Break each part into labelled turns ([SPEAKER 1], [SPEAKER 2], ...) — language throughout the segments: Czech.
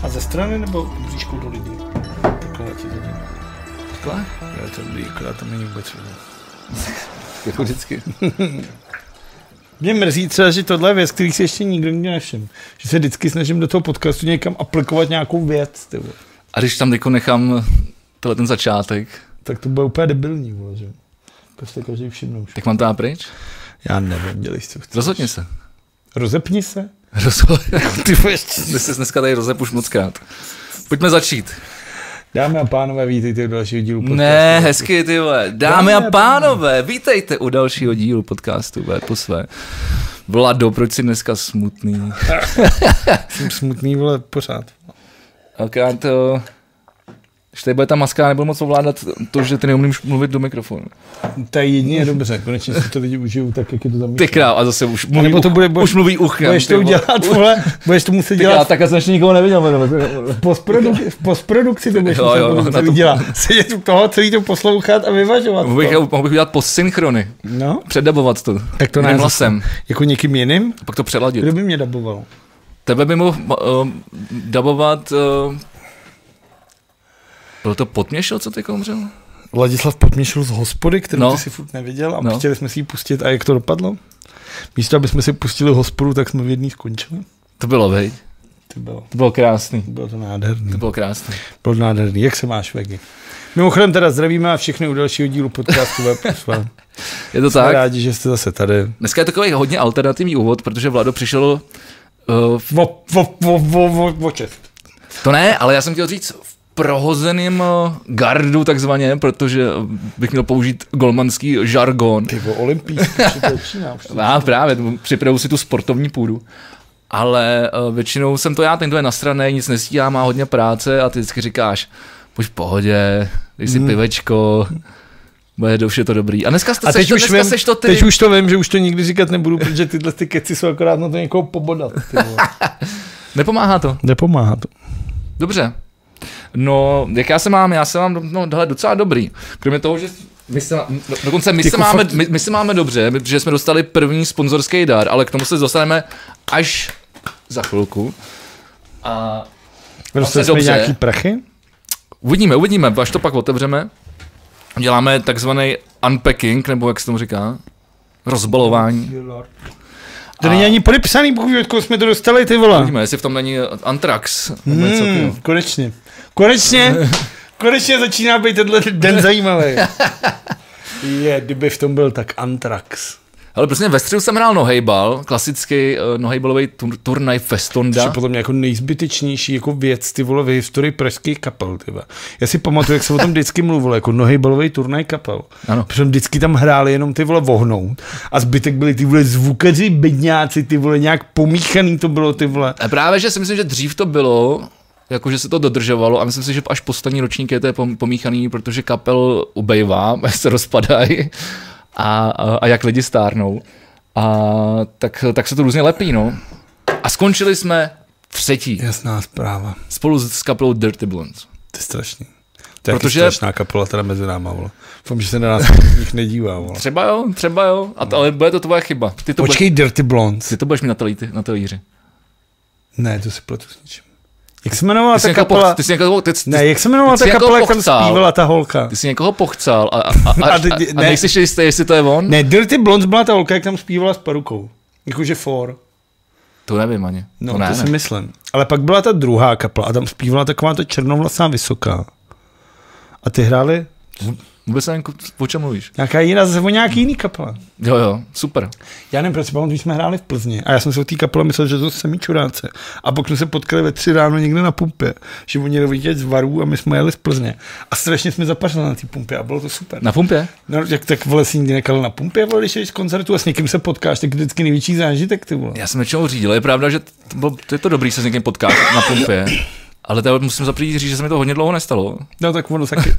[SPEAKER 1] A ze strany nebo blížkou do lidí? Takhle ti to dělá.
[SPEAKER 2] Takhle?
[SPEAKER 1] Jo, to je dobrý, akorát to není vůbec vidět.
[SPEAKER 2] Jako vždycky.
[SPEAKER 1] Mě mrzí třeba, že tohle je věc, který si ještě nikdo nevšiml. Že se vždycky snažím do toho podcastu někam aplikovat nějakou věc. Tyvo.
[SPEAKER 2] A když tam teď nechám ten začátek,
[SPEAKER 1] tak to bylo úplně debilní, že? Prostě každý všimnou.
[SPEAKER 2] Tak mám to dát pryč?
[SPEAKER 1] Já nevím, dělej si to chceš.
[SPEAKER 2] Rozhodni se.
[SPEAKER 1] Rozepni se?
[SPEAKER 2] Ty jsi dneska tady rozep už mockrát. Pojďme začít.
[SPEAKER 1] Dámy a pánové, vítejte u dalšího dílu podcastu.
[SPEAKER 2] Ne, hezky ty vole. Dámy a pánové, vítejte u dalšího dílu podcastu po své. Vlado, proč jsi dneska smutný?
[SPEAKER 1] Jsem smutný, vole, pořád.
[SPEAKER 2] Akorát to... Když tady bude ta maska, nebudu moc ovládat to, že ty neumíš mluvit do mikrofonu.
[SPEAKER 1] To je jedině dobře, konečně si to lidi užijou tak, jak je to zamýšlel.
[SPEAKER 2] Ty král, a zase už mluví,
[SPEAKER 1] už
[SPEAKER 2] mluví uchem.
[SPEAKER 1] Budeš to udělat, vole, budeš to muset dělat.
[SPEAKER 2] Tak jsem ještě nikoho neviděl.
[SPEAKER 1] V postprodukci to budeš muset dělat. Sedět u toho, celý to poslouchat a vyvažovat.
[SPEAKER 2] Mohl bych udělat postsynchrony.
[SPEAKER 1] No.
[SPEAKER 2] Předabovat to.
[SPEAKER 1] Tak to ne
[SPEAKER 2] hlasem.
[SPEAKER 1] Jako někým jiným?
[SPEAKER 2] Pak to přeladit.
[SPEAKER 1] Kdo by mě daboval?
[SPEAKER 2] Tebe by mohl dabovat... Byl to Podměšil, co ty komřel?
[SPEAKER 1] Ladislav Podměšil z Hospody, kterou ty si furt neviděl a chtěli jsme si ji pustit. A jak to dopadlo? Místo, aby jsme si pustili Hospodu, tak jsme v jedný skončili.
[SPEAKER 2] To bylo, veď? To bylo krásný.
[SPEAKER 1] Bylo to nádherný.
[SPEAKER 2] To bylo krásný.
[SPEAKER 1] Bylo nádherný. Jak se máš, Vegy? Mimochodem teda zdravíme a všechny u dalšího dílu podcastu Web.
[SPEAKER 2] Je to
[SPEAKER 1] jsme
[SPEAKER 2] tak?
[SPEAKER 1] rádi, že jste zase tady.
[SPEAKER 2] Dneska je takový hodně alternativní úvod, protože Vlado přišel...
[SPEAKER 1] O čest.
[SPEAKER 2] To ne, ale já jsem chtěl říct prohozeným gardu takzvaně, protože bych měl použít golmanský žargon.
[SPEAKER 1] Ty olympijský, to začíná.
[SPEAKER 2] Právě, připravuju si tu sportovní půdu. Ale většinou jsem to já, ten to je nasranej, nic nestíhám, má hodně práce a ty vždycky říkáš, pojď v pohodě, dej si pivečko, bude do vše to dobrý. A dneska seš to ty.
[SPEAKER 1] Teď už to vím, že už to nikdy říkat nebudu, protože tyhle ty keci jsou akorát na to někoho pobodat.
[SPEAKER 2] Nepomáhá to?
[SPEAKER 1] Nepomáhá to.
[SPEAKER 2] Dobře. No, jak já se mám docela dobrý. Kromě toho, že my se máme dobře, že jsme dostali první sponzorský dar, ale k tomu se dostaneme až za chvilku. A
[SPEAKER 1] dostali jsme nějaký prachy?
[SPEAKER 2] Uvidíme, až to pak otevřeme. Děláme takzvaný unpacking, nebo jak se tomu říká, rozbalování.
[SPEAKER 1] To není ani podepsaný, pokud jsme to dostali, ty vole.
[SPEAKER 2] Uvidíme, jestli v tom není Antrax.
[SPEAKER 1] Konečně začíná být tenhle den zajímavý. Kdyby v tom byl, tak Antrax.
[SPEAKER 2] Ale prostě ve středu jsem hrál nohejbal, klasický nohejbalový turnaj Festonda.
[SPEAKER 1] To je potom jako nejzbytečnější jako věc, ty vole, v historii pražských kapel, ty vole. Já si pamatuju, jak se o tom vždycky mluvilo, jako nohejbalový turnaj kapel.
[SPEAKER 2] Ano.
[SPEAKER 1] Protože vždycky tam hráli jenom ty vole vohnout a zbytek byli ty vole zvukaři, bedňáci, ty vole nějak pomíchaný to bylo, ty vole.
[SPEAKER 2] A právě, že si myslím, že dřív to bylo, jakože se to dodržovalo a myslím si, že až poslední ročník je to pomíchaný, protože kapel ubejvá, se rozpadají. A jak lidi stárnou. A tak se to různě lepí, no. A skončili jsme třetí.
[SPEAKER 1] Jasná zpráva.
[SPEAKER 2] Spolu s kapelou Dirty Blondes.
[SPEAKER 1] To je strašný. To je strašná kapela teda mezi náma, vole. Doufám, že se na nás nich nedívá, vole.
[SPEAKER 2] Třeba jo. Ale bude to tvoje chyba.
[SPEAKER 1] Dirty Blondes.
[SPEAKER 2] Ty to budeš mít na talíři.
[SPEAKER 1] Ne, to si pletu s ničím. Jak se jmenovala ta kapela? Jak se jmenovala ta kapela, jak tam zpívala ta holka?
[SPEAKER 2] Ty jsi někoho pochcal a nejsi jistý, jestli to je on?
[SPEAKER 1] Ne, Dirty Blondes byla ta holka, jak tam zpívala s perukou. Jakože For.
[SPEAKER 2] To nevím ani.
[SPEAKER 1] No, to si myslím. Ale pak byla ta druhá kapela a tam zpívala taková ta černovlasá vysoká. A ty hráli?
[SPEAKER 2] Vůbec nevím, o čem mluvíš.
[SPEAKER 1] Nějaká jiná, zase o nějaký jiný kapela.
[SPEAKER 2] Jo, super.
[SPEAKER 1] Já nevím, proč když jsme hráli v Plzni a já jsem se o té kapele myslel, že to jsou samý čuráce. A pak jsme se potkali ve 3 ráno někde na pumpě, že oni jeli vidět z Varů a my jsme jeli z Plzně. A strašně jsme zapařili na té pumpě a bylo to super.
[SPEAKER 2] Na pumpě?
[SPEAKER 1] No, jak tak vole si nikdy nekal na pumpě, vole, když jsi z koncertu a s někým se potkáš, tak vždycky největší zážitek, ty vole.
[SPEAKER 2] Já jsem většinou řídil, je pravda, že to je to dobrý se s někým potkat na pumpě. Ale tady musím zaprý říct, že se mi to hodně dlouho nestalo.
[SPEAKER 1] No tak ono taky.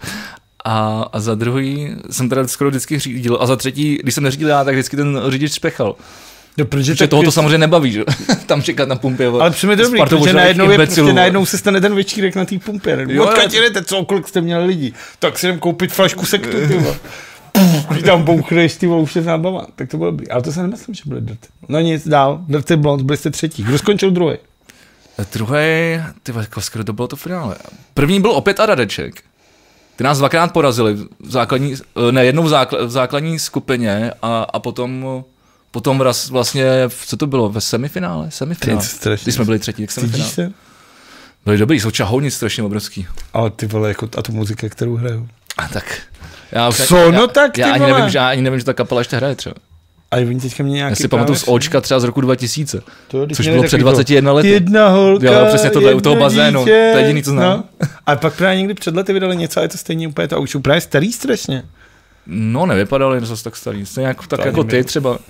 [SPEAKER 2] A za druhý jsem teda skoro vždycky řídil a za třetí, když jsem neřídil já, tak vždycky ten řidič spěchal.
[SPEAKER 1] No,
[SPEAKER 2] protože toho to samozřejmě nebaví, že? Tam čekat na pumpě.
[SPEAKER 1] Ale přijme to dobrý, protože najednou se stane ten večírek na té pumpě. Odkud jdete, kolik jste měli lidí? Tak si jdem koupit flašku sektu, ty vole. Když tam bouchneš, ty vole, už je zábava. Tak to bylo dobrý. Ale to se nemyslím, že byli Dirty. No nic, dál. Dirty Blondes, byli jste třetí. Kdo skončil druhý?
[SPEAKER 2] Druhý, skoro to bylo to finále. První byl opět Radeček. Ty nás dvakrát porazili jednou v základní skupině a potom vlastně, co to bylo, ve semifinále? Když jsme byli třetí, jak semifinále. Byli dobrý, jsou čahouni strašně obrovský.
[SPEAKER 1] Ale ty vole, jako a tu muzika, kterou hrajou.
[SPEAKER 2] A tak. Já ani nevím, že ta kapela ještě hraje třeba.
[SPEAKER 1] A oni teďka mě nějaký...
[SPEAKER 2] Já si pamatuju z Očka třeba z roku 2000, což bylo před 21 lety.
[SPEAKER 1] Jedna holka,
[SPEAKER 2] jo, přesně tohle, u toho bazénu, to je jediný, co znám.
[SPEAKER 1] No. A pak právě někdy před lety vydali něco a je to stejně úplně to, a už jsou právě starý strašně.
[SPEAKER 2] No, nevypadali zase tak starý, stejně tak jako ty třeba.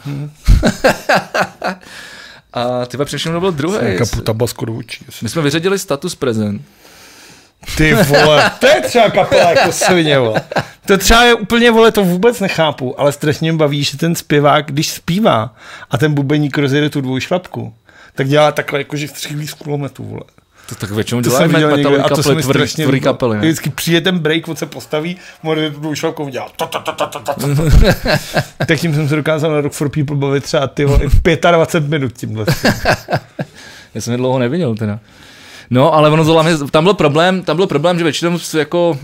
[SPEAKER 2] A ty především to byl druhý.
[SPEAKER 1] Jaká puta basko do očí.
[SPEAKER 2] My jsme vyřadili Status Present.
[SPEAKER 1] Ty vole, to je třeba kapela jako svině, vole. To třeba je úplně, vole, to vůbec nechápu, ale strašně mě baví, že ten zpěvák, když zpívá a ten bubeník rozjede tu dvojšlapku, tak dělá takhle, jakože střílí z kulometu, vole.
[SPEAKER 2] To tak většinou dělají metalový kapely, tvrdý kapely. Ne?
[SPEAKER 1] Vždycky přijde ten break, on se postaví, může tu dvojšlapku dělá. Tak tím jsem se dokázal na Rock for People bavit třeba ty vole, 25 minut tímhle.
[SPEAKER 2] Já jsem je dlouho neviděl teda. No, ale ono tam byl problém, že většinou jako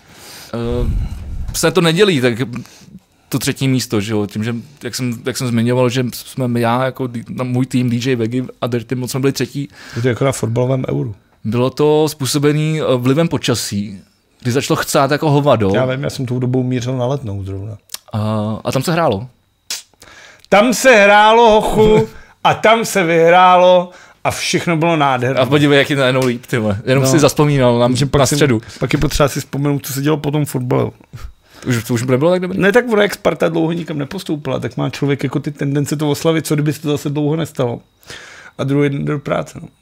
[SPEAKER 2] se to nedělí, tak to třetí místo, že jo, tím, že jak jsem zmiňoval, že jsme já jako můj tým DJ Vegy a Dirty moc jsme byli třetí.
[SPEAKER 1] To je jako na fotbalovém Euru.
[SPEAKER 2] Bylo to způsobený vlivem počasí, kdy začalo chcát jako hovado.
[SPEAKER 1] Já vím, já jsem tou dobou mířil na Letnou zrovna.
[SPEAKER 2] A tam se hrálo.
[SPEAKER 1] Tam se hrálo, hochu, a tam se vyhrálo. A všechno bylo nádherné.
[SPEAKER 2] A podívej, jak je to najednou líp, tyhle. Jenom si zaspomínal na středu.
[SPEAKER 1] Pak je potřeba si vzpomenout, co se dělo po tom fotbale.
[SPEAKER 2] To už nebylo tak dobré?
[SPEAKER 1] Ne, tak jak Sparta dlouho nikam nepostoupila, tak má člověk jako ty tendence to oslavit, co kdyby se to zase dlouho nestalo. A druhý den do práce, no.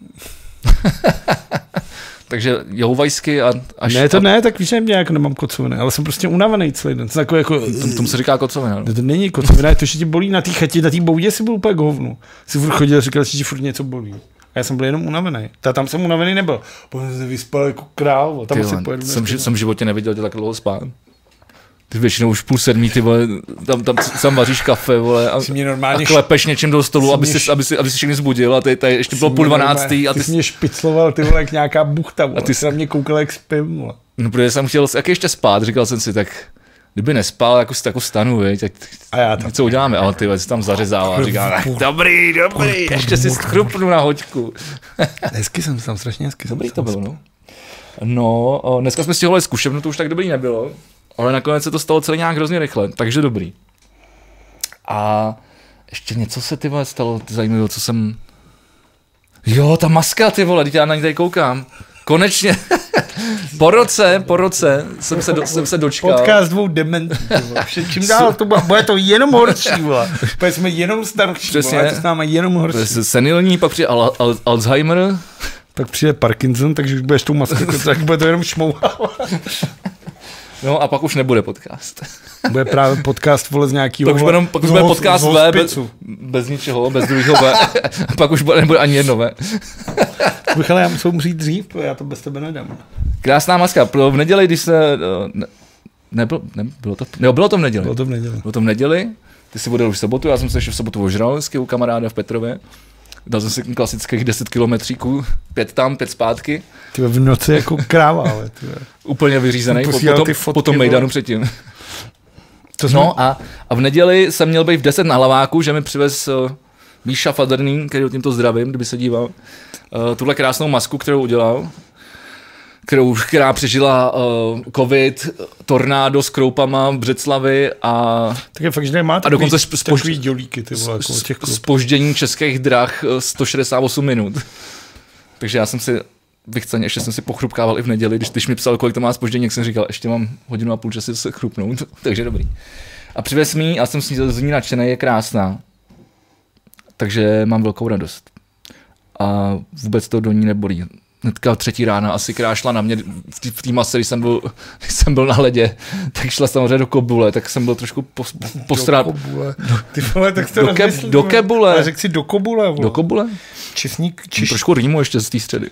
[SPEAKER 2] Takže Jehovajsky a až...
[SPEAKER 1] Ne, tak víš, že nějak nemám kocoviny, ale jsem prostě unavený celý den. Jako,
[SPEAKER 2] tomu se říká kocovina.
[SPEAKER 1] To není kocovina, je to, že ti bolí na té chatě, na té boudě si byl úplně k hovnu. Si furt chodil a říkal, že ti furt něco bolí. A já jsem byl jenom unavený. Tam jsem unavený nebyl. Potom jsem se vyspal jako král. Tam asi pojedu.
[SPEAKER 2] Jsem v životě neviděl tě tak dlouho spát. Ty většinou už 6:30, ty vole, tam vaříš kafe, vole, a klepeš něčím do stolu, aby si všechny zbudil, a tady ještě bylo 11:30 a ty
[SPEAKER 1] jsi mě špicloval, ty vole, jak nějaká buchta, vole, a ty jsi na mě koukal, jak spím, vole.
[SPEAKER 2] No, protože jsem chtěl, jak ještě spát, říkal jsem si, tak kdyby nespal, jako stanu, viď, tak co uděláme, ale ty jsi tam zařezával, říkal, dobrý, ještě si schrupnu na hoďku.
[SPEAKER 1] Hezky jsem tam, strašně hezky.
[SPEAKER 2] Dobrý to bylo, no. No, dneska jsme stihovali zkušebnu, to už tak dobrý nebylo. Ale nakonec se to stalo celý nějak hrozně rychle, takže dobrý. A ještě něco se ty vole stalo zajímavého, co jsem... Jo, ta maska, ty vole, já na ní tady koukám. Konečně, po roce jsem se dočkal.
[SPEAKER 1] Podcast dvou dementů, čím dál to bude to jenom horší, vole. Protože jsme jenom starší, přesně, vole, to s náma jenom horší.
[SPEAKER 2] Senilní, pak přijde Alzheimer.
[SPEAKER 1] Pak přijde Parkinson, takže už budeš tou maskou, tak bude to jenom šmouhat.
[SPEAKER 2] No a pak už nebude podcast.
[SPEAKER 1] Bude právě podcast, vole, z nějakýho...
[SPEAKER 2] Pak už bude podcast bez ničeho, bez druhého V. Pak už nebude ani jedno V.
[SPEAKER 1] Ale já musím umřít dřív, já to bez tebe nedám.
[SPEAKER 2] Krásná maska. V neděli, když se... Bylo to v neděli. Bylo to v neděli. Ty jsi odjel už v sobotu, já jsem se ještě v sobotu ožral u kamaráda v Petrově. Dal jsem si klasických 10 kilometříků, 5 tam, 5 zpátky.
[SPEAKER 1] Ty v noci jako kráva, ale ty.
[SPEAKER 2] Úplně vyřízený po tom mejdanu předtím. No a v neděli jsem měl být v 10 na Hlaváku, že mi přivez Míša Fadrný, který tímto zdravím, kdyby se díval, tuhle krásnou masku, kterou udělal, která přežila covid, tornádo s kroupama, Břeclavy a...
[SPEAKER 1] Tak je fakt, že nemá takový dělíky, ty vole, jako
[SPEAKER 2] zpoždění českých drah 168 minut. Takže já jsem si vychceně, ještě jsem si pochrupkával i v neděli, když mi psal, kolik to má zpoždění, jak jsem říkal, ještě mám 1,5 hodiny času se chrupnout, takže dobrý. A přivez mi, a jsem z ní nadšený, je krásná. Takže mám velkou radost. A vůbec to do ní nebolí. Hnedka 3 rána asi krášla na mě v té mase, když jsem byl na ledě, tak šla samozřejmě do kobule, tak jsem byl trošku postrát.
[SPEAKER 1] Do kobule. Ty vole, tak jste
[SPEAKER 2] do kebule.
[SPEAKER 1] Ale řekl si do kobule. Vole.
[SPEAKER 2] Do kobule?
[SPEAKER 1] Česník.
[SPEAKER 2] Trošku rýmu ještě z té středy.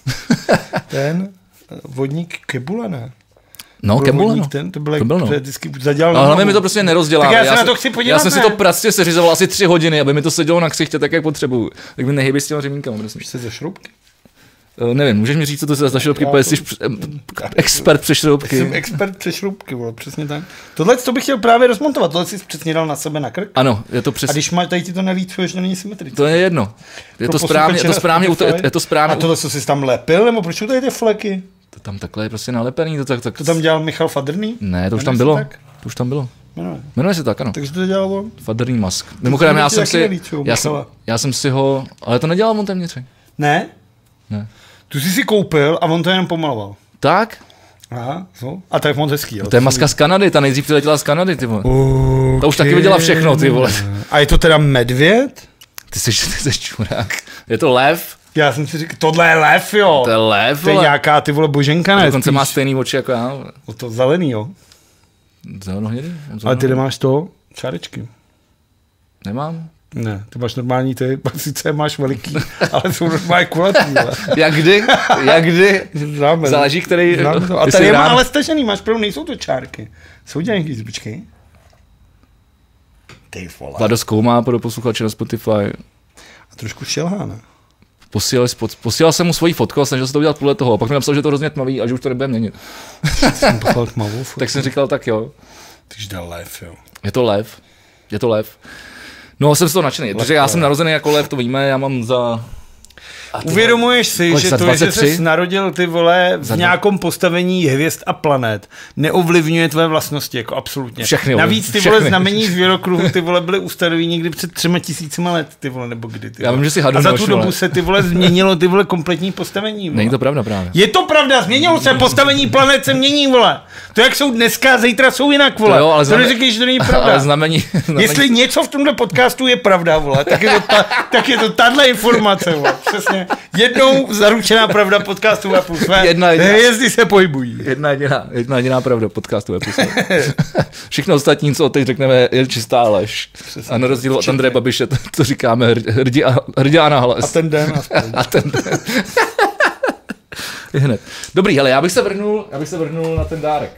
[SPEAKER 1] Ten vodník kebule, ne?
[SPEAKER 2] No, kebule, no.
[SPEAKER 1] To byl vždycky zadělal.
[SPEAKER 2] Ale hlavně mi to prostě nerozdělal.
[SPEAKER 1] Tak já se na to chci podívat.
[SPEAKER 2] Já jsem si to pracně seřizoval asi 3 hodiny, aby mi to sedělo na ksichtě tak, jak potřebuju. Tak mi nehybej s těma řemínkama.
[SPEAKER 1] Už se ze šroubky?
[SPEAKER 2] Nevím, můžeš mi říct, co to je za šroubky, protože jsi expert přešroubky.
[SPEAKER 1] Jsem expert přešroubky, vole, přesně tak. Tohle to bych chtěl právě rozmontovat, tohle jsi přesně dal na sebe na krk.
[SPEAKER 2] Ano, je to přesně.
[SPEAKER 1] A když máš, tady ti to nelícuje, že není symetrické.
[SPEAKER 2] To je jedno. Je to správně, je to správně.
[SPEAKER 1] A tohle, co jsi tam lepil, nebo proč jsou tady ty fleky?
[SPEAKER 2] To tam takhle je prostě nalepený.
[SPEAKER 1] To tam dělal Michal Fadrný?
[SPEAKER 2] Ne, to už tam bylo. To už tam bylo. Jmenuje se tak, ano.
[SPEAKER 1] Takže to dělal on?
[SPEAKER 2] Fadrný Musk. Mimochodem, já jsem si ho, ale to nedělal on téměř.
[SPEAKER 1] Ne?
[SPEAKER 2] Ne.
[SPEAKER 1] Tu jsi si koupil a on to jenom pomaloval.
[SPEAKER 2] Tak?
[SPEAKER 1] Aha, so. A to je moc hezký.
[SPEAKER 2] To je maska z Kanady, ta nejdřív přiletěla z Kanady, ty vole. Okay. To už taky viděla všechno, ty vole.
[SPEAKER 1] A je to teda medvěd?
[SPEAKER 2] Ty jsi čurák. Je to lev?
[SPEAKER 1] Já jsem si říkal, tohle je lev, jo.
[SPEAKER 2] To je lev,
[SPEAKER 1] to je nějaká, ty vole, boženka, ne?
[SPEAKER 2] Dokonce má stejný oči jako já.
[SPEAKER 1] O to zelený, jo.
[SPEAKER 2] Zelenohnědý?
[SPEAKER 1] Ale ty nemáš to čárečky.
[SPEAKER 2] Nemám.
[SPEAKER 1] Ne, ty máš normální, ty sice máš veliký, ale jsou normální kulatý.
[SPEAKER 2] Jak kdy?
[SPEAKER 1] Známe.
[SPEAKER 2] Záleží, který...
[SPEAKER 1] A tady je má ale stažený, máš pravdu, nejsou to čárky. Jsou dělaný nějaký zbyčky? Ty vole.
[SPEAKER 2] Vlado zkoumá pro posluchače na Spotify.
[SPEAKER 1] A trošku šelhá, ne?
[SPEAKER 2] Posílal jsem mu svoji fotku a snažil se to udělat podle toho. A pak mi napsal, že to hrozně tmavý a že už to nebude měnit.
[SPEAKER 1] Jsem poslal tmavou fotku.
[SPEAKER 2] Tak jsem říkal, tak jo.
[SPEAKER 1] Takže to je lev, jo.
[SPEAKER 2] Je to lev. No, jsem z toho nadšený, protože já jsem narozený jako lev, to víme, já mám za...
[SPEAKER 1] Uvědomuješ si, že to, že jsi narodil, ty vole, v nějakém postavení hvězd a planet, neovlivňuje tvé vlastnosti, jako absolutně.
[SPEAKER 2] Všechny.
[SPEAKER 1] Navíc ty vole znamení zvěrokruhu, ty vole, byly ustanoví někdy před 3000 let, ty vole, nebo kdy, ty vole.
[SPEAKER 2] Já vím, že si hadu
[SPEAKER 1] a za tu dobu se ty vole změnilo ty vole kompletní postavení, vole.
[SPEAKER 2] Není to pravda právě.
[SPEAKER 1] Je to pravda, změnilo se, postavení planet se mění, vole. To jak jsou dneska, zítra jsou jinak, vole. To neříkej, že to není pravda.
[SPEAKER 2] Ale znamení.
[SPEAKER 1] Jestli něco v tomhle podcastu je pravda, vole, tak je to tahle informace, vole. Přesně. Jednou zaručená pravda podcastu Web Plus. Hvězdy se pohybují.
[SPEAKER 2] Jedna jediná pravda podcastu Web Plus. Všechno ostatní, co teď řekneme, je čistá lež. Přesně, a na rozdíl od Andreje Babiše, to říkáme hrdě a nahlas.
[SPEAKER 1] A ten den aspoň.
[SPEAKER 2] A ten den. Hned. Dobrý, hele, já bych se vrhnul na ten dárek.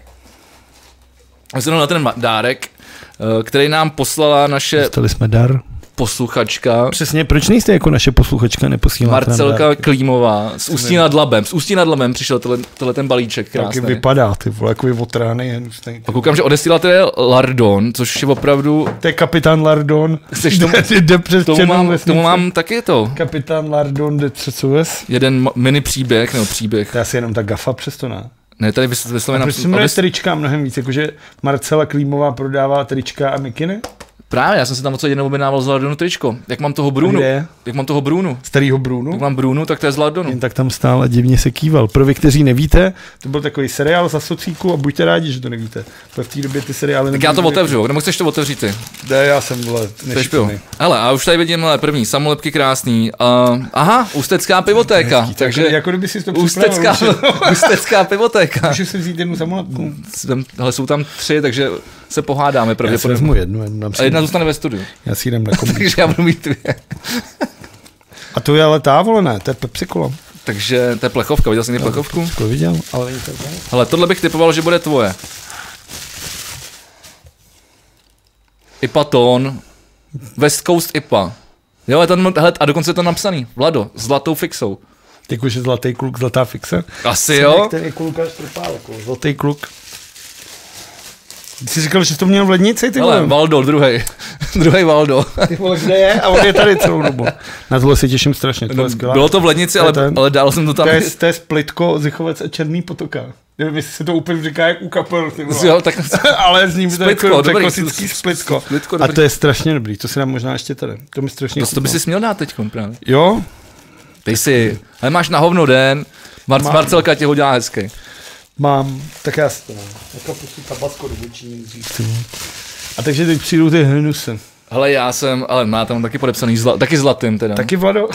[SPEAKER 2] Který nám poslala naše...
[SPEAKER 1] Dostali jsme dar.
[SPEAKER 2] Posluchačka.
[SPEAKER 1] Přesně, proč nejste jako naše posluchačka, neposíláte
[SPEAKER 2] Marcelka Klímová z Ústí nad Labem. Přišel tenhle ten balíček krásný.
[SPEAKER 1] Taky vypadá, ty vole, jako otrány.
[SPEAKER 2] A koukám, že odesíláte Lardon, což je opravdu...
[SPEAKER 1] To je kapitán Lardon. Tomu
[SPEAKER 2] mám taky to.
[SPEAKER 1] Kapitán Lardon jde přes
[SPEAKER 2] jeden mini příběh, nebo příběh.
[SPEAKER 1] To je asi jenom ta gafa přesto, ne?
[SPEAKER 2] Ne, tady vysloveně...
[SPEAKER 1] Proč se jmenuje trička mnohem víc, jakože Marcela Klímová prodává trička a mikiny?
[SPEAKER 2] Právě, já jsem si tam jednou objednával z Lardonu tričko. Jak mám toho Brunu.
[SPEAKER 1] Starýho Brunu?
[SPEAKER 2] Jak mám Brunu, tak to je z Lardonu.
[SPEAKER 1] Jen tak tam stál a divně se kýval. Pro vy, kteří nevíte, to byl takový seriál za socíku a buďte rádi, že to nevíte. To v té době ty seriály...
[SPEAKER 2] Tak já to otevřu, nebo chceš to otevřít ty?
[SPEAKER 1] Ne, já jsem, vole,
[SPEAKER 2] nešpilný. Hele, a už tady vidím, první, samolepky krásný. Aha, Ústecká pivotéka.
[SPEAKER 1] Hezký, takže jako kdyby si to
[SPEAKER 2] Ústecká pivotéka.
[SPEAKER 1] Můžu si vzít jednu samolepku?
[SPEAKER 2] Hele, jsou tam 3, takže se pohádáme pravděpodobně.
[SPEAKER 1] Já si vezmu jednu.
[SPEAKER 2] A jedna zůstane ve studiu.
[SPEAKER 1] Já si jdem na kombi.
[SPEAKER 2] Takže já budu mít 2.
[SPEAKER 1] A to je ale ta, vole, ne, to je Pepsi Cola.
[SPEAKER 2] Takže to je plechovka, viděl jsi někdy plechovku?
[SPEAKER 1] To viděl, ale není to.
[SPEAKER 2] Hele, tohle bych typoval, že bude tvoje. IPA Tón, West Coast IPA. Jo, hele, a dokonce je to napsaný, Vlado, zlatou fixou.
[SPEAKER 1] Jakože zlatý kluk, zlatá fixe?
[SPEAKER 2] Asi jo.
[SPEAKER 1] Který klukáš trpálek, zlatý kluk. Ty jsi říkal, že jsi to měl v lednici, ty vole?
[SPEAKER 2] Hele, Valdo, druhý Valdo.
[SPEAKER 1] Ty vole, kde je? A on je tady celou dobu. Na tohle se těším strašně, to je skvělá.
[SPEAKER 2] Bylo to v lednici, ale dál jsem to tam...
[SPEAKER 1] To je Splitko, Zichovec a Černý potoka. Nevím, jestli se to úplně říká jak u kapel, ty vole.
[SPEAKER 2] Jo, tak...
[SPEAKER 1] ale s ním to je
[SPEAKER 2] klasický
[SPEAKER 1] Splitko. A to je strašně dobrý, to si dám možná ještě tady. To mi strašně
[SPEAKER 2] to by si směl dát teďkon právě.
[SPEAKER 1] Jo?
[SPEAKER 2] Dej si, ale máš na hovno den, Marcelka tě ho dělá hezky.
[SPEAKER 1] Mám, tak já si to mám. Jaká prostě tabacko do bočí nejdřív. A takže teď přijdou ty hnusy.
[SPEAKER 2] Hele, ale má tam taky podepsaný, taky zlatým teda.
[SPEAKER 1] Taky Vlado?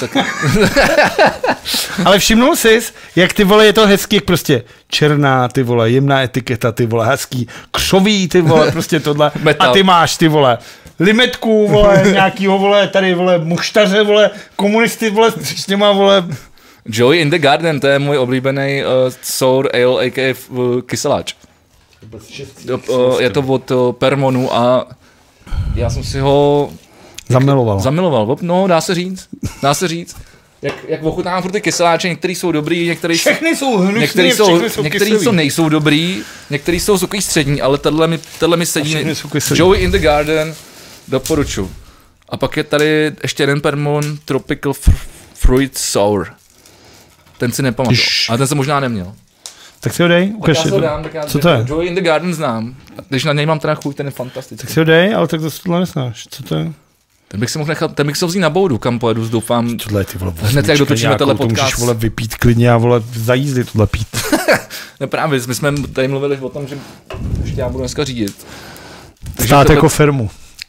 [SPEAKER 1] Ale všimnul jsi, jak ty vole je to hezký, jak prostě černá, ty vole, jemná etiketa, ty vole, hezký, křový, ty vole, prostě tohle.
[SPEAKER 2] Metal.
[SPEAKER 1] A ty máš, ty vole, limetku, vole, nějakýho, vole, tady, vole, muštaře, vole, komunisty, vole, s těma, vole.
[SPEAKER 2] Joy in the Garden, to je můj oblíbený sour ale, a.k.a. kyseláč. Je to od Permonu a já jsem si ho...
[SPEAKER 1] Zamiloval.
[SPEAKER 2] No, dá se říct. jak ochutnávám furt ty kyseláče, některý jsou dobrý,
[SPEAKER 1] všechny jsou hnusný,
[SPEAKER 2] některý jsou nejsou dobrý, některý jsou takový střední, ale tenhle mi sedí. Joey in the Garden, doporučuji. A pak je tady ještě jeden Permon Tropical Fruit Sour. Ten si nepamatuju, ale ten jsem možná neměl.
[SPEAKER 1] Tak si ho dej, ukaž. Co to je?
[SPEAKER 2] Joey in the Garden znám. Když na něj mám teda chuť, ten je fantastický.
[SPEAKER 1] Tak si ho dej, ale tak to tohle nesnáš. Co to je?
[SPEAKER 2] Ten bych si mohl nechat, ten bych si ho vzít na boudu, kam pojedu, doufám.
[SPEAKER 1] Tohle je ty vole,
[SPEAKER 2] hned jak dotočíme tenhle podcast.
[SPEAKER 1] To můžeš vole vypít klidně a vole za jízdy tohle pít.
[SPEAKER 2] No právě, my jsme tady mluvili o tom, že ještě já budu dneska řídit.
[SPEAKER 1] Stát jako firmu.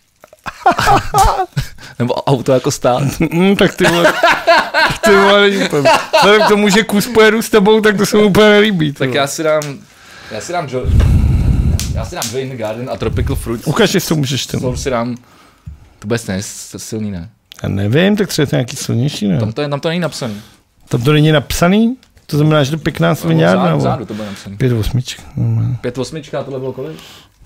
[SPEAKER 2] Nebo auto jako stát.
[SPEAKER 1] Tak ty vole není úplně. Vzhledem k tomu, že kus pojedu s tebou, tak to se mu úplně nelíbí.
[SPEAKER 2] Tak já si dám Joey in the Garden a Tropical Fruit.
[SPEAKER 1] Ukaž, jestli to můžeš ten.
[SPEAKER 2] Slour si dám, to vůbec ne, silný ne.
[SPEAKER 1] Já nevím, tak třeba to nějaký silnější, ne?
[SPEAKER 2] Tam to není napsaný.
[SPEAKER 1] Tam to není napsaný? To znamená, že to pěkná sviňárna.
[SPEAKER 2] Vzadu to bude napsaný.
[SPEAKER 1] 5,8.
[SPEAKER 2] 5,8 a tohle bylo kolik?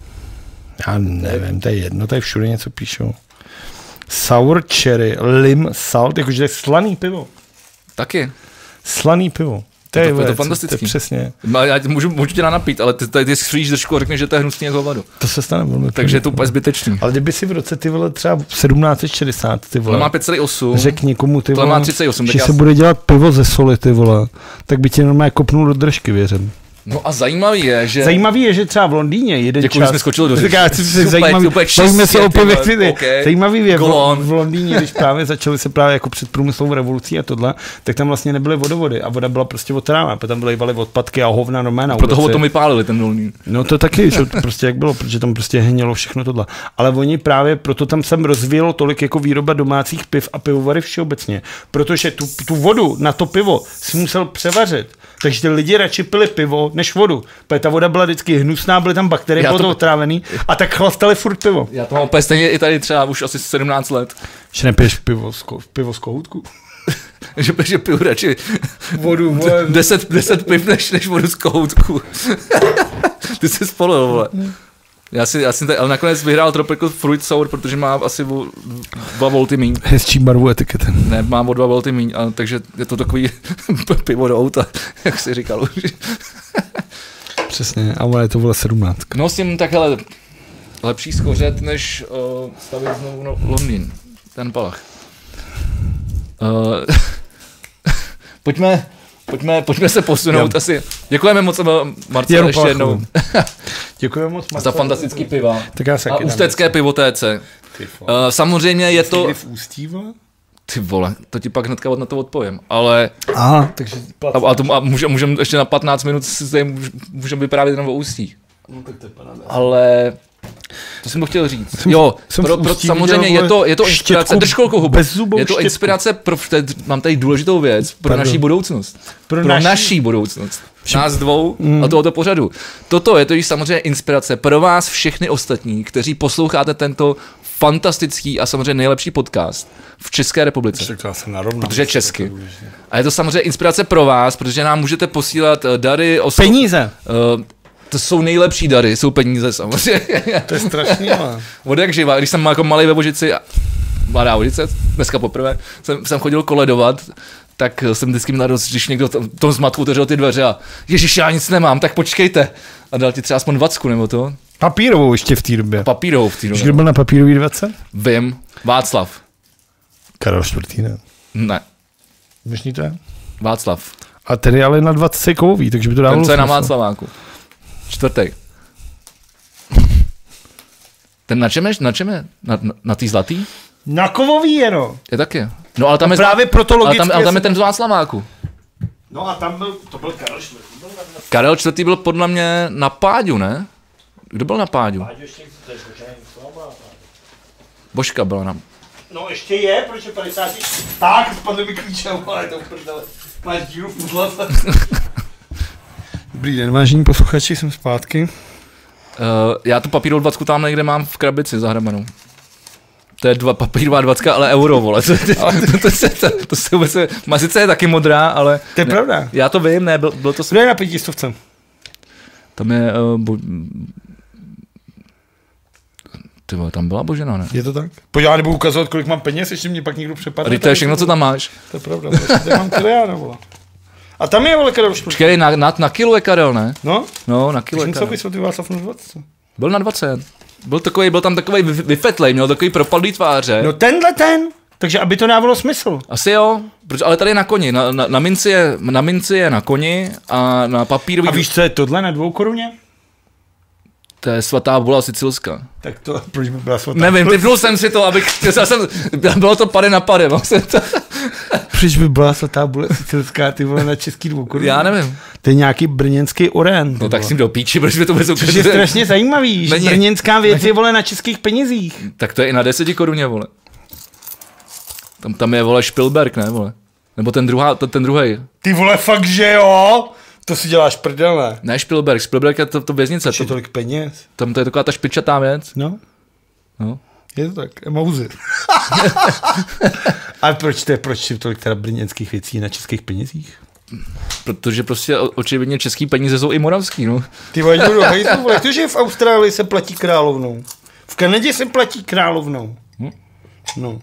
[SPEAKER 1] Já nevím, to je jedno, tady všude něco píšou. Sour cherry, lim, salt, jakože to je slaný pivo.
[SPEAKER 2] Taky.
[SPEAKER 1] Slaný pivo.
[SPEAKER 2] To je to fantastický.
[SPEAKER 1] To je přesně.
[SPEAKER 2] Já můžu tě napít, ale ty skříš držku a řekneš, že to je hnusný jako hovado.
[SPEAKER 1] To se stane velmi.
[SPEAKER 2] Takže je to úplně zbytečný.
[SPEAKER 1] Ale kdyby si v roce ty vole třeba 1760 ty vole.
[SPEAKER 2] To má 5,8.
[SPEAKER 1] Řekl někomu ty vole.
[SPEAKER 2] To má 38.
[SPEAKER 1] Že se bude dělat pivo ze soli ty vole. Tak by tě normálně kopnul do držky, věřím.
[SPEAKER 2] No a zajímavý je, že třeba
[SPEAKER 1] v Londýně jeden
[SPEAKER 2] děkuji,
[SPEAKER 1] čas.
[SPEAKER 2] Jsme skočili do řeči.
[SPEAKER 1] Zajímavý se o pivě. Zajímavý je, v Londýně, když právě začali se právě jako před průmyslovou revolucí a tohle, tak tam vlastně nebyly vodovody a voda byla prostě otráva, protože tam byly odpadky a hovna normálně.
[SPEAKER 2] Proto ho to vypálili ten Londýn.
[SPEAKER 1] No to taky, že to prostě jak bylo, protože tam prostě hnělo všechno tohle. Ale oni právě proto tam sem rozvíjelo tolik jako výroba domácích piv a pivovary všeobecně, protože tu vodu na to pivo si musel převařit. Takže ty lidi radši pili pivo než vodu. Protože ta voda byla vždycky hnusná, byly tam bakterie, bylo to otrávený a tak chlastali furt pivo.
[SPEAKER 2] Já to mám úplně stejně i tady třeba už asi 17 let.
[SPEAKER 1] Že nepiješ pivo z kohoutku?
[SPEAKER 2] že piju radši
[SPEAKER 1] vodu,
[SPEAKER 2] 10 piv než vodu z kohoutku. Ty jsi spolil, vole. Já si tady, ale nakonec vyhrál Tropical Fruit Sour, protože má asi 2 volty míň.
[SPEAKER 1] Hezčí barvu etikety.
[SPEAKER 2] Ne, mám o 2 volty míň, takže je to takový pivo do auta, jak jsi říkal už.
[SPEAKER 1] Přesně, ale je to vole 17.
[SPEAKER 2] No s tím tak hele, lepší skořet, než stavit znovu Londýn, ten palach. Pojďme se posunout asi. Děkujeme moc, Marcel, ještě jednou.
[SPEAKER 1] Děkujeme moc, Marcel.
[SPEAKER 2] Za fantastický piva.
[SPEAKER 1] Tak já se
[SPEAKER 2] a ústecké pivo TC. Samozřejmě je to...
[SPEAKER 1] v Ústí, vole?
[SPEAKER 2] Ty vole, to ti pak hnedka na to odpovím, ale...
[SPEAKER 1] Aha, takže...
[SPEAKER 2] A můžeme ještě na 15 minut můžeme vyprávět jenom o Ústí.
[SPEAKER 1] No tak to je paráda.
[SPEAKER 2] Ale... To jsem to chtěl říct. Samozřejmě je to inspirace, drž chvilku hubu. Je to inspirace mám tady důležitou věc, pro naší budoucnost. Pro naší budoucnost. Nás dvou a tohoto pořadu. Toto je to již samozřejmě inspirace pro vás všechny ostatní, kteří posloucháte tento fantastický a samozřejmě nejlepší podcast v České republice. Protože je česky. A je to samozřejmě inspirace pro vás, protože nám můžete posílat dary.
[SPEAKER 1] Peníze.
[SPEAKER 2] To jsou nejlepší dary, jsou peníze samozřejmě.
[SPEAKER 1] To je strašný, ale.
[SPEAKER 2] Od jak živa, když jsem jako malej ve Vožici, mladá Vožice, dneska poprvé, jsem chodil koledovat, tak jsem vždycky měl radost, když někdo v tom zmatku otevřel ty dveře a ježiš, já nic nemám, tak počkejte. A dal ti třeba aspoň 20 nebo to.
[SPEAKER 1] Papírovou ještě v té době.
[SPEAKER 2] Papírovou v té době.
[SPEAKER 1] Kdo byl na papírový 20?
[SPEAKER 2] Vím, Václav.
[SPEAKER 1] Karel IV. Ne?
[SPEAKER 2] Ne.
[SPEAKER 1] Dnešní to je?
[SPEAKER 2] Václav.
[SPEAKER 1] A tedy ale na 20 kovový, takže by to dávalo
[SPEAKER 2] smysl. Ten, co je na Václaváku. Čtvrtý. Ten na čem je? Na tý zlatý?
[SPEAKER 1] Na kovový jenom.
[SPEAKER 2] Je taky. No ale tam je
[SPEAKER 1] právě proto logicky.
[SPEAKER 2] Ale tam je ten z Václaváku.
[SPEAKER 1] No a tam to byl Karel IV.
[SPEAKER 2] Karel IV. Byl podle mě na páďu, ne? Kdo byl na páďu? Božka byla na...
[SPEAKER 1] No ještě je, proč je 50. Tak, spadl mi klíčem, ale to prdele. Máš díru v úzlase. Dobrý den, vážení posluchači, jsem zpátky.
[SPEAKER 2] Já tu papírovou 20 tam někde mám v krabici zahrabanou. To je papírová 20, ale euro, vole. To se vůbec... Masice je taky modrá, ale...
[SPEAKER 1] To je pravda.
[SPEAKER 2] Já to vím, ne, bylo to...
[SPEAKER 1] Kdo je na 500?
[SPEAKER 2] Tam je... Ty vole, tam byla Božena, ne?
[SPEAKER 1] Je to tak? Pojď, já nebudu ukazovat, kolik mám peněz, ještě mě pak někdo přepadne.
[SPEAKER 2] A to je všechno, co tam máš.
[SPEAKER 1] To je pravda, tady mám Kiliána, vole. A tam je, vole, Karel Šprch.
[SPEAKER 2] Počkej, na kilo je Karel, ne?
[SPEAKER 1] No?
[SPEAKER 2] No, na kilo je
[SPEAKER 1] Musel
[SPEAKER 2] Karel.
[SPEAKER 1] bys o ty Václav na 20.
[SPEAKER 2] Byl na 20. Byl tam takovej vyfetlej, měl takový propadlý tváře.
[SPEAKER 1] No ten. Takže aby to dávalo smysl.
[SPEAKER 2] Asi jo, ale tady je na koni. Na minci je na koni a na papírový...
[SPEAKER 1] A víš, co je tohle na 2 koruně?
[SPEAKER 2] To je svatá bula sicilská.
[SPEAKER 1] Tak to, proč by byla svatá?
[SPEAKER 2] Nevím, typnul jsem si to, bylo to pade na pade.
[SPEAKER 1] Proč by byla svatá bule sicilská, ty vole, na český 2 koruny?
[SPEAKER 2] Já nevím.
[SPEAKER 1] To je nějaký brněnský orén.
[SPEAKER 2] No tak s tím do píči, proč by to vůbec
[SPEAKER 1] Což je strašně zajímavý, že brněnská věc je, vole, na českých penězích.
[SPEAKER 2] Tak to je i na 10 koruně, vole. Tam je, vole, Špilberg, ne, vole. Nebo ten druhý.
[SPEAKER 1] Ty vole, fakt, že jo? To si děláš prdel, ne?
[SPEAKER 2] Ne, Špilberg je to věznice.
[SPEAKER 1] To je tolik peněz.
[SPEAKER 2] Tam to je taková ta špičatá věc.
[SPEAKER 1] No. Je to tak, mouzy. A proč je tolik teda brněnských věcí na českých penězích?
[SPEAKER 2] Protože prostě očividně český peníze jsou i moravský, no.
[SPEAKER 1] Ty vole, protože v Austrálii se platí královnou. V Kanadě se platí královnou. No.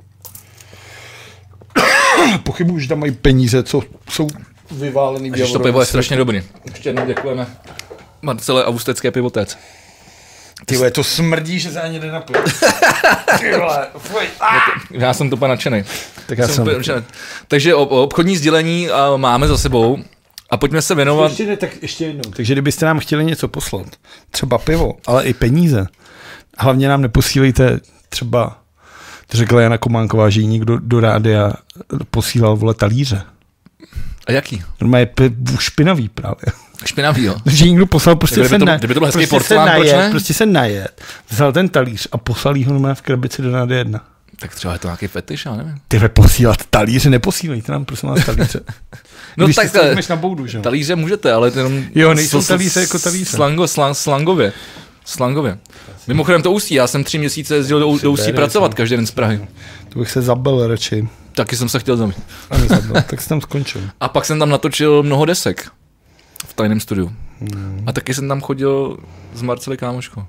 [SPEAKER 1] Pochybuji, že tam mají peníze, co jsou vyválený.
[SPEAKER 2] Ježiš, to pivo je strašně dobrý. Ještě jednou děkujeme Marcele a Ústecké pivotéce.
[SPEAKER 1] Ty vole, to smrdí, že se ani jde napít. Ty vole, fuj.
[SPEAKER 2] Já jsem to nadšenej.
[SPEAKER 1] Tak já jsem.
[SPEAKER 2] Takže obchodní sdělení máme za sebou a pojďme se věnovat.
[SPEAKER 1] Ještě jednou. Takže kdybyste nám chtěli něco poslat, třeba pivo, ale i peníze, hlavně nám neposílejte třeba, to řekla Jana Kománková, že jí někdo do rádia posílal, vole, talíře.
[SPEAKER 2] A jaký?
[SPEAKER 1] Normálně je špinavý právě.
[SPEAKER 2] Špinavý, jo.
[SPEAKER 1] Že někdo poslal
[SPEAKER 2] kdyby to byl hezký porcelán, proč ne?
[SPEAKER 1] Prostě se najet, vzal ten talíř a poslal jí ho normálně v krabici do Rádia 1.
[SPEAKER 2] Tak třeba je to nějaký fetiš, já nevím.
[SPEAKER 1] Ty posílat talíře, neposílejte nám, prosím vás, talíře.
[SPEAKER 2] No
[SPEAKER 1] když
[SPEAKER 2] tak
[SPEAKER 1] na boudu, že?
[SPEAKER 2] Talíře můžete, ale to jenom...
[SPEAKER 1] Jo, nejsou talíře jako talíře.
[SPEAKER 2] Slangově. Mimochodem to Ústí, já jsem 3 měsíce jezdil do Ústí pracovat každý den z Prahy.
[SPEAKER 1] To bych se zabil radši.
[SPEAKER 2] Taky jsem se chtěl zabít.
[SPEAKER 1] Tak jsem tam skončil.
[SPEAKER 2] A pak jsem tam natočil mnoho desek v tajném studiu. A taky jsem tam chodil s Marceli kámoškou.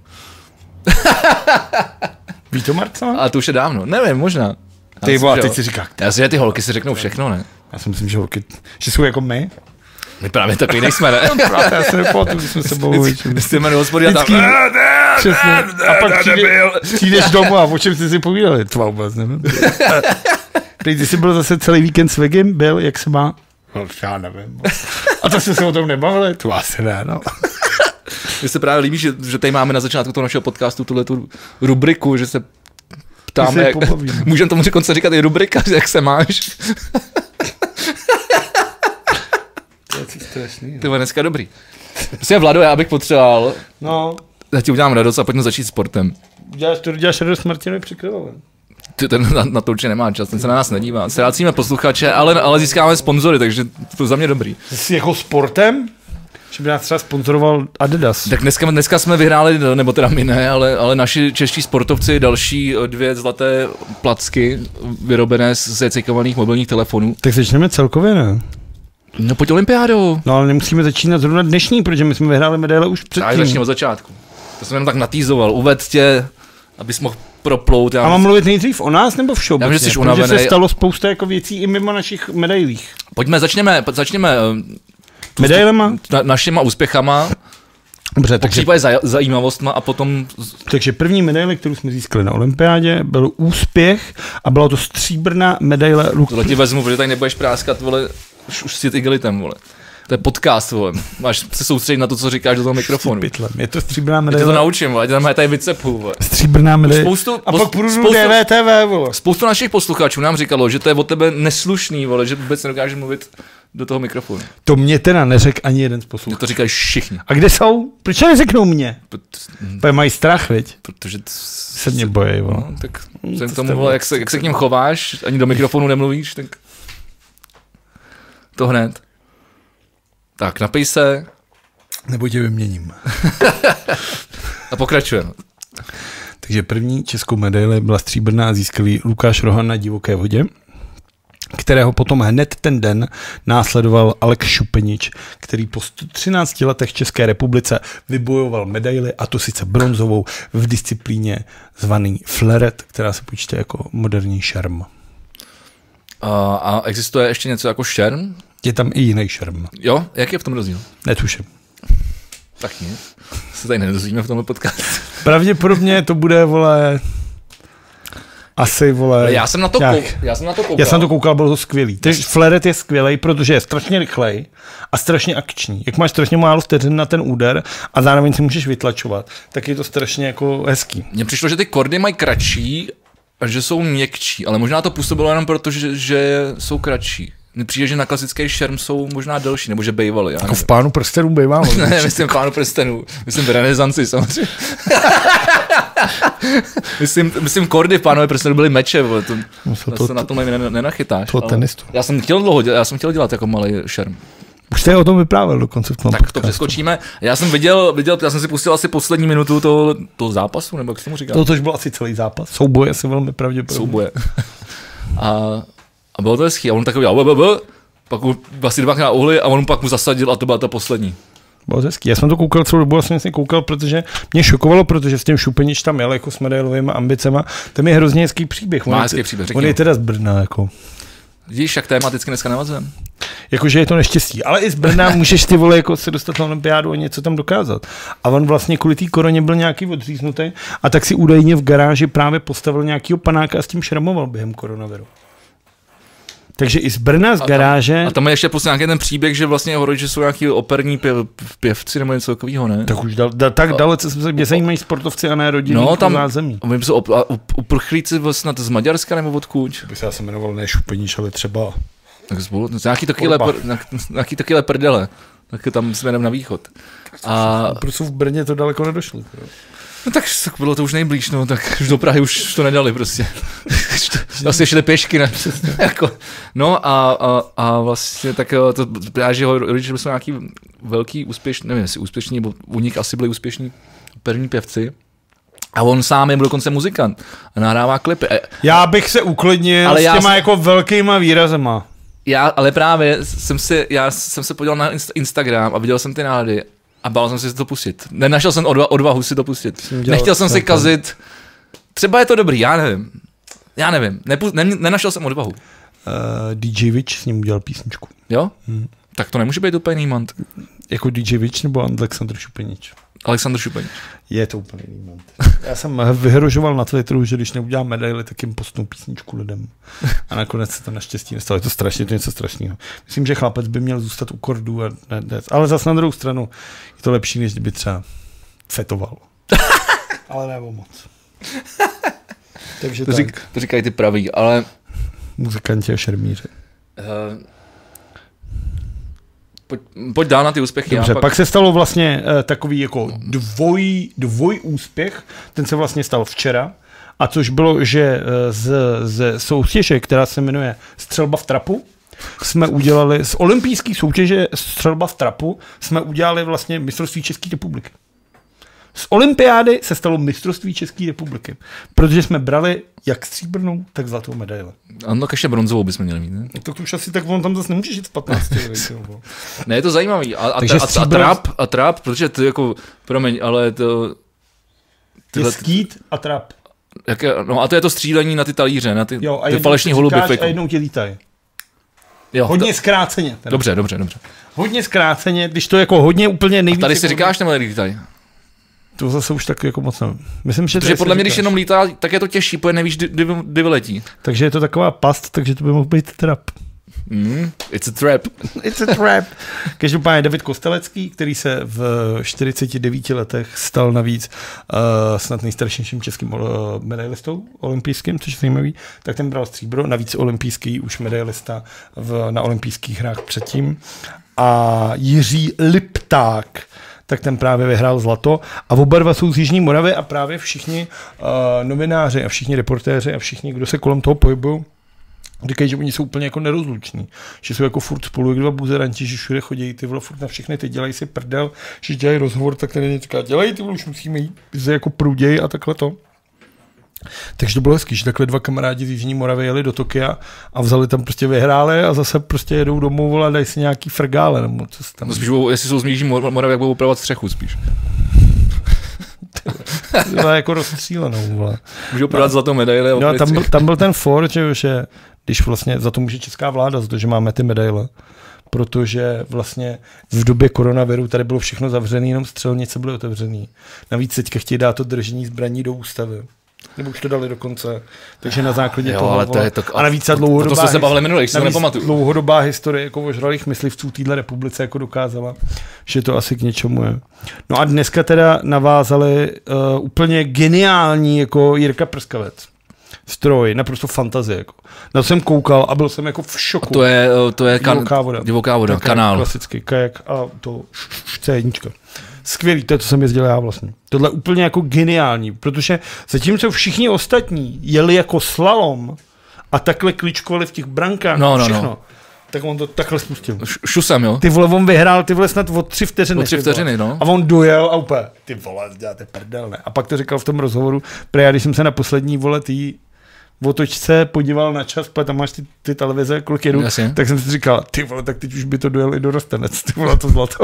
[SPEAKER 1] Ví to Marcela?
[SPEAKER 2] A to už je dávno. Nevím, možná.
[SPEAKER 1] Ty vole, teď si říká.
[SPEAKER 2] Já si, že ty holky si řeknou všechno, ne?
[SPEAKER 1] Já si myslím, že holky, že jsou jako my.
[SPEAKER 2] My právě takový nejsme, ne?
[SPEAKER 1] Já se nepamatuju, když jsme se bavili.
[SPEAKER 2] Jste do hospody a tam...
[SPEAKER 1] Přesně. A pak přijdeš domů a o čem jste si povídali? To vůbec nevím. Ty jsi byl zase celý víkend s Vegem, byl, jak se má? No, já nevím. A to jste se o tom nebavili? To asi ne, no.
[SPEAKER 2] Mně se právě líbí, že tady máme na začátku toho našeho podcastu tuhletu rubriku, že se ptáme, můžeme tomu dokonce říkat i rubrika, jak se máš.
[SPEAKER 1] To je strašný.
[SPEAKER 2] To je dneska dobrý. Prostě Vlado, já bych potřeboval.
[SPEAKER 1] No.
[SPEAKER 2] Já ti udělám radost a pojďme začít sportem.
[SPEAKER 1] Děláš radost Martinovi Přikrylovem.
[SPEAKER 2] Ten na to určitě nemá čas, ten se na nás nedívá. Ztrácíme posluchače, ale získáme sponzory, takže to za mě dobrý.
[SPEAKER 1] Jsi jako sportem? Že by nás třeba sponzoroval Adidas.
[SPEAKER 2] Tak dneska jsme vyhráli, nebo teda my ne, ale naši čeští sportovci další 2 zlaté placky vyrobené z recyklovaných mobilních telefonů.
[SPEAKER 1] Tak začneme celkově, ne?
[SPEAKER 2] No pojď olympiádou.
[SPEAKER 1] No ale nemusíme začínat zrovna dnešní, protože my jsme vyhráli medaile už předtím.
[SPEAKER 2] Tak začneme od začátku. To jsem jenom tak natýzoval, uvedl tě, abys mohl proplout.
[SPEAKER 1] A mám mluvit nejdřív o nás nebo všeobecně?
[SPEAKER 2] Já myslím, že jsi unavený.
[SPEAKER 1] Protože se stalo spousta jako věcí i mimo našich medailích.
[SPEAKER 2] Pojďme, začněme
[SPEAKER 1] medailema?
[SPEAKER 2] Našima úspěchama.
[SPEAKER 1] Dobře,
[SPEAKER 2] takže případě zajímavostma a potom... Takže
[SPEAKER 1] první medaile, kterou jsme získali na olympiádě, byl úspěch a byla to stříbrná medaile.
[SPEAKER 2] Tohle ti vezmu, protože tady nebudeš práskat, vole, už si igelitem, vole. To je podcast, vole. Máš se soustředit na to, co říkáš do toho mikrofonu.
[SPEAKER 1] Je to stříbrná medaile.
[SPEAKER 2] Já to naučím, vole. Tam je tady vycepu, vole.
[SPEAKER 1] Stříbrná medaile. A pak půjdu do DVTV, vole.
[SPEAKER 2] Spoustu našich posluchačů nám říkalo, že to je od tebe neslušný, vole, že vůbec nedokážeš mluvit do toho mikrofonu.
[SPEAKER 1] To mě teda neřekl ani jeden z posluchačů.
[SPEAKER 2] To říkají všichni.
[SPEAKER 1] A kde jsou? Proč neřeknou mě? Protože mají strach, viď?
[SPEAKER 2] Protože
[SPEAKER 1] se mě bojí, vole.
[SPEAKER 2] No, tak jsem tomu, vole, jak se k ním chováš, ani do mikrofonu nemluvíš, tak to hned. Tak, napij se.
[SPEAKER 1] Nebo tě vyměním.
[SPEAKER 2] A pokračujeme.
[SPEAKER 1] Takže první českou medaili byla stříbrná a získali Lukáš Rohan na Divoké vodě. kterého potom hned ten den následoval Aleš Šupenič, který po 13 letech v České republice vybojoval medaili, a to sice bronzovou v disciplíně zvaný fleuret, která se počítá jako moderní šerm.
[SPEAKER 2] A existuje ještě něco jako šerm?
[SPEAKER 1] Je tam i jiný šerm.
[SPEAKER 2] Jo? Jak je v tom rozdíl?
[SPEAKER 1] Netuším.
[SPEAKER 2] Tak nic. Se tady nedozvíme v tomhle podcastu.
[SPEAKER 1] Pravděpodobně to bude, vole, asi, vole...
[SPEAKER 2] Já jsem na to koukal.
[SPEAKER 1] Já jsem na to koukal, bylo to skvělý. Ten fleuret je skvělý, protože je strašně rychlej a strašně akční. Jak máš strašně málo vteřin na ten úder a zároveň si můžeš vytlačovat, tak je to strašně jako hezký.
[SPEAKER 2] Mně přišlo, že ty kordy mají kratší a že jsou měkčí, ale možná to působilo jenom proto, že jsou kratší. Mně přijde, že na klasický šerm jsou možná delší, nebo že bejvaly.
[SPEAKER 1] Jako v Pánu prstenů bejvalo.
[SPEAKER 2] Ne, myslím v Pánu prstenů. Myslím v renesanci samozřejmě. myslím kordy v Pánovi prstenů byly meče, vole. To se na tom nenachytáš.
[SPEAKER 1] To tenistu.
[SPEAKER 2] Já jsem chtěl dělat jako malý šerm.
[SPEAKER 1] Už jste o tom vyprávěl dokonce v tom
[SPEAKER 2] Tak podcastu. To přeskočíme. Já jsem já jsem si pustil asi poslední minutu toho zápasu, nebo jak se mu říká.
[SPEAKER 1] Tož byl asi celý zápas. Souboje asi velmi pravděpodobně.
[SPEAKER 2] Souboje. A bylo to hezký. A on takový dělal, pak asi dvakrát uhli a on pak mu zasadil a to byla ta poslední.
[SPEAKER 1] Bylo hezký. Já jsem to koukal celou dobu, vlastně jsem koukal, protože mě šokovalo, protože s tím Šupenič tam jel jako s medailovými ambicema. Tam je hrozně hezký příběh. On je teda z Brna, jako.
[SPEAKER 2] Vidíš, jak tematicky dneska navazujeme.
[SPEAKER 1] Jakože je to neštěstí. Ale i z Brna můžeš ty vole jako se dostat na olympiádu a něco tam dokázat. A on vlastně kvůli té koroně byl nějaký odříznutý a tak si údajně v garáži právě postavil nějakýho panáka a s tím šermoval během koronaviru. Takže i z Brna, z garáže...
[SPEAKER 2] A tam je ještě prostě nějaký ten příběh, že vlastně hovoří, že jsou nějaký operní pěvci nebo něco takového, ne?
[SPEAKER 1] Tak už tak dalece mě zajímají sportovci a ne rodiny zázemí.
[SPEAKER 2] Oni jsou uprchlíci vlastně z Maďarska nebo odkud?
[SPEAKER 1] By se já se jmenoval ne Šupenič, ale třeba...
[SPEAKER 2] Tak zbolu, nějaký takovýhle prdele. Tak tam směrem na východ.
[SPEAKER 1] Proč jsou v Brně to daleko nedošlo?
[SPEAKER 2] No tak bylo to už nejblíž, no, tak už do Prahy už to nedali prostě. Vlastně šli pěšky, ne? Jako, no a vlastně tak to právě, že jeho rodiče jsou nějaký velký úspěšný, nevím jestli úspěšní, nebo u nich asi byli úspěšní první pěvci. A on sám je dokonce muzikant a nahrává klipy.
[SPEAKER 1] Já bych se uklidnil s těma jako velkýma výrazema.
[SPEAKER 2] Ale právě já jsem se podíval na Instagram a viděl jsem ty nálady a bál jsem si to pustit. Nenašel jsem odvahu si to pustit. Nechtěl jsem si kazit. Třeba je to dobrý, já nevím. Nenašel jsem odvahu.
[SPEAKER 1] DJ Witch s ním udělal písničku.
[SPEAKER 2] Jo? Tak to nemůže být úplně jiný mant.
[SPEAKER 1] Jako DJ Witch nebo Alexandr Šupenič?
[SPEAKER 2] Alexandr Šupenič.
[SPEAKER 1] Je to úplně jiný mant. Já jsem vyhrožoval na Twitteru, že když neudělám medaily, tak jim postnu písničku lidem. A nakonec se to naštěstí nestalo. Je to strašně, to něco strašného. Myslím, že chlapec by měl zůstat u kordů. Ale zase na druhou stranu je to lepší, než kdyby třeba fetoval. Ale nebo moc. Takže
[SPEAKER 2] to říkají ty praví, ale...
[SPEAKER 1] Muzikanti a šermíři.
[SPEAKER 2] Pojď dál na ty úspěchy.
[SPEAKER 1] Dobře, pak se stalo vlastně takový jako dvoj úspěch, ten se vlastně stal včera, a což bylo, že z soutěže, která se jmenuje Střelba v trapu, jsme udělali, z olympijské soutěže Střelba v trapu, jsme udělali vlastně mistrovství České republiky. Z olympiády se stalo mistrovství České republiky, protože jsme brali jak stříbrnou, tak zlatou medaili.
[SPEAKER 2] Ano, tak ještě bronzovou bychom měli mít, ne?
[SPEAKER 1] To už asi tak on tam zase nemůžeš jít v 15.
[SPEAKER 2] Ne, je to zajímavý. A trap, protože to jako, promiň, ale to...
[SPEAKER 1] Je skít a trap.
[SPEAKER 2] No a to je to střílení na ty talíře, na ty falešní holuby.
[SPEAKER 1] A jednou tě lítají. Hodně zkráceně. Teda.
[SPEAKER 2] Dobře.
[SPEAKER 1] Hodně zkráceně, když to jako hodně úplně nejvíc...
[SPEAKER 2] A tady si říkáš, nebo nelítají?
[SPEAKER 1] To zase už tak jako moc nevím. Myslím, že
[SPEAKER 2] podle mě, když jenom lítá, tak je to těžší, protože nevíš, kdy vyletí.
[SPEAKER 1] Takže je to taková past, takže to by mohl být trap.
[SPEAKER 2] It's a trap.
[SPEAKER 1] It's a trap. Každopádně David Kostelecký, který se v 49 letech stal navíc snad nejstarším českým medailistou olympijským, což je zajímavý, tak ten bral stříbro, navíc olympijský už medailista na olympijských hrách předtím. A Jiří Lipták, tak ten právě vyhrál zlato. A oba dva jsou z Jižní Moravy a právě všichni novináři a všichni reportéři a všichni, kdo se kolem toho pohybují, říkají, že oni jsou úplně jako nerozluční, že jsou jako furt spolu, jak dva buzeranti, že všude chodí, ty vole, furt na všechny, ty dělají si prdel, že dělají rozhovor, tak ten říká, dělají, ty vole, už musíme jít, že jako průděj a takhle to. Takže to bylo hezký, že takhle dva kamarádi z Jižní Moravy jeli do Tokia a vzali tam prostě vyhráli a zase prostě jedou domů, vole, dají si nějaký frgále, nebo co se tam...
[SPEAKER 2] No spíš, jestli jsou z Jižní Moravy, jak budou upravovat střechu spíš.
[SPEAKER 1] Byla jako rozstřílenou, vole.
[SPEAKER 2] Můžou prodat zlatou medaili.
[SPEAKER 1] No, tam byl ten for, že když vlastně za to může česká vláda, za to, že máme ty medaile, protože vlastně v době koronaviru tady bylo všechno zavřené, jenom střelnice byly otevřené. Navíc teďka chtějí dát to držení zbraní do ústavy. Nebo už to dali dokonce. Takže na základě toho. Ale to je to, a navíc dlouhodobá,
[SPEAKER 2] to se bavili minulých, si nepamatuju.
[SPEAKER 1] Dlouhodobá historie jako ožralých myslivců téhle republice jako dokázala, že to asi k něčemu je. No a dneska teda navázali úplně geniální jako Jirka Prskavec. Stroj, naprosto fantazie. Jako. Na to jsem koukal a byl jsem jako v šoku.
[SPEAKER 2] A to je divoká voda, kanál.
[SPEAKER 1] Klasický kajak a to C1. Skvělý, to je, co jsem jezdil já vlastně. Tohle je úplně jako geniální, protože zatímco všichni ostatní jeli jako slalom a takhle kličkovali v těch brankách všechno, tak on to takhle spustil.
[SPEAKER 2] Šusem, jo?
[SPEAKER 1] Ty vole, on vyhrál, ty vole snad o 3 vteřiny.
[SPEAKER 2] O 3 vteřiny, no.
[SPEAKER 1] A on dojel a úplně, ty vole, děláte prdel, ne? A pak to říkal v tom rozhovoru, protože když jsem se na poslední vole v otočce podíval na čas, tam máš ty televize, kolik jedu, tak jsem si říkal, ty vole, tak teď už by to dojel i do Rostenec, ty vole, to zlato.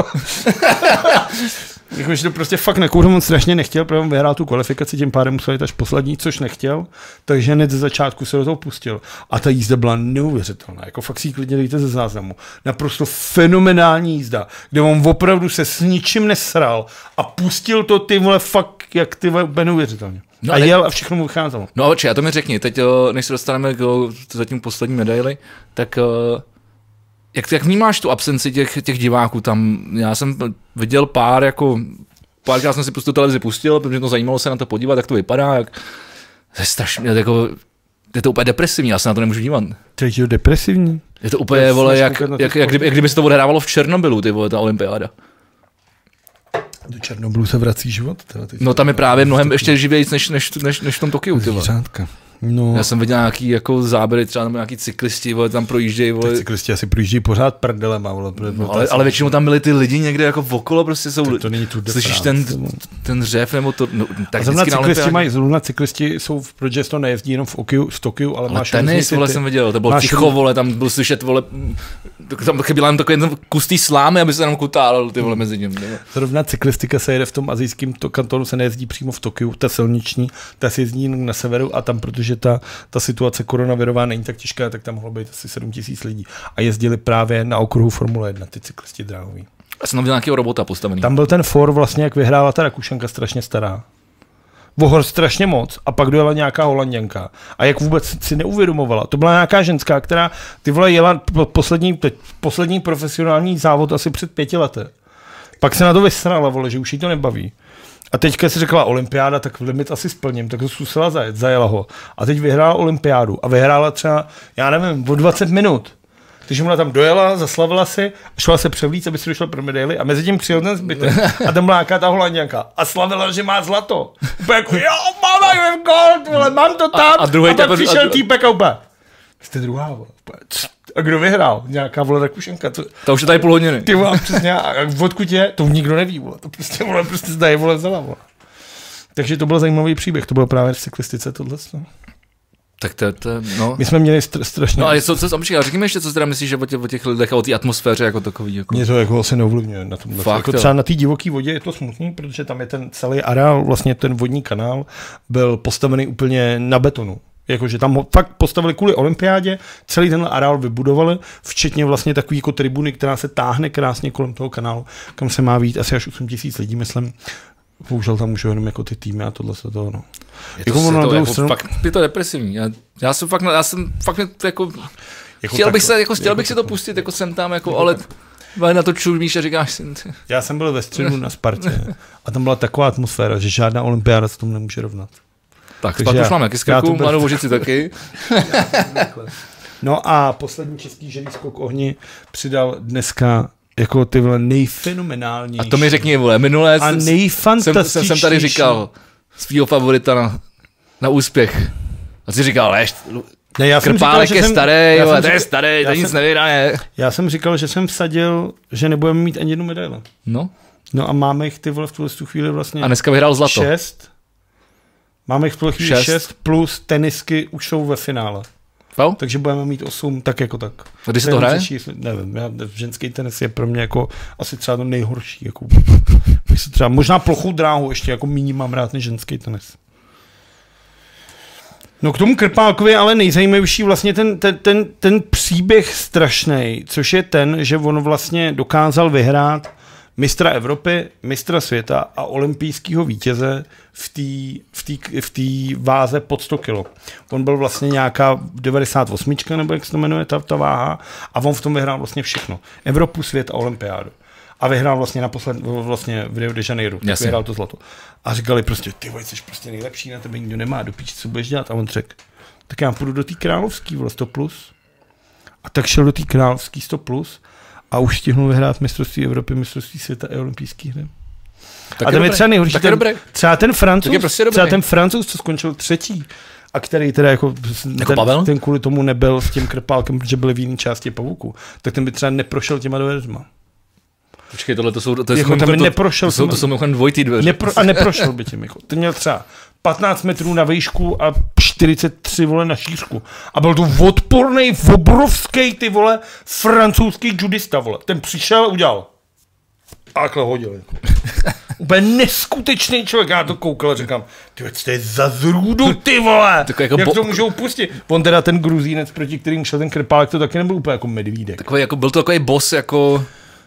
[SPEAKER 1] Jakože to prostě fakt nekouřil, on strašně nechtěl, protože on vyhrál tu kvalifikaci, tím pádem musel jít až poslední, což nechtěl, takže hned ze začátku se do toho pustil. A ta jízda byla neuvěřitelná, jako fakt si ji klidně dejte ze záznamu. Naprosto fenomenální jízda, kde on opravdu se s ničím nesral a pustil to ty vole fakt, jak ty vole, úplně neuvěřitelně. No, a jel a všechno mu vycházelo.
[SPEAKER 2] No oči, a to mi řekni, teď než se dostaneme k zatím poslední medaili, tak jak vnímáš tu absenci těch diváků tam? Já jsem viděl párkrát jsem si tu televizi pustil, protože to zajímalo se na to podívat, jak to vypadá, to je strašně, jako, je to úplně depresivní, já se na to nemůžu dívat.
[SPEAKER 1] To je depresivní?
[SPEAKER 2] Je to úplně, vole, jak kdyby se to odehrávalo v Černobylu, ty vole, ta olympiáda.
[SPEAKER 1] Do Černobylu se vrací život?
[SPEAKER 2] No tam je právě mnohem ještě živějíc než v tom Tokiu.
[SPEAKER 1] No.
[SPEAKER 2] Já jsem viděl nějaký jako záběry, třeba tam nějaký cyklisti, vole, tam projíždějí. Vole.
[SPEAKER 1] Cyklisti asi projíždějí pořád prdelema. Vole,
[SPEAKER 2] ale většinou tam byli ty lidi někde jako okolo, prostě jsou,
[SPEAKER 1] to není
[SPEAKER 2] slyšíš ten řev nebo to, no, tak
[SPEAKER 1] zrovna cyklisti jsou, protože to nejezdí jenom v Tokiu, ale máš
[SPEAKER 2] tenis, vole, jsem viděl, to bylo ticho, vole, tam byl slyšet, vole, tam chyběl jen takový kus té slámy, aby se tam kutálil, ty vole, mezi ním.
[SPEAKER 1] Zrovna cyklistika se jede v tom asijském kantonu, se nejezdí přímo v Tokiu, ta silniční, ta se jezdí na severu a tam, protože ta situace koronavirová není tak těžká, tak tam mohlo být asi 7 000 lidí. A jezdili právě na okruhu Formule 1, ty cyklisti dráhoví.
[SPEAKER 2] Já jsem tam viděl nějakého robota postavený.
[SPEAKER 1] Tam byl ten for vlastně, jak vyhrála ta Rakušanka strašně stará. Vohor strašně moc a pak dojela nějaká Holanděnka. A jak vůbec si neuvědomovala. To byla nějaká ženská, která ty vole jela poslední profesionální závod asi před 5 lety. Pak se na to vysrala, vole, že už jí to nebaví. A teďka si řekla olympiáda, tak limit asi splním, tak to zkusila zajela ho. A teď vyhrála olympiádu a vyhrála třeba, já nevím, o 20 minut. Takže ona tam dojela, zaslavila si, šla se převlíct, aby si došla pro medaili a mezi tím přijel ten zbytek. A tam byla nějaká ta Holanděnka a slavila, že má zlato. Úplně jako, jo, mám gold, vole, mám to tam. A pak přišel týpek a úplně, jste druhá, vole. A kdo vyhrál? Nějaká vole Rakušanka.
[SPEAKER 2] To už je tady půl hodiny.
[SPEAKER 1] Ty vole, přesně, a odkud je, to nikdo neví, vole. To prostě zdaje, vole, vzala, vole. Takže to byl zajímavý příběh, to bylo právě v cyklistice tohle.
[SPEAKER 2] Tak to no.
[SPEAKER 1] My jsme měli strašně...
[SPEAKER 2] No ale řekněme ještě, co teda myslíš o těch lidech a o té atmosféře jako takový. Jako...
[SPEAKER 1] Mě to jako asi neovlivňuje na tomhle. Jako třeba na té divoké vodě je to smutný, protože tam je ten celý areál, vlastně ten vodní kanál byl postavený úplně na betonu. Jakože tam ho fakt postavili kvůli olympiádě, celý tenhle areál vybudovali, včetně vlastně takový jako tribuny, která se táhne krásně kolem toho kanálu, kam se má vít asi až 8 000 lidí, myslím. Bohužel tam můžou jenom jako ty týmy a tohle se toho, no.
[SPEAKER 2] Je to depresivní. Já jsem fakt jako chtěl bych si to pustit, jako jsem tam, jako, ale na to čumíš a říkáš si.
[SPEAKER 1] Já jsem byl ve středu na Spartě a tam byla taková atmosféra, že žádná olympiáda se tomu nemůže rovnat.
[SPEAKER 2] Tak Spartu už mám jaký skvělku, Mladou Vožici taky.
[SPEAKER 1] No a poslední český žený skok ohni přidal dneska jako ty vole nejfenomenálnější.
[SPEAKER 2] A to mi řekni, vole, minulé
[SPEAKER 1] a nejfantastičnější.
[SPEAKER 2] Jsem tady říkal svýho favorita na úspěch. A jsi říkal, Krpálek je starý, to je starý, to nic nevyhraje.
[SPEAKER 1] Já jsem říkal, že jsem vsadil, že nebudeme mít ani jednu medaili.
[SPEAKER 2] No.
[SPEAKER 1] No a máme jich ty vole v tu chvíli vlastně.
[SPEAKER 2] A dneska vyhrál zlato.
[SPEAKER 1] 6. Máme jich v tuhle chvíli 6 plus tenisky už jsou ve finále.
[SPEAKER 2] No?
[SPEAKER 1] Takže budeme mít 8 tak jako tak.
[SPEAKER 2] A kdy se to hraje?
[SPEAKER 1] Nevím, ženský tenis je pro mě jako asi třeba to nejhorší. Jako, třeba, možná plochou dráhu ještě jako míní mám rád než ženský tenis. No k tomu Krpálkovi ale nejzajímavější vlastně ten příběh strašnej, což je ten, že on vlastně dokázal vyhrát mistra Evropy, mistra světa a olympijského vítěze v té váze pod 100 kg. On byl vlastně nějaká 98, nebo jak se to jmenuje ta váha, a on v tom vyhrál vlastně všechno. Evropu, svět a olympiádu. A vyhrál vlastně naposled vlastně v Rio de Janeiro. Tak vyhrál to zlato. A říkali prostě, ty vole, jsi prostě nejlepší, na tebe nikdo nemá, do píči, co budeš dělat? A on řekl, tak já půjdu do té královský, 100+. A tak šel do té královský 100+. A už stihnul vyhrát mistrovství Evropy, mistrovství světa a olympijský hry. A tam je třeba nejhorší, třeba ten Francouz, co skončil 3. a který teda jako ten kvůli tomu nebyl s tím Krpálkem, protože byli v jiné části Pavuku, tak ten by třeba neprošel těma dveřma.
[SPEAKER 2] Počkej, tohle to jsou dvojitý dveře.
[SPEAKER 1] A neprošel by tím. Jako. Ten měl třeba 15 metrů na výšku a 43 vole na šířku. A byl to odporný, obrovský ty vole francouzský judista vole. Ten přišel a udělal. A takhle hodil. Jako. Úplně neskutečný člověk. Já to koukal a říkám, ty to je za zrůdu, ty vole. Jak to můžou pustit? On teda ten Gruzínec, proti kterým šel ten Krpálek, to taky nebyl úplně jako medvídek.
[SPEAKER 2] Takový, jako, byl to takový boss jako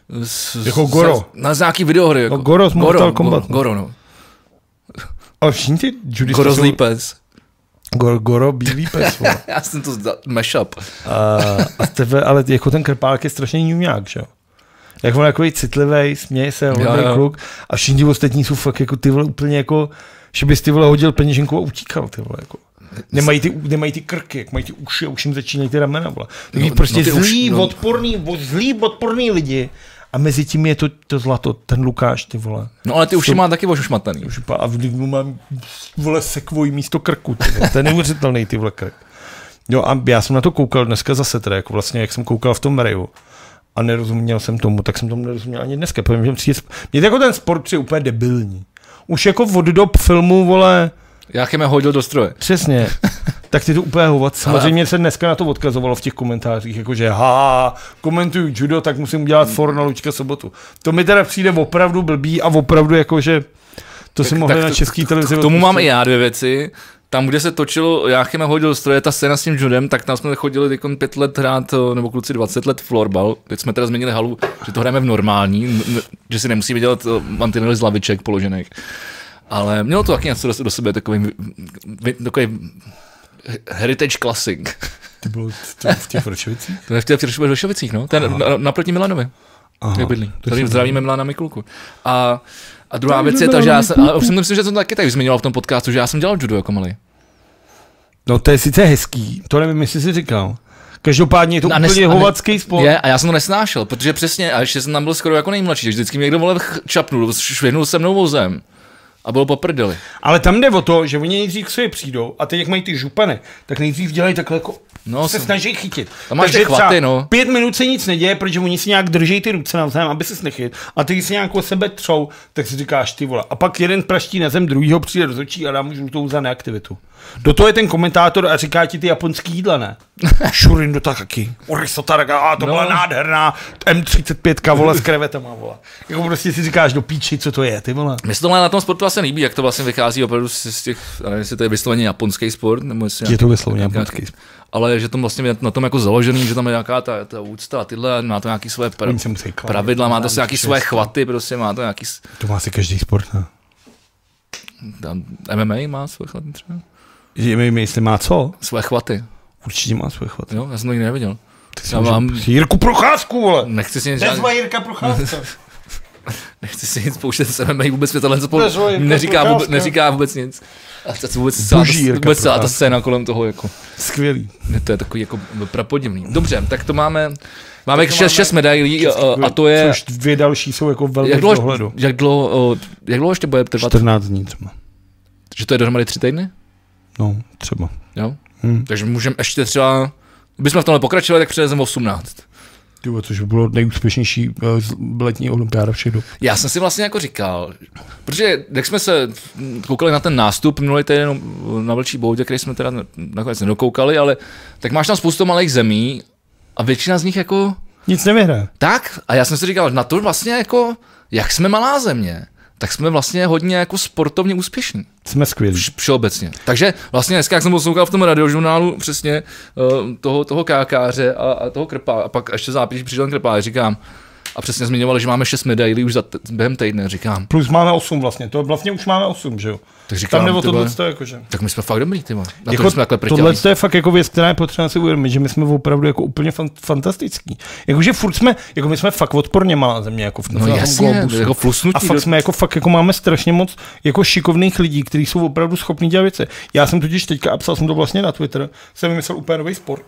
[SPEAKER 1] Goro.
[SPEAKER 2] Na nějaký videohry. Jako.
[SPEAKER 1] No, Goro z Mortal Kombat.
[SPEAKER 2] Goro, no.
[SPEAKER 1] Ale všichni ty judisty
[SPEAKER 2] Goro zlý pes.
[SPEAKER 1] Goro bílý pes.
[SPEAKER 2] Já jsem to mashup.
[SPEAKER 1] Ale jako ten Krpálek je strašně ňuňák, že jo? Jak on takový citlivý, směje se, kluk a všichni ostatní jsou fakt jako ty vole úplně jako, že bys ty vole hodil peněženku a utíkal, ty vole jako. Nemají ty krky, jak mají ty uši a už jim začínají ty ramena, vole. Takový prostě zlý, odporný lidi. A mezi tím je to zlato, ten Lukáš, ty vole.
[SPEAKER 2] No ale ty uši má taky ošmatný.
[SPEAKER 1] A v mám, vole, sekvojí místo krku, ty vole. To je neuvěřitelný, ty vole, krk. Jo a já jsem na to koukal dneska zase teda, jako vlastně, jak jsem koukal v tom Rayu a nerozuměl jsem tomu, tak jsem tomu nerozuměl ani dneska. Mě jako ten sport přijde úplně debilní. Už jako od dob filmu, vole,
[SPEAKER 2] Jáchyme hodil do stroje.
[SPEAKER 1] Přesně. Tak ty to úplně hovat. Samozřejmě se dneska na to odkazovalo v těch komentářích, jakože komentuju judo, tak musím udělat for na Lučka Sobotu. To mi teda přijde opravdu blbý a opravdu jakože to si mohli na český televizi.
[SPEAKER 2] K tomu mám i já 2 věci. Tam, kde se točilo Jáchyme hodil do stroje, ta scéna s tím judem, tak tam jsme chodili 5 let hrát, nebo kluci 20 let florbal. Teď jsme teda změnili halu, že to hrajeme v normální, že si nemusíme dělat mantinely z laviček položených. Ale mělo to taky něco do sebe, takový heritage classic.
[SPEAKER 1] Ty bylo v těch Vršovicích?
[SPEAKER 2] To je v těch Vršovicích, no. To je naproti Milanovi. Jak bydlí. Tady zdravíme Milana Mikulku. A druhá věc je ta, že já jsem myslím, že to taky tady zmiňoval v tom podcastu, že já jsem dělal judo jako malý.
[SPEAKER 1] No to je sice hezký, to nevím, jestli jsi říkal. Každopádně je to úplně hovacký sport.
[SPEAKER 2] Je, a já jsem to nesnášel, protože přesně, a ještě jsem tam byl skoro jako nejmladší, takže vždycky mě někdo vole čapnul, švihnul se mnou vozem. A bylo po prdeli.
[SPEAKER 1] Ale tam jde o to, že oni nejdřív k sobě přijdou a teď jak mají ty župany, tak nejdřív dělají takhle jako se snaží chytit.
[SPEAKER 2] Tam máš ty chvaty, no.
[SPEAKER 1] 5 minut se nic neděje, protože oni si nějak drží ty ruce navzájem, aby se nechyt. A ty si nějak o sebe třou, tak si říkáš ty vole. A pak jeden praští na zem, druhýho přijde do očí a dá mu žlutou za neaktivitu. Do toho je ten komentátor a říká ti ty japonský jídla, ne? Šurin do taky. Orisota, to byla nádherná M35 vole s krevetama, vole. Jako prostě si říkáš do píči, co to je, ty vole.
[SPEAKER 2] Mně se to na tom sportu vlastně líbí, jak to vlastně vychází opravdu z těch, nevím, jestli to je vysloveně japonský sport, nebo jestli
[SPEAKER 1] je to vysloveně japonský sport.
[SPEAKER 2] Ale že to vlastně na tom jako založený, že tam je nějaká ta úcta a tyhle, má to nějaký své pravidla, má to nějaký své chvaty, prostě má to nějaký...
[SPEAKER 1] To má si každý sport, ne?
[SPEAKER 2] MMA má své chvaty třeba?
[SPEAKER 1] MMA, jestli má co?
[SPEAKER 2] Své chvaty.
[SPEAKER 1] Určitě má své chvaty.
[SPEAKER 2] Jo, já jsem to nikdy neviděl.
[SPEAKER 1] Já mám Jirku Procházku, vole!
[SPEAKER 2] Nechci si nic...
[SPEAKER 1] Nezva Jirka Procházka.
[SPEAKER 2] Nechci si nic pouštět s MMA, vůbec mě tohle neříká vůbec nic. A to vůbec celá ta scéna kolem toho jako...
[SPEAKER 1] Skvělý.
[SPEAKER 2] To je takový jako prapodivný. Dobře, tak to máme 6 medailí a to je...
[SPEAKER 1] Což 2 další jsou jako velmi v dohledu.
[SPEAKER 2] Jak dlouho ještě bude trvat?
[SPEAKER 1] 14 dní třeba.
[SPEAKER 2] Že to je dohromady 3 týdny?
[SPEAKER 1] No, třeba.
[SPEAKER 2] Jo? Takže můžeme ještě třeba... Kdybychom v tomhle pokračovali, tak přelezeme 18.
[SPEAKER 1] Tyvo, což by bylo nejúspěšnější letní olympiáda všech dob.
[SPEAKER 2] Já jsem si vlastně jako říkal, protože jak jsme se koukali na ten nástup minulý týden na Vlčí boudě, který jsme teda nakonec nedokoukali, ale tak máš tam spoustu malých zemí a většina z nich jako...
[SPEAKER 1] Nic nevyhraje.
[SPEAKER 2] Tak, a já jsem si říkal, na to vlastně jako, jak jsme malá země, tak jsme vlastně hodně jako sportovně úspěšní.
[SPEAKER 1] Jsme skvělí.
[SPEAKER 2] Všeobecně. Takže vlastně dneska, jak jsem poslouchal v tom radiožurnálu přesně toho kákáře a toho krpá, a pak ještě zápis přišel krpá, říkám, a přesně zmiňovali, že máme 6 medailí už během týdne, říkám.
[SPEAKER 1] Plus máme 8 vlastně, to vlastně už máme 8, že jo?
[SPEAKER 2] Tak říkám,
[SPEAKER 1] tam nebo tohle jakože.
[SPEAKER 2] Tak my jsme fakt dobrý, ty. Na
[SPEAKER 1] jako
[SPEAKER 2] to jsme takhle prťali.
[SPEAKER 1] Tohle je fakt jako věc, která je potřeba si uvědomit, že my jsme opravdu jako úplně fantastický. Jakože furt jsme, jako my jsme fakt odporně malá země, jako v tom globusu.
[SPEAKER 2] Jako flusnutí.
[SPEAKER 1] A fakt jsme jako fakt jako máme strašně moc jako šikovných lidí, kteří jsou opravdu schopní dělat věci. Já jsem totiž teďka, a psal jsem to vlastně na Twitter, jsem vymyslel úplně nový sport.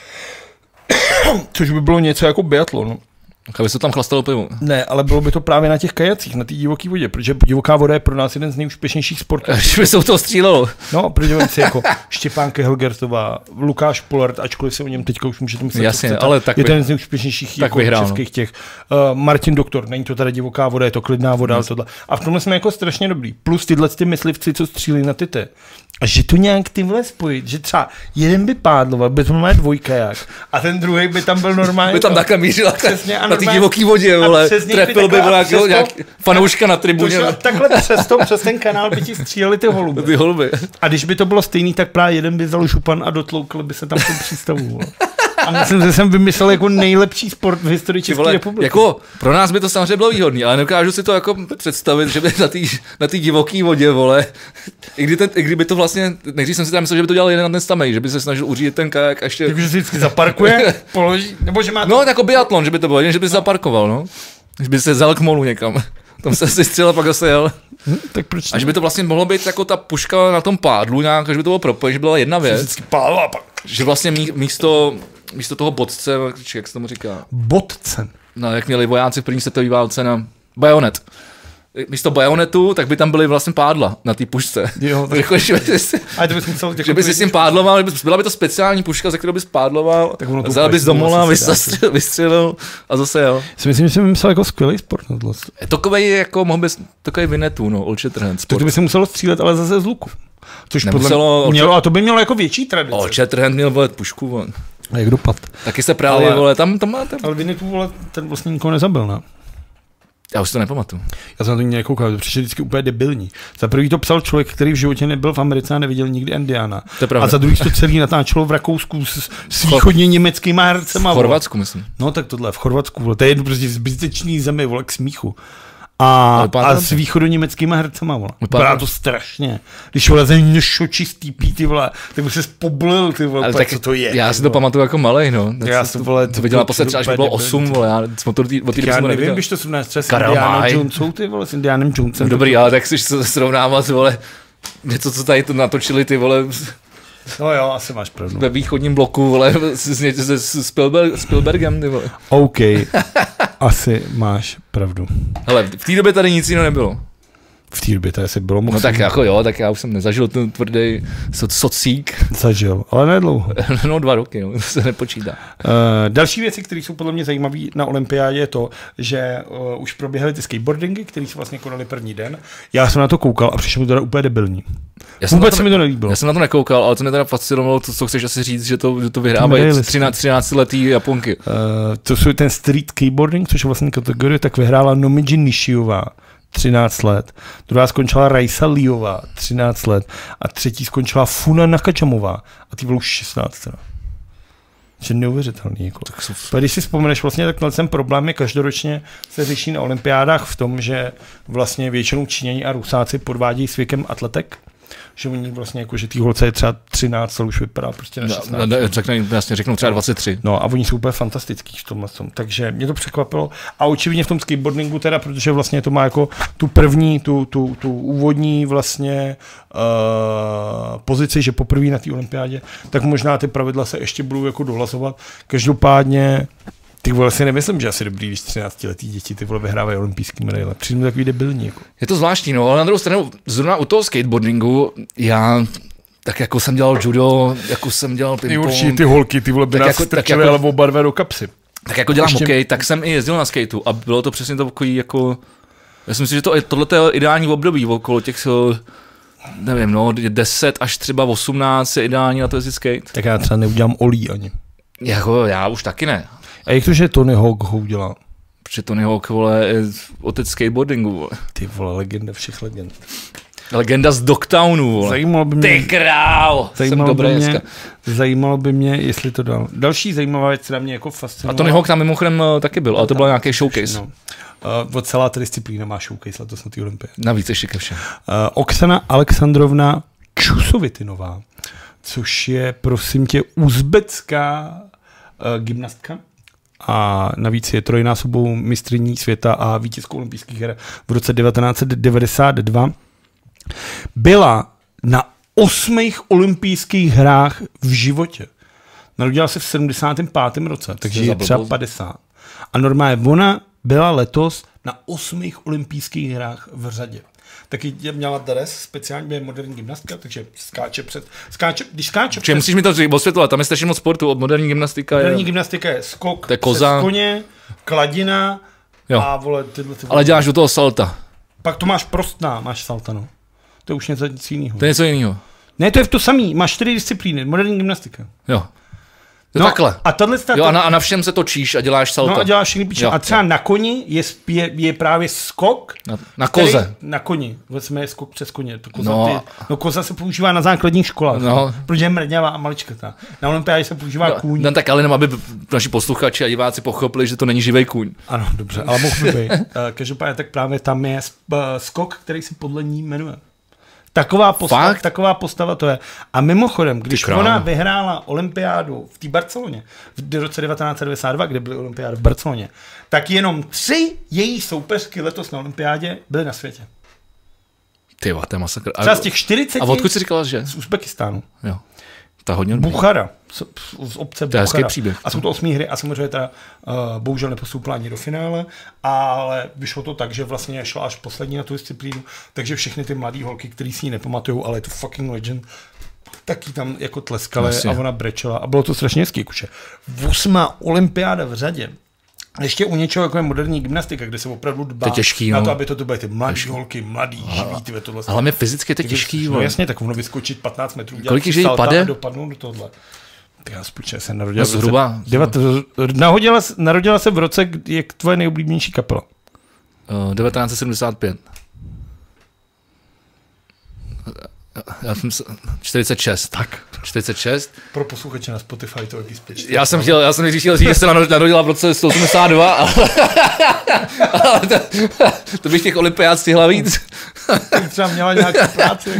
[SPEAKER 1] Což by bylo něco jako biatlon.
[SPEAKER 2] Aby se tam chlastalo pivo.
[SPEAKER 1] Ne, ale bylo by to právě na těch kajacích, na té divoké vodě, protože divoká voda je pro nás jeden z nejúspěšnějších sportů.
[SPEAKER 2] Až by se to střílelo.
[SPEAKER 1] No, protože si jako Štěpán Kehlgertová, Lukáš Polart, ačkoliv se o něm teďka už můžete myslet,
[SPEAKER 2] jasně, ale tak
[SPEAKER 1] je ten z nejúspěšnějších jako českých těch. Martin Doktor, není to teda divoká voda, je to klidná voda, ale tohle. A v tomhle jsme jako strašně dobrý. Plus tyhle ty myslivci, co střílí na tyte. A že to nějak tyhle spojit, že třeba jeden by pádloval, by to normálně dvojkajak, a ten druhý by tam byl normálně.
[SPEAKER 2] By tam takhle mířil na té divoký vodě, vole. Trefil by nějak fanouška na tribuně.
[SPEAKER 1] Takhle přes ten kanál by ti stříleli ty holuby.
[SPEAKER 2] Ty holuby.
[SPEAKER 1] A když by to bylo stejný, tak právě jeden by vzal župan a dotloukl by se tam v tom přístavu. A myslím, že jsem vymyslel jako nejlepší sport v historii České republiky.
[SPEAKER 2] Jako pro nás by to samozřejmě bylo výhodný, ale nedokážu si to jako představit, že by na té divoké vodě, vole, i kdyby to vlastně, nejdřív jsem si tam myslel, že by to dělal jeden na ten stamej, že by se snažil uřídit ten kajak a ještě...
[SPEAKER 1] Takže si vždycky zaparkuje, položí, nebo že má...
[SPEAKER 2] No, jako biatlon, že by to bylo, že by se zaparkoval, no. Že by se vzal k molu někam. Tam se si střelil, pak zase jel.
[SPEAKER 1] Tak proč?
[SPEAKER 2] A že by to vlastně mohlo být jako ta puška na tom pádlu nějak, že by to bylo propojené, že byla jedna věc.
[SPEAKER 1] Vždycky pádla, pak.
[SPEAKER 2] Že vlastně místo toho bodce, jak se tomu říká?
[SPEAKER 1] Bodce.
[SPEAKER 2] No, jak měli vojáci v první světové válce na bajonet. Místo bajonetu, tak by tam byly vlastně pádla na té pušce.
[SPEAKER 1] Jo, tak...
[SPEAKER 2] že bys si s tím pádloval, byla by to speciální puška, ze kterou bys pádloval, vzal bys do mola, vystřelil a zase jel.
[SPEAKER 1] Si myslím, že jsem myslel jako skvělý sport na tohle.
[SPEAKER 2] Takovej jako mohl bys, takovej Vinetu, no, Old
[SPEAKER 1] To by se muselo střílet, ale zase z luku. Což
[SPEAKER 2] nemuselo,
[SPEAKER 1] podle mělo, a to by mělo jako větší tradice.
[SPEAKER 2] Old Shatterhand měl, vole, pušku, vole.
[SPEAKER 1] A jak dopad?
[SPEAKER 2] Taky se právě, vole, tam máte.
[SPEAKER 1] Ale Vinetu, vole, ten vlastně nikoho nezabil, ne?
[SPEAKER 2] Já už to nepamatuju.
[SPEAKER 1] Já jsem na to nikdy nekoukal, to přišel vždycky úplně debilní. Za prvý to psal člověk, který v životě nebyl v Americe a neviděl nikdy Indiana.
[SPEAKER 2] A
[SPEAKER 1] za druhý to celý natáčelo v Rakousku s východně německýma hercema.
[SPEAKER 2] V Chorvatsku, myslím.
[SPEAKER 1] No tak tohle, v Chorvatsku, vole. To je prostě zbytečný zemi, vole, k smíchu. A s východoněmeckýma hercema, vole. Vypadá to strašně. Když vole za něšo čistý pítý, vole, tak by se spoblil, ty vole, tak, co to je.
[SPEAKER 2] Já si to pamatuju jako malej, no.
[SPEAKER 1] Já jsem, vole,
[SPEAKER 2] to viděl naposled třeba, až bylo 8, vole, já jsem to od té doby
[SPEAKER 1] já nevím, když to srovnáš třeba s Indianem Jonesou, ty vole, s Indianem Jonesem.
[SPEAKER 2] Dobrý, ale tak chceš srovnávat, vole, něco, co tady to natočili, ty vole,
[SPEAKER 1] no jo, asi máš pravdu.
[SPEAKER 2] Ve východním bloku, vole, s Spielbergem, ty vole.
[SPEAKER 1] OK, asi máš pravdu.
[SPEAKER 2] Hele, v té době tady nic jiného nebylo.
[SPEAKER 1] V té době to asi bylo moc.
[SPEAKER 2] No tak jako jo, tak já už jsem nezažil ten tvrdý socík.
[SPEAKER 1] Zažil, ale nedlouho.
[SPEAKER 2] No 2 roky, no, to se nepočítá.
[SPEAKER 1] Další věci, které jsou podle mě zajímavé na olympiádě, je to, že už proběhly ty skateboardingy, které se vlastně konaly první den. Já jsem na to koukal a přišlo mi to teda úplně debilní. Vůbec se mi to nelíbilo.
[SPEAKER 2] Já jsem na to nekoukal, ale to mě teda fascinovalo, co chceš asi říct, že to vyhrávají 13 letý Japonky.
[SPEAKER 1] To jsou ten street skateboarding, což je vlastně kategorie, tak vyhrála Nomiji Nishiová. 13 let. Druhá skončila Raisa Liová, 13 let. A třetí skončila Funa Nakajamová. A ty bylo už 16. Teda. Že neuvěřitelný. Jako. Když si vzpomeneš, vlastně tak ten problém je každoročně se řeší na olympiádách v tom, že vlastně většinou Číňani a Rusáci podvádějí s věkem atletek. Že oni vlastně jako, že tý holce je třeba 13, ale už vypadá prostě na 16.
[SPEAKER 2] Řeknou třeba 23.
[SPEAKER 1] No a oni jsou úplně fantastický v tomhle tom. Takže mě to překvapilo. A očividně v tom skateboardingu teda, protože vlastně to má jako tu první, tu úvodní vlastně pozici, že poprvé na té olympiádě, tak možná ty pravidla se ještě budou jako dohlasovat. Každopádně ty vole, si nemyslím, že asi dobrý, když 13letý děti ty vole vyhrávají olympijský medaile. Přijde mi takový debilní. Jako.
[SPEAKER 2] Je to zvláštní, no, ale na druhou stranu, zrovna u toho skateboardingu, já tak jako jsem dělal judo, jako jsem dělal ping-pong.
[SPEAKER 1] Určitě ty holky, ty vole by nás strčily, ale oba dva do kapsy.
[SPEAKER 2] Tak jako dělám hokej, tak jsem i jezdil na skateu a bylo to přesně to takový jako... Já si myslím, že tohle je ideální období, okolo těch, nevím, 10 až třeba 18 je ideální na to jezdit skate.
[SPEAKER 1] Tak já třeba neudělám olí ani.
[SPEAKER 2] Jako já už taky ne.
[SPEAKER 1] A jak to, že Tony Hawk ho udělal?
[SPEAKER 2] Protože Tony Hawk, vole, je otec skateboardingu, vole.
[SPEAKER 1] Ty vole, legenda všech legend.
[SPEAKER 2] Legenda z Dogtownu, vole.
[SPEAKER 1] Zajímalo by mě...
[SPEAKER 2] Ty král!
[SPEAKER 1] Zajímalo by mě, jestli to dal. Další zajímavá věc, která mě jako fascinovala.
[SPEAKER 2] A Tony Hawk tam mimochodem taky byl, ale to byl nějaký showcase.
[SPEAKER 1] No. Celá ta disciplína má showcase letos na té olympiádě.
[SPEAKER 2] Navíc ještě ke všem.
[SPEAKER 1] Oksana Alexandrovna Čusovitinová, což je, prosím tě, uzbecká gymnastka. A navíc je trojnásobou mistryní světa a vítězkou olympijských her v roce 1992. Byla na 8 olympijských hrách v životě. Narodila se v 75. roce, takže je třeba 50. A normálně ona byla letos na 8 olympijských hrách v řadě. Taky měla dres, speciálně moderní gymnastka, takže když skáče
[SPEAKER 2] před... musíš mi to osvětlovat, tam je strašně moc sportu, moderní gymnastika
[SPEAKER 1] moderní gymnastika je skok přes koně, kladina a vole tyhle.
[SPEAKER 2] Ale děláš do toho salta.
[SPEAKER 1] Pak to máš prostná, máš salta, no. To je už něco jiného.
[SPEAKER 2] To je něco jiného.
[SPEAKER 1] Ne, to je to samý, máš 4 disciplíny, moderní gymnastika.
[SPEAKER 2] Jo. No takhle.
[SPEAKER 1] A tahle
[SPEAKER 2] jo, a na všem se točíš a děláš salto.
[SPEAKER 1] No a děláš všechny píče. A třeba na koni je právě skok.
[SPEAKER 2] Na koze.
[SPEAKER 1] Na koni. Vlastně je skok přes koně. To koza, koza se používá na základních školách. No. Protože je mrňavá a maličkatá. Na olympiádě se používá kůň.
[SPEAKER 2] No tak ale jenom, aby naši posluchači a diváci pochopili, že to není živej kůň.
[SPEAKER 1] Ano, dobře, ale mohl by být. Každopádně tak právě tam je skok, který se podle ní jmenuje. Taková postava to je. A mimochodem, když ona vyhrála olympiádu v té Barceloně v roce 1992, kde byly olympiády v Barceloně, tak jenom 3 její soupeřky letos na olympiádě byly na světě.
[SPEAKER 2] Ty to je masakr.
[SPEAKER 1] Třeba z těch 40...
[SPEAKER 2] A odkud jsi říkala, že?
[SPEAKER 1] Z Uzbekistánu.
[SPEAKER 2] Jo. To je hodně
[SPEAKER 1] Buchara. Z obce
[SPEAKER 2] Buchara. To je příběh.
[SPEAKER 1] A jsou to 8 hry a samozřejmě teda bohužel nepostoupila ani do finále, ale vyšlo to tak, že vlastně šla až poslední na tu disciplínu, takže všechny ty mladý holky, který si ji nepamatujou, ale je to fucking legend, taky tam jako tleskali a ona brečela a bylo to strašně hezký, kuče. 8. olympiáda v řadě. Ještě u něčeho, jako je moderní gymnastika, kde se opravdu dbá na to, aby to byly ty mladý holky, mladý, živý, ty tohle.
[SPEAKER 2] Ale mě fyzicky je to těžký.
[SPEAKER 1] No jasně, tak ono vyskočit 15 metrů,
[SPEAKER 2] dělat si salta a
[SPEAKER 1] dopadnout do tohle. Tak já spočítám, se narodila se v roce, jak tvoje nejoblíbenější kapela?
[SPEAKER 2] 1975. Já jsem 46.
[SPEAKER 1] Tak.
[SPEAKER 2] 46.
[SPEAKER 1] Pro posluchače na Spotify to jaký spěč.
[SPEAKER 2] Já jsem chtěl říct, že se narodila v roce 182, ale to bych těch olympiád stihla víc.
[SPEAKER 1] Třeba měla nějakou práci.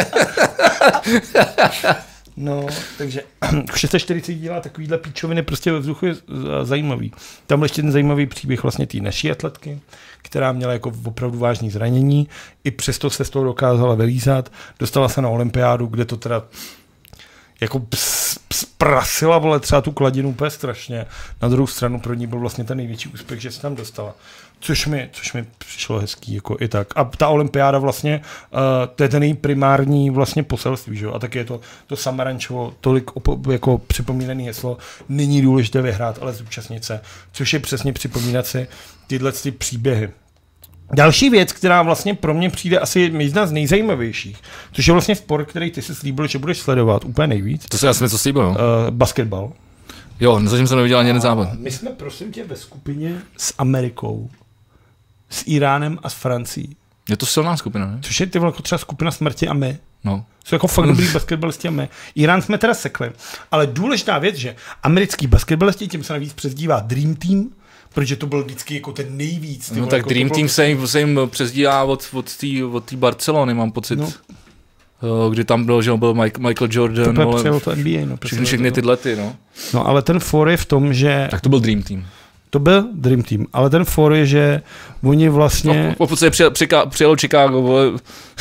[SPEAKER 1] No, takže 640 dělá takovýhle píčoviny prostě ve vzduchu je zajímavý. Tam ještě ten zajímavý příběh vlastně té naší atletky, která měla jako opravdu vážné zranění, i přesto se z toho dokázala vylízat, dostala se na olympiádu, kde to teda jako sprasila, vole, třeba tu kladinu úplně strašně. Na druhou stranu pro ní byl vlastně ten největší úspěch, že se tam dostala. Což mi přišlo hezký, jako i tak. A ta olympiáda vlastně, to je ten její primární vlastně poselství, že jo? A tak je to Samarančovo tolik jako připomínaný heslo, není důležité vyhrát, ale zúčastnit se, což je přesně připomínat si tyhle ty příběhy. Další věc, která vlastně pro mě přijde asi jedna z nejzajímavějších, což je vlastně sport, který ty si slíbil, že budeš sledovat úplně nejvíc.
[SPEAKER 2] To se já jsem něco slíbil,
[SPEAKER 1] basketbal.
[SPEAKER 2] Jo, zatím jsem neviděl ani jeden zápas.
[SPEAKER 1] My jsme, prosím tě, ve skupině s Amerikou, s Iránem a s Francií.
[SPEAKER 2] Je to silná skupina, ne?
[SPEAKER 1] Což je ty jako třeba skupina smrti a my.
[SPEAKER 2] No.
[SPEAKER 1] Jsou jako fakt dobrý basketbalisti a my. Irán jsme teda sekli. Ale důležitá věc, že americký basketbalisti, tím se navíc přezdívá Dream Team, protože to byl vždycky jako ten nejvíc.
[SPEAKER 2] No tak
[SPEAKER 1] jako
[SPEAKER 2] Dream Team se jim přezdívá od té Barcelony, mám pocit. No. Kdy tam byl, že byl Michael Jordan.
[SPEAKER 1] To přijelo to NBA. No,
[SPEAKER 2] všechny tyhle ty, no.
[SPEAKER 1] No ale ten for je v tom, že...
[SPEAKER 2] Tak to byl Dream Team.
[SPEAKER 1] To byl Dream Team, ale ten for je, že oni vlastně...
[SPEAKER 2] No, pokud se přijelo Chicago,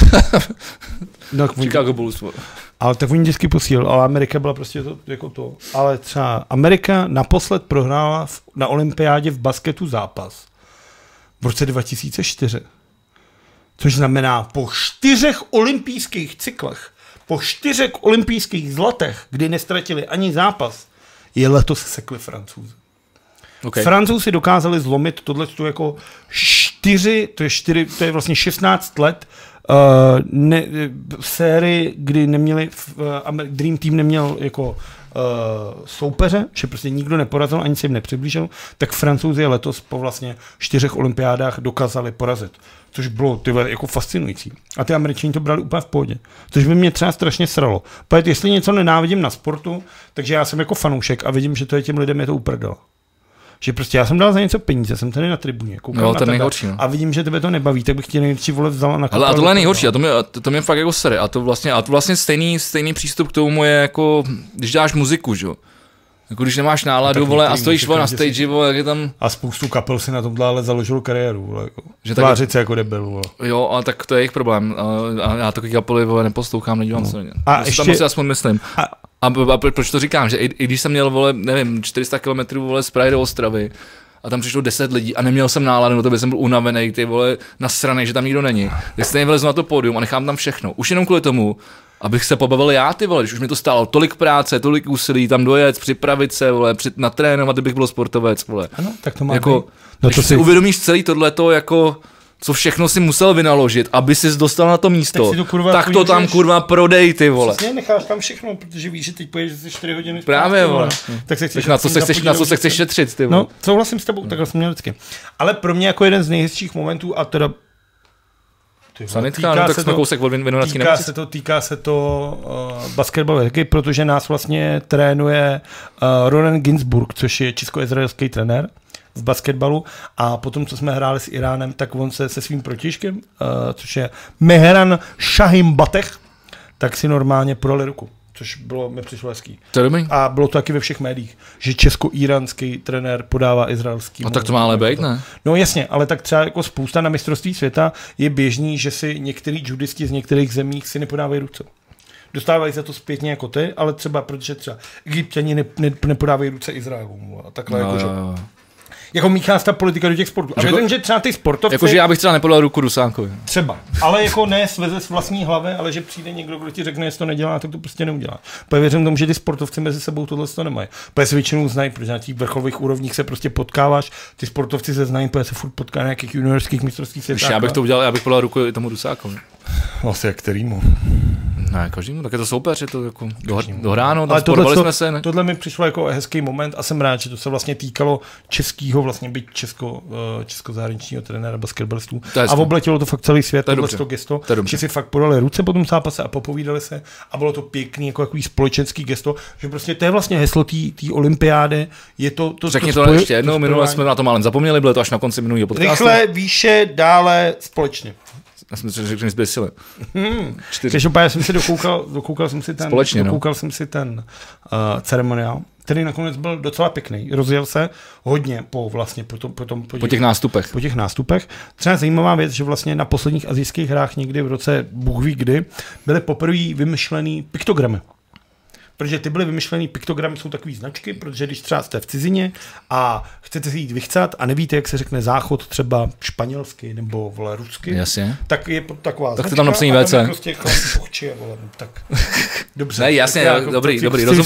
[SPEAKER 2] Chicago Bulls.
[SPEAKER 1] Ale tak oni vždycky posílili, ale Amerika byla prostě to, jako to. Ale třeba Amerika naposled prohrála na olympiádě v basketu zápas v roce 2004. Což znamená po 4 olympijských cyklech, po 4 olympijských zlatech, kdy nestratili ani zápas, je letos sekli Francouzi.
[SPEAKER 2] Okay.
[SPEAKER 1] Francouzi dokázali zlomit tohleto jako 4, to je vlastně 16 let sérii, kdy neměli, Dream Team neměl jako soupeře, že prostě nikdo neporazil, ani se jim nepřiblížil, tak Francouzi letos po vlastně 4 olympiádách dokázali porazit. Což bylo jako fascinující. A ty Američani to brali úplně v pohodě. Což by mě třeba strašně sralo. Protože jestli něco nenávidím na sportu, takže já jsem jako fanoušek a vidím, že to je těm lidem je to uprdelo. Že prostě já jsem dal za něco peníze, jsem tady na tribuně, koukám na tebe a vidím, že tebe to nebaví, tak bych ti největší vole vzala na
[SPEAKER 2] ale a tohle je nejhorší, a to mě fakt jako sere. A to vlastně stejný přístup k tomu je jako, když dáš muziku, že jo. Jako když nemáš náladu, vole, a stojíš na stage, vole, jak je tam...
[SPEAKER 1] A spoustu kapel si na tomhle ale založil kariéru, vole, jako. Že tvářit se jako debil, vole.
[SPEAKER 2] Jo, a tak to je jejich problém. A já takový kapely, vole, neposlouchám, nedívám se.
[SPEAKER 1] A ještě...
[SPEAKER 2] Tam si aspoň myslím. A proč to říkám, že i když jsem měl, vole, nevím, 400 km, vole, z Prahy do Ostravy, a tam přišlo 10 lidí a neměl jsem náladu, no to by jsem byl unavený, ty vole, nasranej, že tam nikdo není. Tak stejně vylezu na to pódium a nechám tam všechno. Už jenom kvůli tomu, abych se pobavil já, ty vole, když už mi to stálo tolik práce, tolik úsilí, tam dojet, připravit se, vole, natrénovat, kdybych byl sportovec, vole.
[SPEAKER 1] Ano, tak to má
[SPEAKER 2] jako, no to si uvědomíš celý tohleto, jako co všechno si musel vynaložit, aby ses dostal na to místo, tak to tam kurva prodej, ty vole.
[SPEAKER 1] Přesně, necháš tam všechno, protože víš, že teď pojedeš za 4 hodiny.
[SPEAKER 2] Právě, vole.
[SPEAKER 1] Tak se chceš,
[SPEAKER 2] na co se chceš šetřit, ty vole.
[SPEAKER 1] No, souhlasím s tebou, takhle jsem měl vždycky. Ale pro mě jako jeden z nejhezčích momentů, a teda
[SPEAKER 2] sanitka, no, tak jsme kousek od Vinohradské
[SPEAKER 1] nemocnice. Týká se to basketbalu taky, protože nás vlastně trénuje Ronen Ginsburg, což je česko-izraelský trenér v basketbalu, a potom, co jsme hráli s Iránem, tak on se svým protižkem, což je Mehran Shahim Batech, tak si normálně podali ruku, což mi přišlo hezký. A bylo to taky ve všech médiích, že česko-iránský trenér podává izraelský.
[SPEAKER 2] A tak to má ale být, ne?
[SPEAKER 1] No jasně, ale tak třeba jako spousta na mistrovství světa je běžný, že si některý judisti z některých zemí si nepodávají ruce. Dostávají za to zpětně jako ty, ale třeba, protože třeba Egypťani nepodávají ruce Izraelům. A takhle jako, že... Jako míchá ta politika do těch sportů. A věřím, že třeba ty sportovci...
[SPEAKER 2] Jakože já bych třeba nepodal ruku Rusánkovi.
[SPEAKER 1] Třeba. Ale jako ne sveze z vlastní hlavy, ale že přijde někdo, kdo ti řekne, jestli to nedělá, tak to prostě neudělá. Protože věřím tomu, že ty sportovci mezi sebou tohle to nemají. Protože se většinou znají, protože na těch vrcholových úrovních se prostě potkáváš, ty sportovci se znají, protože se furt potká na nějakých juniorských mistrovstvích světa.
[SPEAKER 2] Já bych to udělal, já bych podal ruku i tomu Rusákovi.
[SPEAKER 1] Vlastně kterýmu?
[SPEAKER 2] Ne, každému, tak je to soupeř, je to jako dohráno, ale jsme se. Ne?
[SPEAKER 1] Tohle mi přišlo jako hezký moment a jsem rád, že to se vlastně týkalo českého, vlastně byť česko-zahraničního trenéra basketbalistů. A obletělo to fakt celý svět, to gesto, že si fakt podali ruce po tom zápase a popovídali se a bylo to pěkný, jako takový společenský gesto, že prostě to je vlastně heslo té olympiády, je to
[SPEAKER 2] řekni to ještě jednou, minule jsme na to málem zapomněli, bylo to až na konci minulého podcastu.
[SPEAKER 1] Rychle, výše, dále, společně.
[SPEAKER 2] Já jsem si řekl, že zběsili.
[SPEAKER 1] Každopádně jsem si dokoukal jsem si ten,
[SPEAKER 2] společně,
[SPEAKER 1] jsem si ten ceremoniál, který nakonec byl docela pěkný. Rozjel se hodně po
[SPEAKER 2] těch nástupech.
[SPEAKER 1] Po těch nástupech. Třeba zajímavá věc, že vlastně na posledních asijských hrách někdy v roce Bůh ví kdy byly poprvé vymyšlený piktogramy. Protože ty byly vymyšlený piktogramy, jsou takový značky, protože když třeba jste v cizině a chcete si jít vychcat a nevíte, jak se řekne záchod třeba španělsky nebo vole rusky,
[SPEAKER 2] jasně.
[SPEAKER 1] Tak je taková
[SPEAKER 2] tak
[SPEAKER 1] značka
[SPEAKER 2] tam napsaný
[SPEAKER 1] a
[SPEAKER 2] WC.
[SPEAKER 1] tam je prostě pochči, vole, tak dobře.
[SPEAKER 2] Ne, jasně,
[SPEAKER 1] jako,
[SPEAKER 2] dobrý,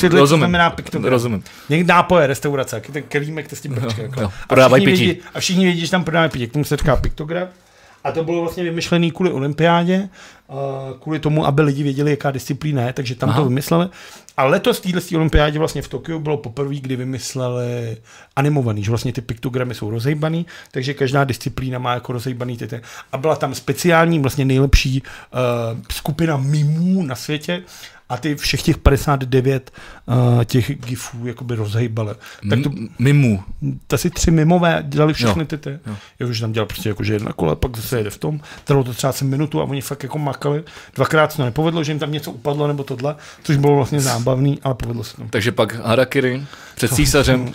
[SPEAKER 2] rozumím.
[SPEAKER 1] Někdy nápoje, restaurace, jaký ten kelímek, to s tím brčka. Jako.
[SPEAKER 2] Prodávají pití.
[SPEAKER 1] A všichni vědí, že tam prodávají pití, k tomu se říká piktograf. A to bylo vlastně vymyšlený kvůli olympiádě, kvůli tomu, aby lidi věděli, jaká disciplína je, takže tam to vymysleli. A letos v této olympiádě vlastně v Tokiu bylo poprvé, kdy vymysleli animovaný, že vlastně ty piktogramy jsou rozhejbaný, takže každá disciplína má jako rozhejbaný ty. A byla tam speciální, vlastně nejlepší skupina mimů na světě, a ty všech těch 59 těch gifů jakoby rozhejbali. Tak to
[SPEAKER 2] mimů.
[SPEAKER 1] Asi 3 mimové dělali všechny ty. Jakože tam dělal prostě jakože jedna kole, pak zase jede v tom. Trvalo to třeba 7 minutu a oni fakt jako makali. Dvakrát se to nepovedlo, že jim tam něco upadlo nebo tohle, což bylo vlastně zábavný, ale povedlo se to.
[SPEAKER 2] Takže pak harakiri před císařem.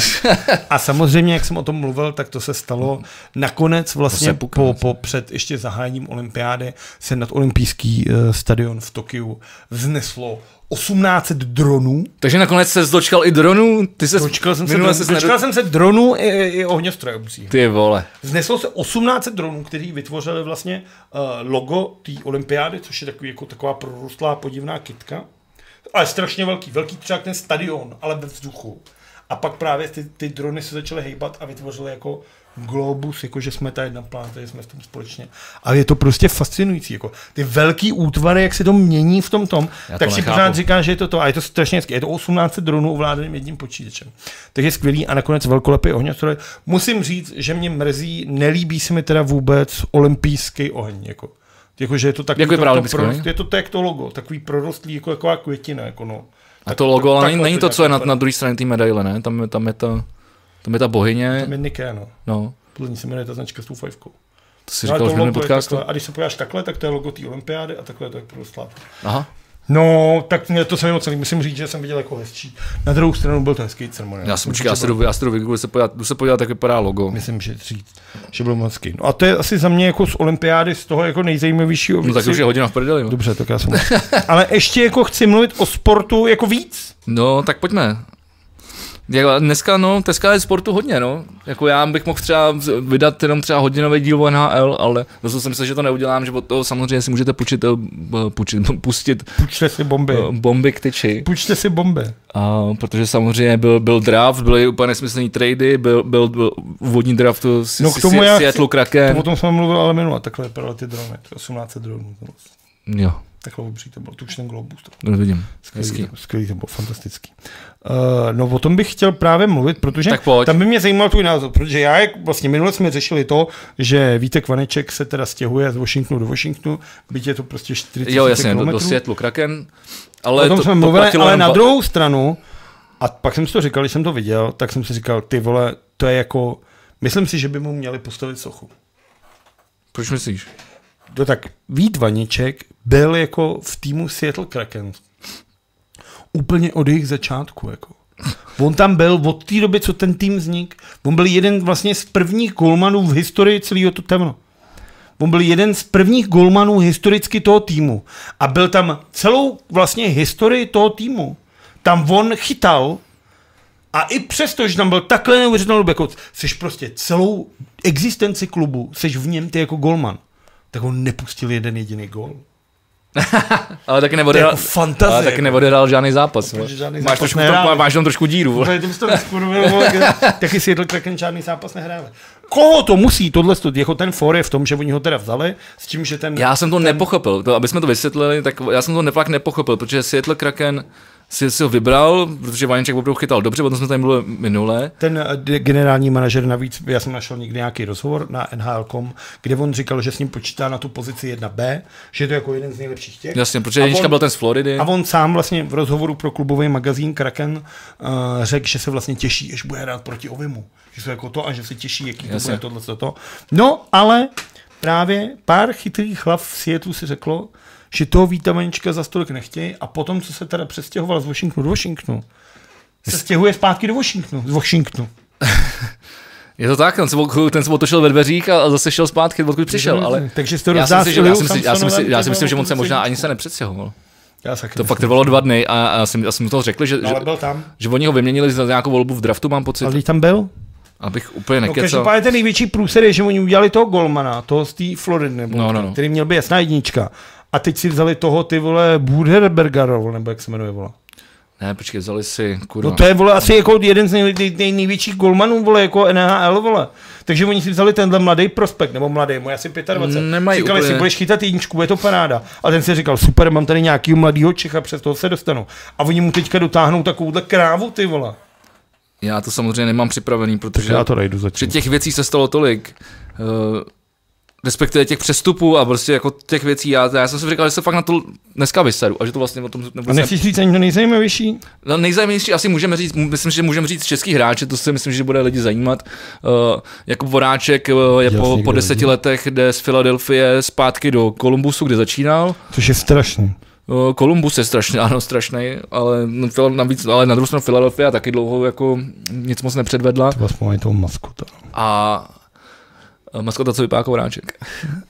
[SPEAKER 1] A samozřejmě, jak jsem o tom mluvil, tak to se stalo nakonec vlastně před ještě zahájením olympiády se nad olympijský stadion v Tokiu vzneslo 1800 dronů.
[SPEAKER 2] Takže nakonec se dočkal i dronů?
[SPEAKER 1] Dočkal jsem se dronů i ohňostrojovcích.
[SPEAKER 2] Ty vole.
[SPEAKER 1] Vzneslo se 1800 dronů, kteří vytvořili vlastně logo té olympiády, což je taková prorostlá podivná kytka. Ale strašně velký třeba ten stadion, ale ve vzduchu. A pak právě ty drony se začaly hejbat a vytvořily jako globus, jako že jsme ta jedna planeta, že jsme v tom společně. A je to prostě fascinující, jako ty velký útvary, jak se to mění v tom, tak si pořád říká, že je to. A je to strašně hezké. Je to 18 dronů ovládaným jedním počítačem. Takže skvělý a nakonec velkolepý ohňostroj. Musím říct, že mě mrzí, nelíbí se mi teda vůbec olympijský oheň, jako že je to takový, je to jak to logo, takový prorostlý, jako taková květina, jako no.
[SPEAKER 2] A to logo, ale není to, co je na druhé straně té medaile, ne? Tam je ta bohyně.
[SPEAKER 1] Tam je Nike, no.
[SPEAKER 2] No.
[SPEAKER 1] Podle ní se jmenuje ta značka s tou fajfkou.
[SPEAKER 2] To si říkal už v minulém podcastu.
[SPEAKER 1] A když se podíváš takhle, tak to je logo té olympiády a takhle to je prorostlá.
[SPEAKER 2] Aha.
[SPEAKER 1] No, tak to se mi moc musím říct, že jsem viděl jako hezčí. Na druhou stranu byl ten skate ceremoniál.
[SPEAKER 2] Já jsem jdu se podívat, jak vypadá logo.
[SPEAKER 1] Myslím, že říct, že byl moc skate. No a to je asi za mě jako z olympiády z toho jako nejzajímavějšího.
[SPEAKER 2] No tak už je hodina v prdeli. No.
[SPEAKER 1] Dobře, tak já jsem. Ale ještě jako chci mluvit o sportu jako víc.
[SPEAKER 2] No, tak pojďme. Dneska je sportu hodně, no. Jako já bych mohl třeba vydat jenom třeba hodinový díl o NHL, ale zase jsem myslel, že to neudělám, že od toho samozřejmě si můžete pustit
[SPEAKER 1] Půjčte si
[SPEAKER 2] bomby k tyči.
[SPEAKER 1] Půjčte si bomby.
[SPEAKER 2] Protože samozřejmě byl draft, byly úplně nesmyslný trady, byl úvodní draft Seattle Kraken.
[SPEAKER 1] To o tom jsme mluvili ale minule, takhle vypadaly ty drony, 18 dronů.
[SPEAKER 2] Jo.
[SPEAKER 1] Takhle obří to bylo, tu už ten globus.
[SPEAKER 2] Vidím.
[SPEAKER 1] Skvělý, to bylo fantastický. No o tom bych chtěl právě mluvit, protože
[SPEAKER 2] tam
[SPEAKER 1] by mě zajímal tvůj názor, protože já, vlastně minule jsme řešili to, že Vítek Vaneček se teda stěhuje z Washingtonu do Washingtonu, byť je to prostě 40
[SPEAKER 2] Jo, jasně, do Seattle Kraken. Ale
[SPEAKER 1] o tom jsme mluvili, ale na druhou stranu, a pak jsem si to říkal, když jsem to viděl, tak jsem si říkal, ty vole, to je jako, myslím si, že by mu měli postavit sochu.
[SPEAKER 2] Proč myslíš?
[SPEAKER 1] To tak Vít Vaněček byl jako v týmu Seattle Kraken. Úplně od jejich začátku. Jako. On tam byl od té doby, co ten tým vznik. On byl jeden vlastně z prvních golmanů v historii celého to temno. On byl jeden z prvních golmanů historicky toho týmu. A byl tam celou vlastně historii toho týmu. Tam on chytal a i přesto, že tam byl takhle neuvěřitelný, jako seš prostě celou existenci klubu, seš v něm ty jako golman. Tak on nepustil jeden jediný gól.
[SPEAKER 2] ale taky neodehrál žádný zápas. Máš tam trošku díru.
[SPEAKER 1] Taky Seattle Kraken žádný zápas nehráli. Koho to musí tohle, jako ten for je v tom, že oni ho teda vzali, s tím, že ten...
[SPEAKER 2] Já jsem to nepochopil, aby jsme to vysvětlili, tak já jsem to fakt nepochopil, protože Seattle Kraken si ho vybral, protože Vaněček opravdu chytal dobře, potom jsme tady mluvili minule.
[SPEAKER 1] Ten generální manažer navíc, já jsem našel někdy nějaký rozhovor na NHL.com, kde on říkal, že s ním počítá na tu pozici 1B, že je to jako jeden z nejlepších těch.
[SPEAKER 2] Jasně, protože jednička byl ten z Floridy.
[SPEAKER 1] A on sám vlastně v rozhovoru pro klubový magazín Kraken řekl, že se vlastně těší, až bude hrát proti Ovimu. Že to jako to a že se těší, jaký to bude tohle. No, ale právě pár chytrých hlav v Seattlu si řeklo, že toho Víta Vaněčka za stolik nechtějí a potom, co se teda přestěhoval z Washingtonu do Washingtonu, se stěhuje zpátky do Washingtonu.
[SPEAKER 2] Je to tak, ten se otočil ve dveřích a zase šel zpátky, odkud přišel, ale...
[SPEAKER 1] Takže jsi to
[SPEAKER 2] já si myslím, že on se možná ani se nepřestěhoval. To fakt
[SPEAKER 1] myslím.
[SPEAKER 2] Trvalo 2 dny a já jsem to řekl, že oni ho vyměnili za nějakou volbu v draftu, mám pocit.
[SPEAKER 1] Ale tam byl?
[SPEAKER 2] Abych úplně nekecal.
[SPEAKER 1] Každopádně ten největší průser je, že oni udělali toho golmana, toho z té Floridy, který měl být jasná jednička. A teď si vzali toho, ty vole, Buderbergerov, nebo jak se jmenuje, vole.
[SPEAKER 2] Ne, počkej, vzali si, kurva.
[SPEAKER 1] No to je, vole, asi jako jeden z největších golmanů, vole, jako NHL, vole. Takže oni si vzali tenhle mladý prospekt, nebo mladý, můj asi 25. Říkali si, budeš chytat jedničku, je to paráda. A ten si říkal, super, mám tady nějakýho mladýho Čecha, přes toho se dostanu. A oni mu teďka dotáhnou takovouhle krávu, ty vole.
[SPEAKER 2] Já to samozřejmě nemám připravený, protože
[SPEAKER 1] já to najdu
[SPEAKER 2] při těch věcí se stalo tolik. Respektive těch přestupů a prostě jako těch věcí. Já jsem si říkal, že se fakt na to dneska vysedu a že to vlastně o tom
[SPEAKER 1] nebudu. A nechceš říct ani to nejzajímavější?
[SPEAKER 2] No, nejzajímavější asi můžeme říct, myslím, že můžeme říct český hráče, to si myslím, že bude lidi zajímat. Jako Voráček je po 10 letech jde z Filadelfie zpátky do Columbusu, kde začínal.
[SPEAKER 1] Což je strašný.
[SPEAKER 2] Columbus je strašný, ale na druhou stranu Philadelphia taky dlouho jako nic moc nepředvedla.
[SPEAKER 1] To vlastně mají toho maskota.
[SPEAKER 2] A maskota, co vypadá jako Voráček.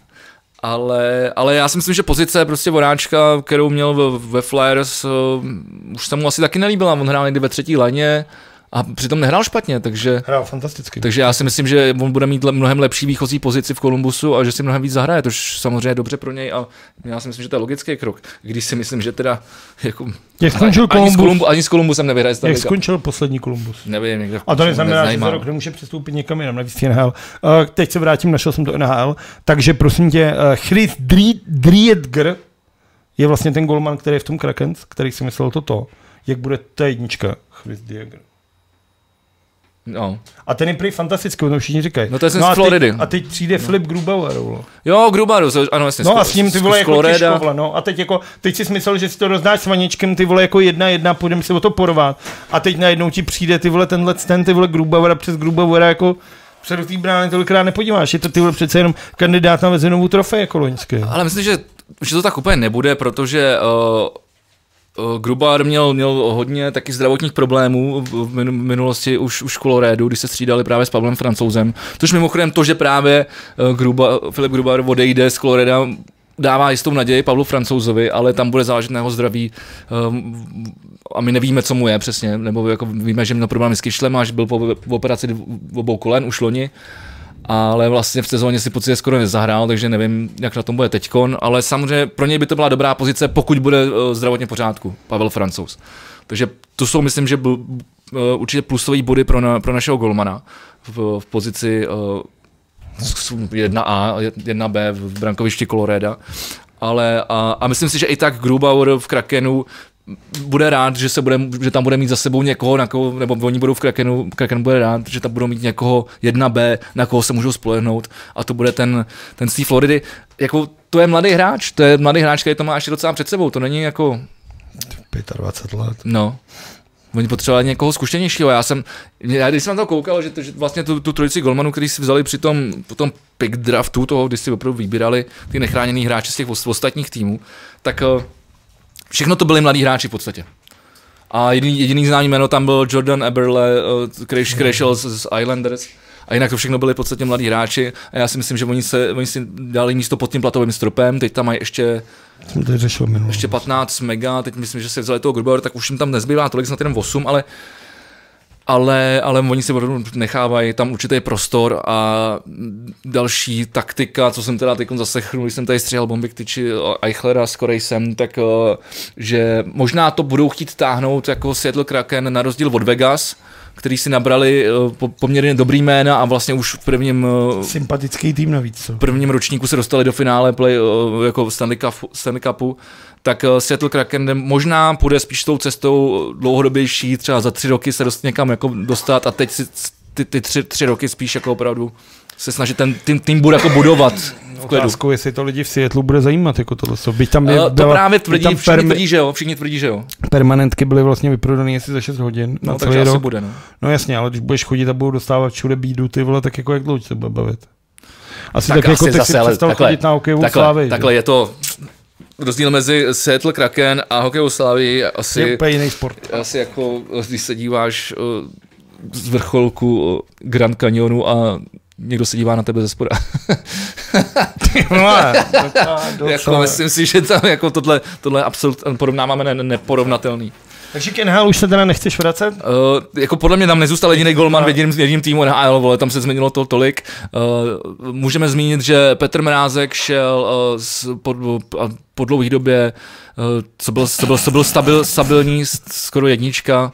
[SPEAKER 2] ale já si myslím, že pozice prostě Voráčka, kterou měl ve Flyers, už se mu asi taky nelíbila. On hrál někdy ve třetí laně A přitom nehrál špatně, takže...
[SPEAKER 1] Hrál fantasticky.
[SPEAKER 2] Takže já si myslím, že on bude mít mnohem lepší výchozí pozici v Columbusu a že si mnohem víc zahraje, tož samozřejmě je dobře pro něj a já si myslím, že to je logický krok. Když si myslím, že teda jako...
[SPEAKER 1] Jak skončil Columbus?
[SPEAKER 2] Ani s Columbusem nevyhraje.
[SPEAKER 1] Jak skončil poslední Columbus?
[SPEAKER 2] Nevím, někde.
[SPEAKER 1] A to neznamená, že za rok nemůže přestoupit někam jinam, navíc NHL. Teď se vrátím, našel jsem to NHL, takže prosím tě, Chris Driedger je vlastně ten golman, který je v tom Krakens, který si myslel toto. Jak bude ta jednička, Chris Driedger.
[SPEAKER 2] No.
[SPEAKER 1] A ten je prý fantastický, to všichni říkají.
[SPEAKER 2] No to je z Floridy.
[SPEAKER 1] A teď přijde Filip Grubauer.
[SPEAKER 2] Jo, Grubauer, ano jasně.
[SPEAKER 1] No a s ním ty vole jako těžko, no. A teď si myslel, že si to rozdáš s Vaněčkem, ty vole jako 1-1, půjdeme si o to porvat. A teď najednou ti přijde ty vole ty vole Grubauer a přes Grubauera jako se do té brány tolikrát nepodíváš. Je to ty vole přece jenom kandidát na Vezinovu trofej jako loňský.
[SPEAKER 2] Ale myslím, že to tak úplně nebude, protože Grubauer měl hodně taky zdravotních problémů v minulosti už v Colorédu, když se střídali právě s Pavlem Francouzem. Což mimochodem to, že právě Filip Grubauer odejde z Coloreda, dává jistou naději Pavlu Francouzovi, ale tam bude záležet na jeho zdraví a my nevíme, co mu je přesně, nebo jako víme, že měl problémy s kyšlem, až byl po operaci obou kolen už loni. Ale vlastně v sezóně si pocit skoro nezahrál, takže nevím, jak na tom bude teďkon, ale samozřejmě pro něj by to byla dobrá pozice, pokud bude zdravotně v pořádku, Pavel Francouz. Takže to jsou, myslím, že určitě plusový body pro našeho golmana v pozici 1A, 1B v brankovišti Coloreda. Ale a myslím si, že i tak Grubauer v Krakenu bude rád, že tam bude mít za sebou někoho, nebo oni budou v Kraken bude rád, že tam budou mít někoho 1B, na koho se můžou spolehnout a to bude ten z té Floridy. Jako, to je mladý hráč, který to má ještě docela před sebou, to není jako...
[SPEAKER 1] 25 let.
[SPEAKER 2] No. Oni potřebovali někoho zkušenějšího. Já když jsem na to koukal, že vlastně tu trojici golmanů, který si vzali při tom pick draftu, toho, když si opravdu vybírali ty nechráněný hráči z těch ostatních týmů, tak všechno to byli mladí hráči v podstatě. A jediný známý jméno tam byl Jordan Eberle, který šel z Islanders. A jinak to všechno byli v podstatě mladí hráči. A já si myslím, že oni si dali místo pod tím platovým stropem. Teď tam mají ještě 15 mega. Teď myslím, že si vzali toho Grubauera, tak už jim tam nezbývá tolik, snad jenom 8, ale oni si nechávají tam určitý prostor a další taktika, co jsem teda teď zaslechl, když jsem tady stříhal bomby k tyči Eichlera s Corejsem, tak že možná to budou chtít táhnout jako Seattle Kraken na rozdíl od Vegas, který si nabrali poměrně dobrý jména a vlastně už v prvním...
[SPEAKER 1] Sympatický tým navíc.
[SPEAKER 2] V prvním ročníku se dostali do finále jako Stanley Cupu, tak Seattle Kraken možná půjde spíš tou cestou dlouhodobější, třeba za 3 roky se někam jako dostat a teď si ty 3 roky spíš jako opravdu se snažit ten tým bude jako budovat.
[SPEAKER 1] Otázkou, jestli to lidi v Seattlu bude zajímat, jako tohle.
[SPEAKER 2] To právě všichni tvrdí, že jo.
[SPEAKER 1] Permanentky byly vlastně vyprodaný asi za 6 hodin.
[SPEAKER 2] No, takže asi bude, no.
[SPEAKER 1] No jasně, ale když budeš chodit a budou dostávat všude bídu, ty vole, tak jako jak dlouho se bude bavit. Asi tak jako ty si přestal chodit na hokejovou Slávy.
[SPEAKER 2] Takhle je to rozdíl mezi Seattle Kraken a hokejovou Slávy asi...
[SPEAKER 1] Je úplně jiný sport.
[SPEAKER 2] Asi jako, když se díváš z vrcholku Grand Canyonu a někdo se dívá na tebe ze spoda. Jako myslím si, že tam jako tohle absolutně porovnáváme neporovnatelný.
[SPEAKER 1] Takže k NHL už se teda nechceš vracet?
[SPEAKER 2] Jako podle mě tam nezůstal jediný golman v jedním týmu NHL, vole, tam se změnilo to tolik. Můžeme zmínit, že Petr Mrázek šel po dlouhé době, co byl stabilní, skoro jednička,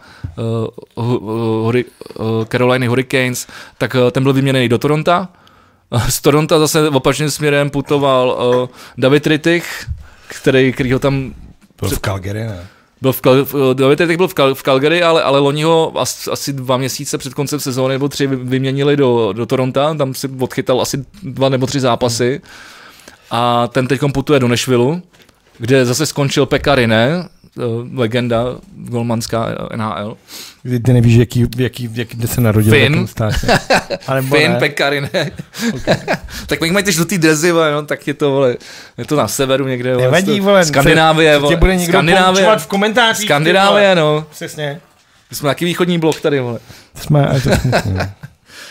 [SPEAKER 2] Carolina Hurricanes, tak ten byl vyměněný do Toronto. Z Toronto zase opačným směrem putoval David Rittich, který ho tam...
[SPEAKER 1] Byl v Calgary, ne?
[SPEAKER 2] David Rittich byl v Calgary, ale loni ho asi 2 měsíce před koncem sezóny nebo 3 vyměnili do Toronto, tam si odchytal asi 2 nebo 3 zápasy a ten teď putuje do Nashvilleu, kde zase skončil Pekka Rinne, legenda golmanská NHL.
[SPEAKER 1] Ty nevíš, kde se narodil.
[SPEAKER 2] Finn. Finn, Pekka Rinne. Okay. Tak mají ty žlutý dresy, no, tak je to na severu někde.
[SPEAKER 1] Nevadí, vole.
[SPEAKER 2] Skandinávie.
[SPEAKER 1] Tě bude někdo poučovat v komentářích.
[SPEAKER 2] Skandinávie, no.
[SPEAKER 1] Přesně.
[SPEAKER 2] My jsme taky východní blok tady, vole.
[SPEAKER 1] Jsme, a to smutný.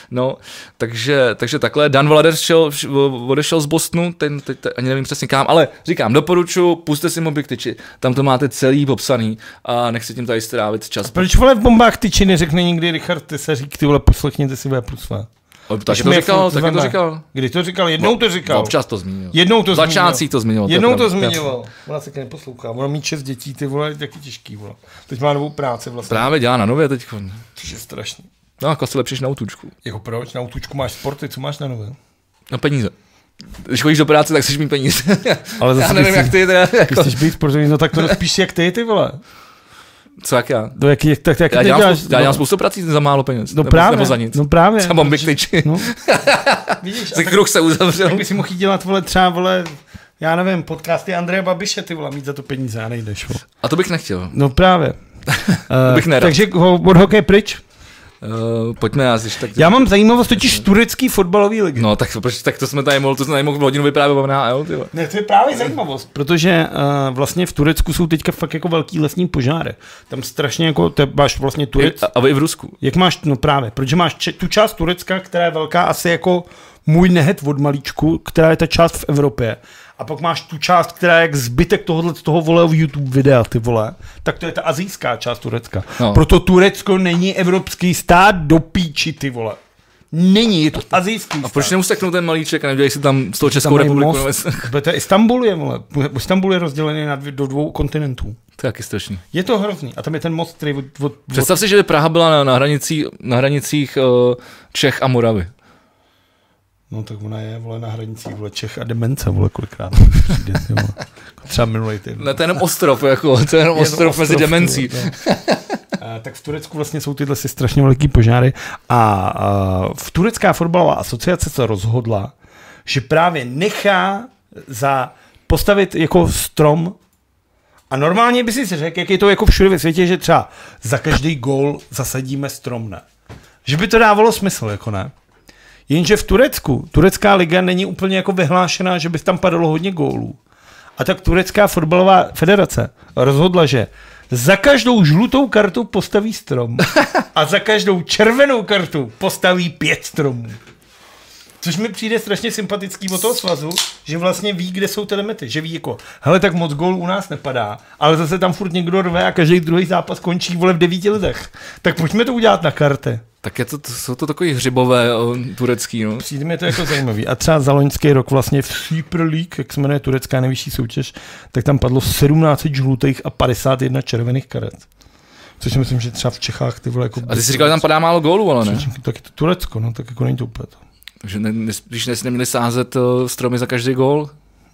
[SPEAKER 2] No, takže takhle. Dan Vlader odešel z Bostonu, ten ani nevím přesně kam, ale říkám, doporučuji, puste si Moby Tyči, tam to máte celý popsaný a nechci tím tady strávit čas.
[SPEAKER 1] Proč vole v Bombách Tyči neřekne nikdy Richard Tesařík, ty vole, poslechněte si V+V.
[SPEAKER 2] Taky to říkal.
[SPEAKER 1] Kdy to říkal? Jednou to říkal.
[SPEAKER 2] Občas to zmínil.
[SPEAKER 1] Začátcích
[SPEAKER 2] to zmiňoval.
[SPEAKER 1] Jednou to zmiňoval. Ona se neposlouchá. Ona mít 6 dětí, ty vole, taky těžký, vole. Teď má novou práci vlastně.
[SPEAKER 2] Právě dělá na Nově teď.
[SPEAKER 1] To je strašný.
[SPEAKER 2] No, jako si lepšíš na Autůčku.
[SPEAKER 1] Jako proč? Na Autůčku máš sporty, co máš na Nově?
[SPEAKER 2] Na peníze. Když chodíš do práce, tak chceš mít peníze.
[SPEAKER 1] Ale zase
[SPEAKER 2] já nevím, jak ty.
[SPEAKER 1] Jako... Chceš být sportovní, no tak to spíš jak ty vole.
[SPEAKER 2] Co jak já?
[SPEAKER 1] No, tak
[SPEAKER 2] já dělám spoustu prací za málo peněz.
[SPEAKER 1] No právě.
[SPEAKER 2] Nebo za nic.
[SPEAKER 1] No právě.
[SPEAKER 2] Za Moby Tyči.
[SPEAKER 1] No. Vidíš.
[SPEAKER 2] Za kruh se uzavřel.
[SPEAKER 1] Tak by si mohl dělat, vole, třeba, vole, já nevím, podcasty Andreje Babiše, ty vole, mít za to peníze a nejdeš, vole.
[SPEAKER 2] A to bych nechtěl.
[SPEAKER 1] No právě.
[SPEAKER 2] Bych nerad.
[SPEAKER 1] Takže od hokeje pryč?
[SPEAKER 2] Pojďme já si tak.
[SPEAKER 1] Já mám zajímavost totiž turecký fotbalový ligy.
[SPEAKER 2] No tak to jsme tady mohl hodinu vyprávět o NHL, ty.
[SPEAKER 1] Ne, to je právě zajímavost, protože vlastně v Turecku jsou teďka fakt jako velký lesní požáry. Tam strašně jako, máš vlastně Turec.
[SPEAKER 2] A i v Rusku.
[SPEAKER 1] Jak máš, no právě, protože máš tu část Turecka, která je velká asi jako můj nehet od malíčku, která je ta část v Evropě. A pak máš tu část, která je jak zbytek toho vole v YouTube videa, ty vole. Tak to je ta asijská část Turecka. No. Proto Turecko není evropský stát do píči, ty vole. Není, je to asijský stát.
[SPEAKER 2] A proč neuseknou ten malíček a nedělají si tam z toho Českou republiku?
[SPEAKER 1] To je Istanbul je, vole. Istanbul je rozdělený do 2 kontinentů.
[SPEAKER 2] To je taky strašný.
[SPEAKER 1] Je to hrozný. A tam je ten most, který
[SPEAKER 2] Představ si, že by Praha byla na hranicích Čech a Moravy.
[SPEAKER 1] No tak ona je, vole, na hranicích, vole, Čech a demence, vole, kolikrát přijde, vole. Třeba minulej týden.
[SPEAKER 2] Ne, to je jenom ostrov, jako, to je jenom ostrov mezi demencí.
[SPEAKER 1] Tak v Turecku vlastně jsou tyhle si strašně veliký požáry a v Turecká fotbalová asociace se rozhodla, že právě nechá postavit jako strom a normálně by si řekl, jak je to jako všude ve světě, že třeba za každý gól zasadíme strom, ne? Že by to dávalo smysl, jako ne? Jenže v Turecku, turecká liga není úplně jako vyhlášená, že by tam padalo hodně gólů. A tak turecká fotbalová federace rozhodla, že za každou žlutou kartu postaví strom a za každou červenou kartu postaví 5 stromů. Což mi přijde strašně sympatický od toho svazu, že vlastně ví, kde jsou ty limity. Že ví jako, hele, tak moc gól u nás nepadá, ale zase tam furt někdo rve a každý druhý zápas končí, vole, v 9 lidech. Tak pojďme to udělat na karty.
[SPEAKER 2] Tak jsou to takový hřibové turecký, no.
[SPEAKER 1] Přijde mi to jako zajímavý. A třeba za loňský rok vlastně v Super League, jak se jmenuje turecká nejvyšší soutěž, tak tam padlo 17 žlutých a 51 červených karet. Což si myslím, že třeba v Čechách ty vole jako...
[SPEAKER 2] A ty jsi říkal, že tam padá málo gólů, ale ne?
[SPEAKER 1] Tak je to Turecko, no, tak jako není to úplně to.
[SPEAKER 2] Takže když neměli sázet stromy za každý gól?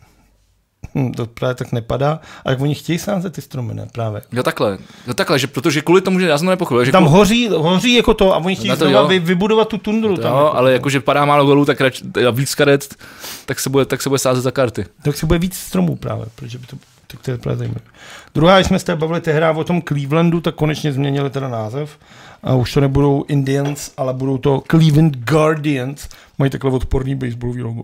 [SPEAKER 1] To právě tak nepadá, ale oni chtějí sázet ty stromy, ne? Právě.
[SPEAKER 2] Jo takhle, že protože kvůli tomu, že já jsem to nepochopil.
[SPEAKER 1] Tam hoří jako to a oni chtějí znova vybudovat tu tundru.
[SPEAKER 2] To
[SPEAKER 1] tam,
[SPEAKER 2] jo, jako ale jakože padá málo gólů, tak víc karet, tak se bude sázet za karty.
[SPEAKER 1] Tak se bude víc stromů právě, protože by to je právě zajímavé. Druhá, když jsme se bavili tehdy o tom Clevelandu, tak konečně změnili teda název. A už to nebudou Indians, ale budou to Cleveland Guardians. Mají takhle odporný baseballový logo.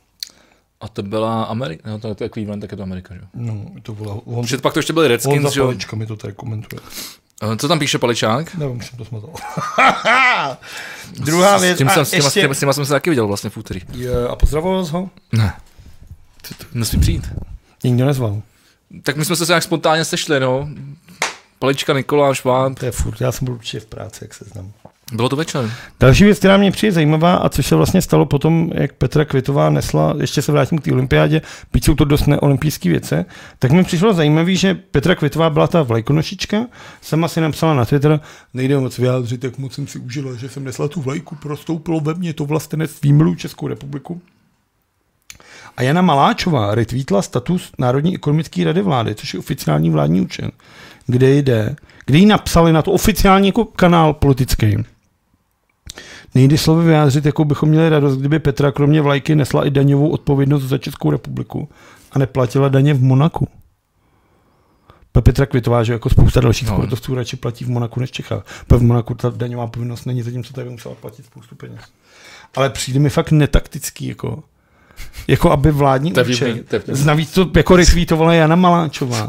[SPEAKER 2] A to byla Amerika? No to je Cleveland, tak je to Amerika, že jo?
[SPEAKER 1] No, to bylo...
[SPEAKER 2] Pak to ještě byly Redskins, že jo?
[SPEAKER 1] Palička mi to tady komentuje.
[SPEAKER 2] Co tam píše Paličák?
[SPEAKER 1] Nevím, jsem to smazal. Druhá věc.
[SPEAKER 2] S těma jsem se taky viděl vlastně v úterý.
[SPEAKER 1] A pozdravoval jsi ho?
[SPEAKER 2] Ne. Musí přijít.
[SPEAKER 1] Nikdo nezval.
[SPEAKER 2] Tak my jsme se nějak spontánně sešli, no. Palička, Nikoláš, Ván.
[SPEAKER 1] To je furt, já jsem byl určitě v práci, jak se znám.
[SPEAKER 2] Bylo to večer.
[SPEAKER 1] Další věc, která mě přijde zajímavá a což se vlastně stalo potom, jak Petra Kvitová nesla, ještě se vrátím k té olympiádě, byť jsou to dost neolympijské věci, tak mi přišlo zajímavý, že Petra Kvitová byla ta vlajkonošička, sama si napsala na Twitter, nejde moc vyjádřit, jak moc jsem si užila, že jsem nesla tu vlajku, prostoupilo ve mně to vlastenectví, miluji Českou republiku. A Jana Maláčová retweetla status Národní ekonomické rady vlády, což je oficiální vládní účet, kde jí napsali na to oficiální jako kanál politický. Nejde slovy vyjádřit, jako bychom měli radost, kdyby Petra kromě vlajky nesla i daňovou odpovědnost za Českou republiku a neplatila daně v Monaku. Petra Kvitová, že jako spousta dalších sportovců radši platí v Monaku než v Čechách. V Monaku ta daňová povinnost není, zatímco tady musela platit spoustu peněz. Ale přijde mi fakt netaktický, jako aby vládní účet. Navíc to jako retweetovala Jana Maláčová.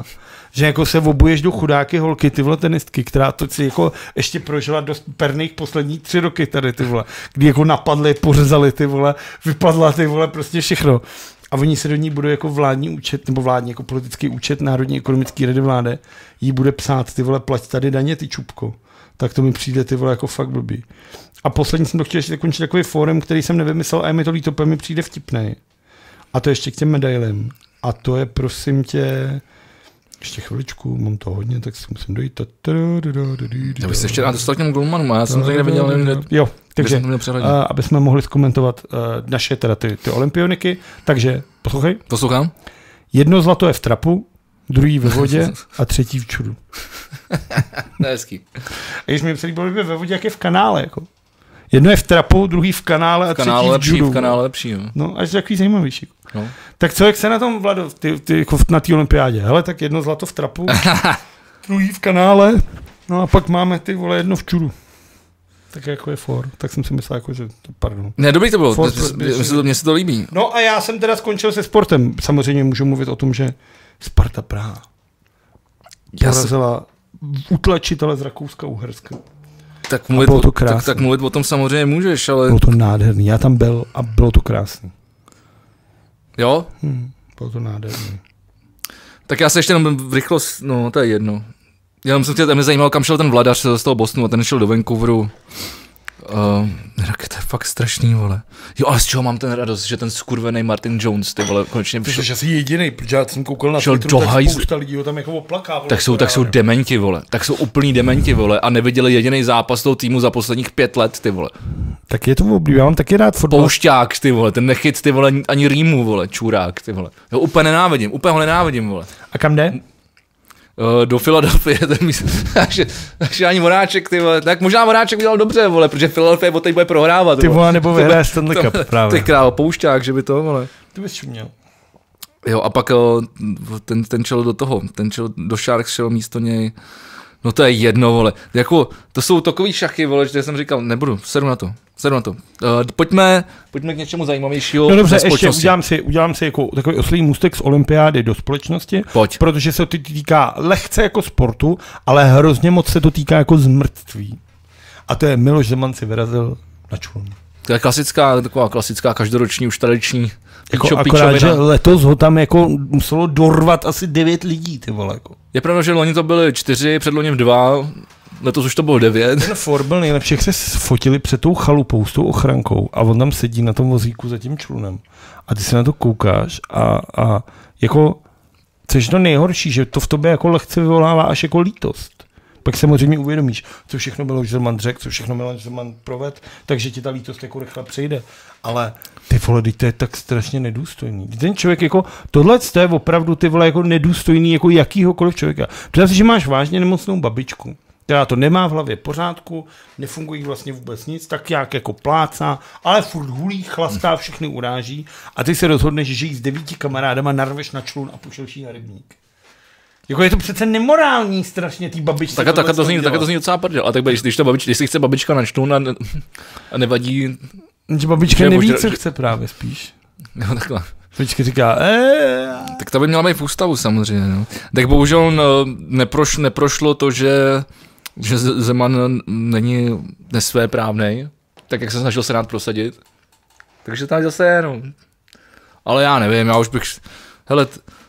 [SPEAKER 1] že jako se obuješ do chudáky holky, ty vole tenistky, která to si jako ještě prožila dost perných poslední 3 roky tady, ty vole, kdy jako napadly, pořezali, ty vole, vypadla, ty vole, prostě všechno. A oni se do ní budou jako vládní účet, nebo vládní jako politický účet Národní ekonomické rady vlády, jí bude psát, ty vole, plať tady daně, ty čupko. Tak to mi přijde, ty vole, jako fakt blbý. A poslední jsem to chtěl ještě zakončit takový fórem, který jsem nevymyslel a je mi to líto, mi přijde vtipnej. A to ještě k těm medailím. A to je, prosím tě, ještě chviličku, mám to hodně, tak si musím dojít.
[SPEAKER 2] Já bych se ještě rád dostal k těm golmanům, já jsem to někde viděl.
[SPEAKER 1] Jo, takže, aby jsme mohli zkomentovat naše teda ty olympioniky, takže poslouchej.
[SPEAKER 2] Poslouchám.
[SPEAKER 1] 1 zlato je v trapu, druhý ve vodě a třetí v čudu.
[SPEAKER 2] Hezký.
[SPEAKER 1] A když mi psali, bylo ve vodě, jak je v kanále, jako. 1 je v trapu, druhý v kanále a třetí v judu.
[SPEAKER 2] V kanále lepší, jo.
[SPEAKER 1] No, až takový zajímavější.
[SPEAKER 2] No.
[SPEAKER 1] Tak co, jak se na tom, Vlado, ty jako na té olympiádě? Hele, tak 1 zlato v trapu, druhý v kanále, no a pak máme ty vole 1 v čudu. Tak jako je for. Tak jsem si myslel, jako, že pardon.
[SPEAKER 2] Ne, dobrý to bylo, mně se to líbí.
[SPEAKER 1] No a já jsem teda skončil se sportem. Samozřejmě můžu mluvit o tom, že Sparta Praha porazila utlačitele z Rakouska-Uherska.
[SPEAKER 2] Tak mluvit o tom samozřejmě můžeš, ale...
[SPEAKER 1] Bylo to nádherný, já tam byl a bylo to krásný.
[SPEAKER 2] Jo?
[SPEAKER 1] Bylo to nádherný.
[SPEAKER 2] Tak já se ještě jenom v rychlost, no to je jedno. Jenom jsem mě zajímal, kam šel ten Vladař z toho Bostonu a ten šel do Vancouveru. To je fakt strašný, vole. Jo, ale z čeho mám ten radost, že ten skurvený Martin Jones, ty vole, konečně
[SPEAKER 1] přišel. Ty jsi asi jedinej, protože já jsem koukal na
[SPEAKER 2] Twitteru, tak
[SPEAKER 1] spousta lidí ho tam jako oplaká, vole.
[SPEAKER 2] Tak jsou dementi, vole. Tak jsou úplný dementi, vole. A neviděli jediný zápas toho týmu za posledních 5 let, ty vole.
[SPEAKER 1] Tak je to oblíbený, já mám taky rád fotbal.
[SPEAKER 2] Poušťák, ty vole, ten nechyt, ty vole, ani rýmu, vole, čurák, ty vole. Jo, úplně ho nenávidím, vole.
[SPEAKER 1] A kam jde?
[SPEAKER 2] Do Filadelfie, takže ani Moráček, ty vole, tak možná Moráček udělal dobře, vole, protože Filadelfie od teď bude prohrávat.
[SPEAKER 1] Ty vole, nebo vyhraje Stanley Cup, právě.
[SPEAKER 2] Ty král, Poušťák, že by to, vole.
[SPEAKER 1] Ty bys čuměl.
[SPEAKER 2] Jo, a pak ten čel do toho, do Sharks šel místo něj, no to je jedno, vole, jako, to jsou takový šachy, vole, že jsem říkal, nebudu, sedu na to. Pojďme k něčemu zajímavějšího.
[SPEAKER 1] No dobře, ještě udělám si jako takový oslý můstek z olympiády do společnosti.
[SPEAKER 2] Pojď.
[SPEAKER 1] Protože se to týká lehce jako sportu, ale hrozně moc se to týká jako zmrtví. A to je Miloš Zeman si vyrazil na člun.
[SPEAKER 2] To je taková klasická každoroční, už tradiční
[SPEAKER 1] jako akorát, že letos ho tam jako muselo dorvat asi 9 lidí, ty vole. Jako.
[SPEAKER 2] Je pravda, že loni to byly 4, předloním 2, letos už to bylo 9.
[SPEAKER 1] Ten for byl nejlepší, jak se fotili před tou chalupou s tou ochrankou a on tam sedí na tom vozíku za tím člunem. A ty se na to koukáš a jako, což to nejhorší, že to v tobě jako lehce vyvolává až jako lítost. Pak samozřejmě uvědomíš, co všechno bylo Zeman řekl, co všechno Miloš Zeman proved, takže ti ta lítost jako rychle přejde. Ale ty vole, to je tak strašně nedůstojný. Ten člověk jako, tohle je opravdu ty vole jako nedůstojný jako jakýhokoliv člověka. Představ si, že máš vážně nemocnou babičku, která to nemá v hlavě pořádku, nefungují vlastně vůbec nic, tak jak jako plácá, ale furt hulí, chlastá, všechny uráží a ty se rozhodneš, že jí s 9 kamarádama narveš na člun a pošleš jí na rybník. Jako je to přece nemorální strašně tý babičce.
[SPEAKER 2] Tak to zní docela prdel. A tak když si chce babička na člun a nevadí...
[SPEAKER 1] Že babička neví, co chce právě spíš.
[SPEAKER 2] Jo, takhle.
[SPEAKER 1] Babička říká,
[SPEAKER 2] Tak to by měla být v ústavu samozřejmě. No. Tak bohužel neprošlo to, že Zeman není nesvéprávnej, tak jak se snažil Senát prosadit. Takže tam zase, no. Ale já nevím, já už bych... Hele,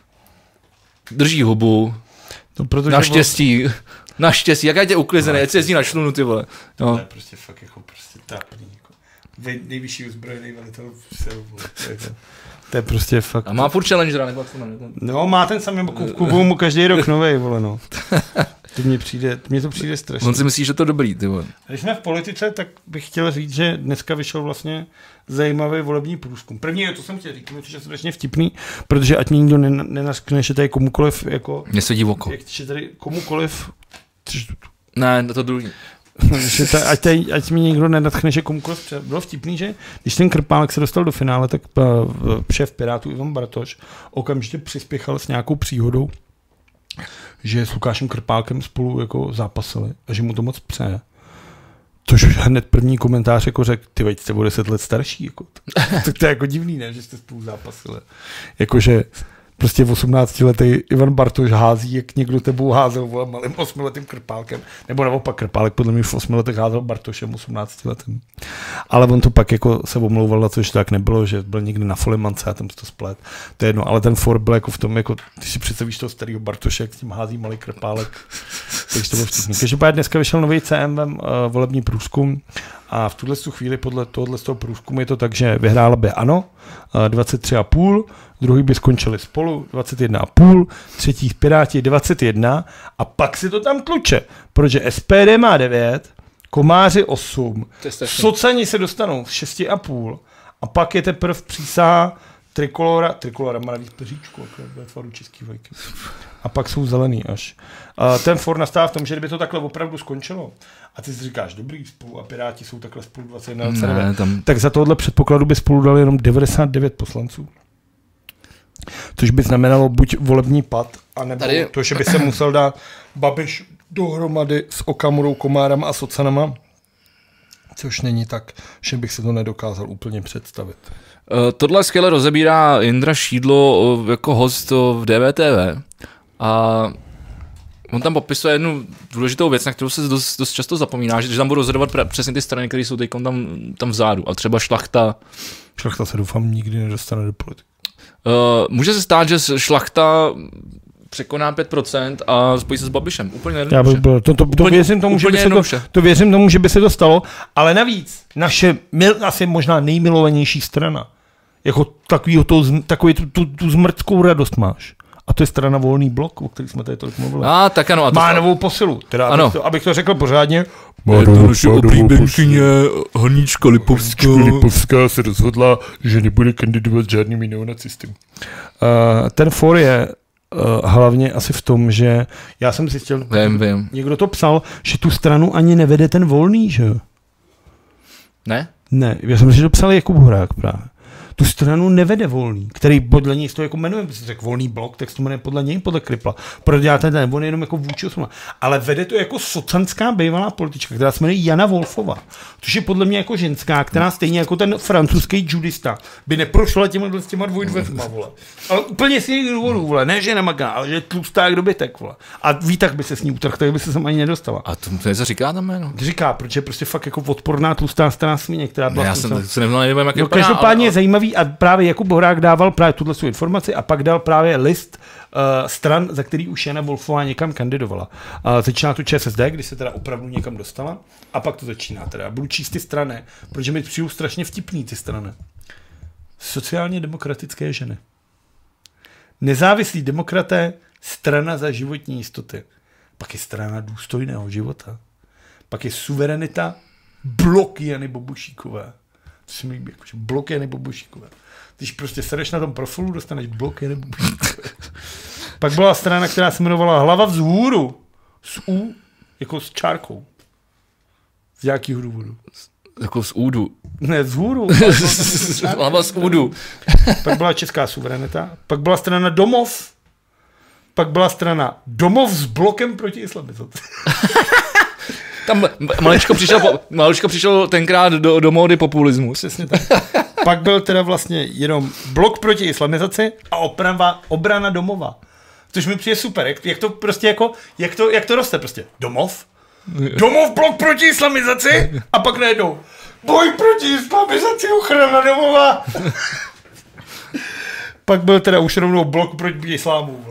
[SPEAKER 2] drží hubu.
[SPEAKER 1] No, protože
[SPEAKER 2] naštěstí, jak je tě uklizený, ať se jezdí na člunu, ty vole. No.
[SPEAKER 1] To je prostě fakt jako trapný. Jako. Nejvyšší uzbrojený velitel sil. To je prostě fakt...
[SPEAKER 2] A má furt Challengera, nebo co ne?
[SPEAKER 1] No, má ten samý, kupuju mu každý rok novej, vole, no. Mně to přijde strašně.
[SPEAKER 2] On si myslí, že to dobrý, ty vole.
[SPEAKER 1] Když jsme v politice, tak bych chtěl říct, že dneska vyšel vlastně zajímavý volební průzkum. První, to jsem chtěl říct, je strašně vtipný, protože ať mi nikdo nenaskne, že tady komukoliv jako...
[SPEAKER 2] Mně svědí v oko.
[SPEAKER 1] Že tady komukoliv...
[SPEAKER 2] Ne, to druhý.
[SPEAKER 1] Ať mi někdo nenadchne, že komukoliv bylo vtipný, že když ten Krpálek se dostal do finále, tak šéf Pirátů Ivan Bartoš okamžitě přispěchal s nějakou příhodou, že s Lukášem Krpálkem spolu jako zápasili a že mu to moc přeje. Což hned první komentář jako řekl, ty veď jste o 10 let starší. Jako. Tak to je jako divný, ne, že jste spolu zápasili. Jakože prostě 18letý Ivan Bartoš hází, jak někdo tebou házel, vole, malým 8letým krpálkem, nebo naopak krpálek podle mě v 8 letech házel Bartošem 18letým. Ale on to pak jako se omlouval na to, že tak nebylo, že byl někdy na Folimance a tam se to splet. To je jedno, ale ten for byl jako v tom, jako ty si představíš toho starého Bartoše, jak s tím hází malý krpálek. Takže to bylo vtipný. Každopádně dneska vyšel nový CMV volební průzkum a v tuhle chvíli podle tohohle z toho průzkumu je to tak, že vyhrála by ANO 23,5, druhý by skončili Spolu 21,5, třetí Piráti 21 a pak si to tam tluče, protože SPD má 9, Komáři 8, Socani se dostanou 6,5 a pak je teprve přísaha Trikolora má navíc peříčku, jako tvaru český vlajky. A pak jsou zelený až. Ten for nastává v tom, že kdyby to takhle opravdu skončilo, a ty si říkáš, dobrý, Spolu a Piráti jsou takhle Spolu 21, tak za tohle předpokladu by Spolu dali jenom 99 poslanců. Což by znamenalo buď volební pad, anebo tady to, že by se musel dát Babiš dohromady s Okamurou, Komárama a Socanama, což není tak, že bych se to nedokázal úplně představit.
[SPEAKER 2] Tohle skvěle rozebírá Jindra Šídlo jako host v DVTV a on tam popisuje jednu důležitou věc, na kterou se dost často zapomíná, že tam budou rozhodovat přesně ty strany, které jsou teď tam vzadu a třeba Šlachta.
[SPEAKER 1] Šlachta se doufám nikdy nedostane do politiky.
[SPEAKER 2] Může se stát, že Šlachta překoná 5% a spojí se s Babišem. Úplně jednoduše.
[SPEAKER 1] To věřím tomu, že by se to stalo, ale navíc naše asi možná nejmilovanější strana, jako takový tu zmrtskou radost máš. A to je strana Volný blok, o který jsme tady tolik mluvili.
[SPEAKER 2] Tak ano.
[SPEAKER 1] Má novou posilu. Teda, abych to řekl pořádně.
[SPEAKER 2] Je to naše oblíbenkyně Hanička
[SPEAKER 1] Lipovská se rozhodla, že nebude kandidovat žádnými neonacisty. Ten for je hlavně asi v tom, že já jsem zjistil,
[SPEAKER 2] vím.
[SPEAKER 1] Někdo to psal, že tu stranu ani nevede ten Volný, že jo?
[SPEAKER 2] Ne?
[SPEAKER 1] Ne, já jsem si to psal Jakub Horák právě. Tu stranu nevede Volný, který podle něj to jako jmenuje, by se řekl Volný blok, tak se to jmenuje podle něj, podle Kripla. Proto děláte ten, on je jenom jako vůči osma. Ale vede to jako socanská bývalá politička, která se jmenuje Jana Wolfová. Což je podle mě jako ženská, která stejně jako ten francouzský judista by neprošla těma dvojdveřma, vole. Ale úplně z jiných důvodů, vole. Ne, že nemaká, ale že je tlustá jak dobytek, vole. A Vítak by se s ní utrhl, tak by se sem ani nedostala.
[SPEAKER 2] A to něco říká tam jméno?
[SPEAKER 1] Říká, protože je prostě fakt jako odporná tlustá strana svině, která byla.
[SPEAKER 2] Já jsem se nevím, jak je
[SPEAKER 1] každopádně je zajímavý a právě Jakub Horák dával právě tuhle informaci a pak dal právě list stran, za který už Jana Wolfová někam kandidovala. Začíná to ČSSD, kdy se teda opravdu někam dostala a pak to začíná teda. Budu číst ty strany, protože mi přijou strašně vtipný ty strany. Sociálně demokratické ženy. Nezávislí demokraté, strana za životní jistoty. Pak je strana důstojného života. Pak je suverenita, blok Jany Bobošíkové. To se mi líbí, jakože blok Jany Bobošíkové. Když prostě sedeš na tom profilu, dostaneš blok Jany Bobošíkové. Pak byla strana, která se jmenovala Hlava vzhůru. S U, jako s čárkou. Z jakého důvodu?
[SPEAKER 2] Jako z údu.
[SPEAKER 1] Ne, vzhůru.
[SPEAKER 2] Hlava z údu.
[SPEAKER 1] Pak byla Česká suverenita. Pak byla strana Domov. Pak byla strana Domov s blokem proti islamizaci.
[SPEAKER 2] Tam maličko přišel tenkrát do módy populismu.
[SPEAKER 1] Přesně tak. Pak byl teda vlastně jenom blok proti islamizaci a obrana domova. Což mi přijde super, jak to prostě jako, jak to roste prostě. Domov, blok proti islamizaci a pak najednou boj proti islamizaci, ochrana domova. Pak byl teda už rovnou blok proti islámu.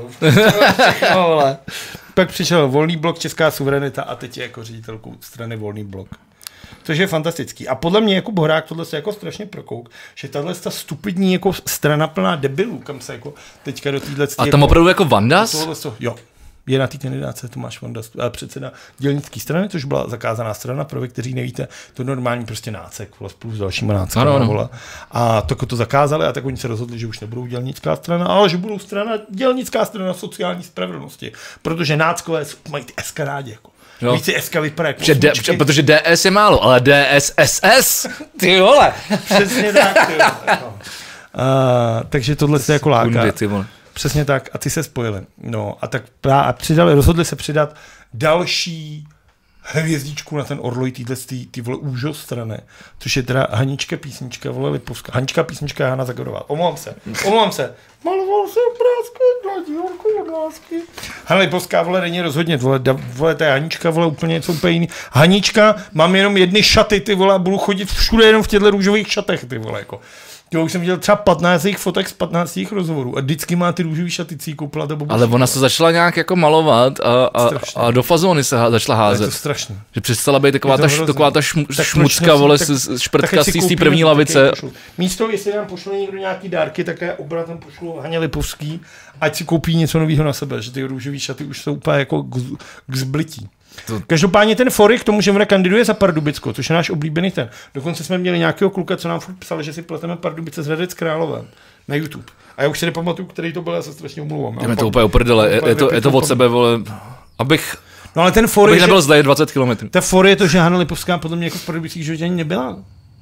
[SPEAKER 1] Pak přišel Volný blok, Česká suverenita a teď je jako ředitelkou strany Volný blok. Což je fantastický. A podle mě Jakub Horák tohle se jako strašně prokouk, že tahle ta stupidní jako strana plná debilů, kam se jako teďka do téhle...
[SPEAKER 2] A tam opravdu jako Vandas?
[SPEAKER 1] Jo. Je na té kandidáce Tomáš Vandas, předseda dělnické strany, což byla zakázaná strana, pro vy, kteří nevíte, to normální prostě nácek, spolu s dalšíma náckama. Ano. A to zakázali a tak oni se rozhodli, že už nebudou dělnická strana, ale že budou dělnická strana sociální spravedlnosti, protože náckové mají ty SK rádi, jako. Víc si SK vypadá jako
[SPEAKER 2] protože DS je málo, ale DSSS, ty vole.
[SPEAKER 1] Přesně tak, ty vole. Takže tohle se jako láká. Přesně tak, a ty se spojili. No a tak rozhodli se přidat další hvězdičku na ten orloj ty vole úžostrané, což je teda Hanička písnička, vole Lipovská. Hanička písnička Jana Zagorová. Omlouvám se. Maloval jsem prásky na dílku od lásky. Hele, Lipovská, vole, není rozhodně, vole, ta Hanička, vole, úplně něco úplně jiný. Hanička, mám jenom jedny šaty, ty vole, a budu chodit všude jenom v těchto růžových šatech, ty vole, jako. Jo, už jsem viděl třeba 15 fotek z 15 rozhovorů a vždycky má ty růžový šaty, koupila to bobo.
[SPEAKER 2] Ale ona se začala nějak jako malovat a do fazóny se začala házet.
[SPEAKER 1] Je to strašně.
[SPEAKER 2] Že přestala být taková ta šmucka, vole, šprtka z té první lavice.
[SPEAKER 1] Místo, jestli nám pošle někdo nějaký dárky, tak já obratem pošlu Haně Lipovský, ať si koupí něco nového na sebe, že ty růžový šaty už jsou úplně jako k zblití. Každopádně ten Fory k tomu, že ona kandiduje za Pardubicko, což je náš oblíbený ten. Dokonce jsme měli nějakého kluka, co nám furt psal, že si pleteme Pardubice s Hradec Králové na YouTube. A já už si nepamatuju, který to byl, já se strašně omlouvám.
[SPEAKER 2] Je to úplně uprdele, je to od sebe, vole, abych
[SPEAKER 1] ten Fory,
[SPEAKER 2] nebyl zdaje 20 km.
[SPEAKER 1] Ta Fory je to, že Hana Lipovská podle mě jako v Pardubicích životě ani nebyla.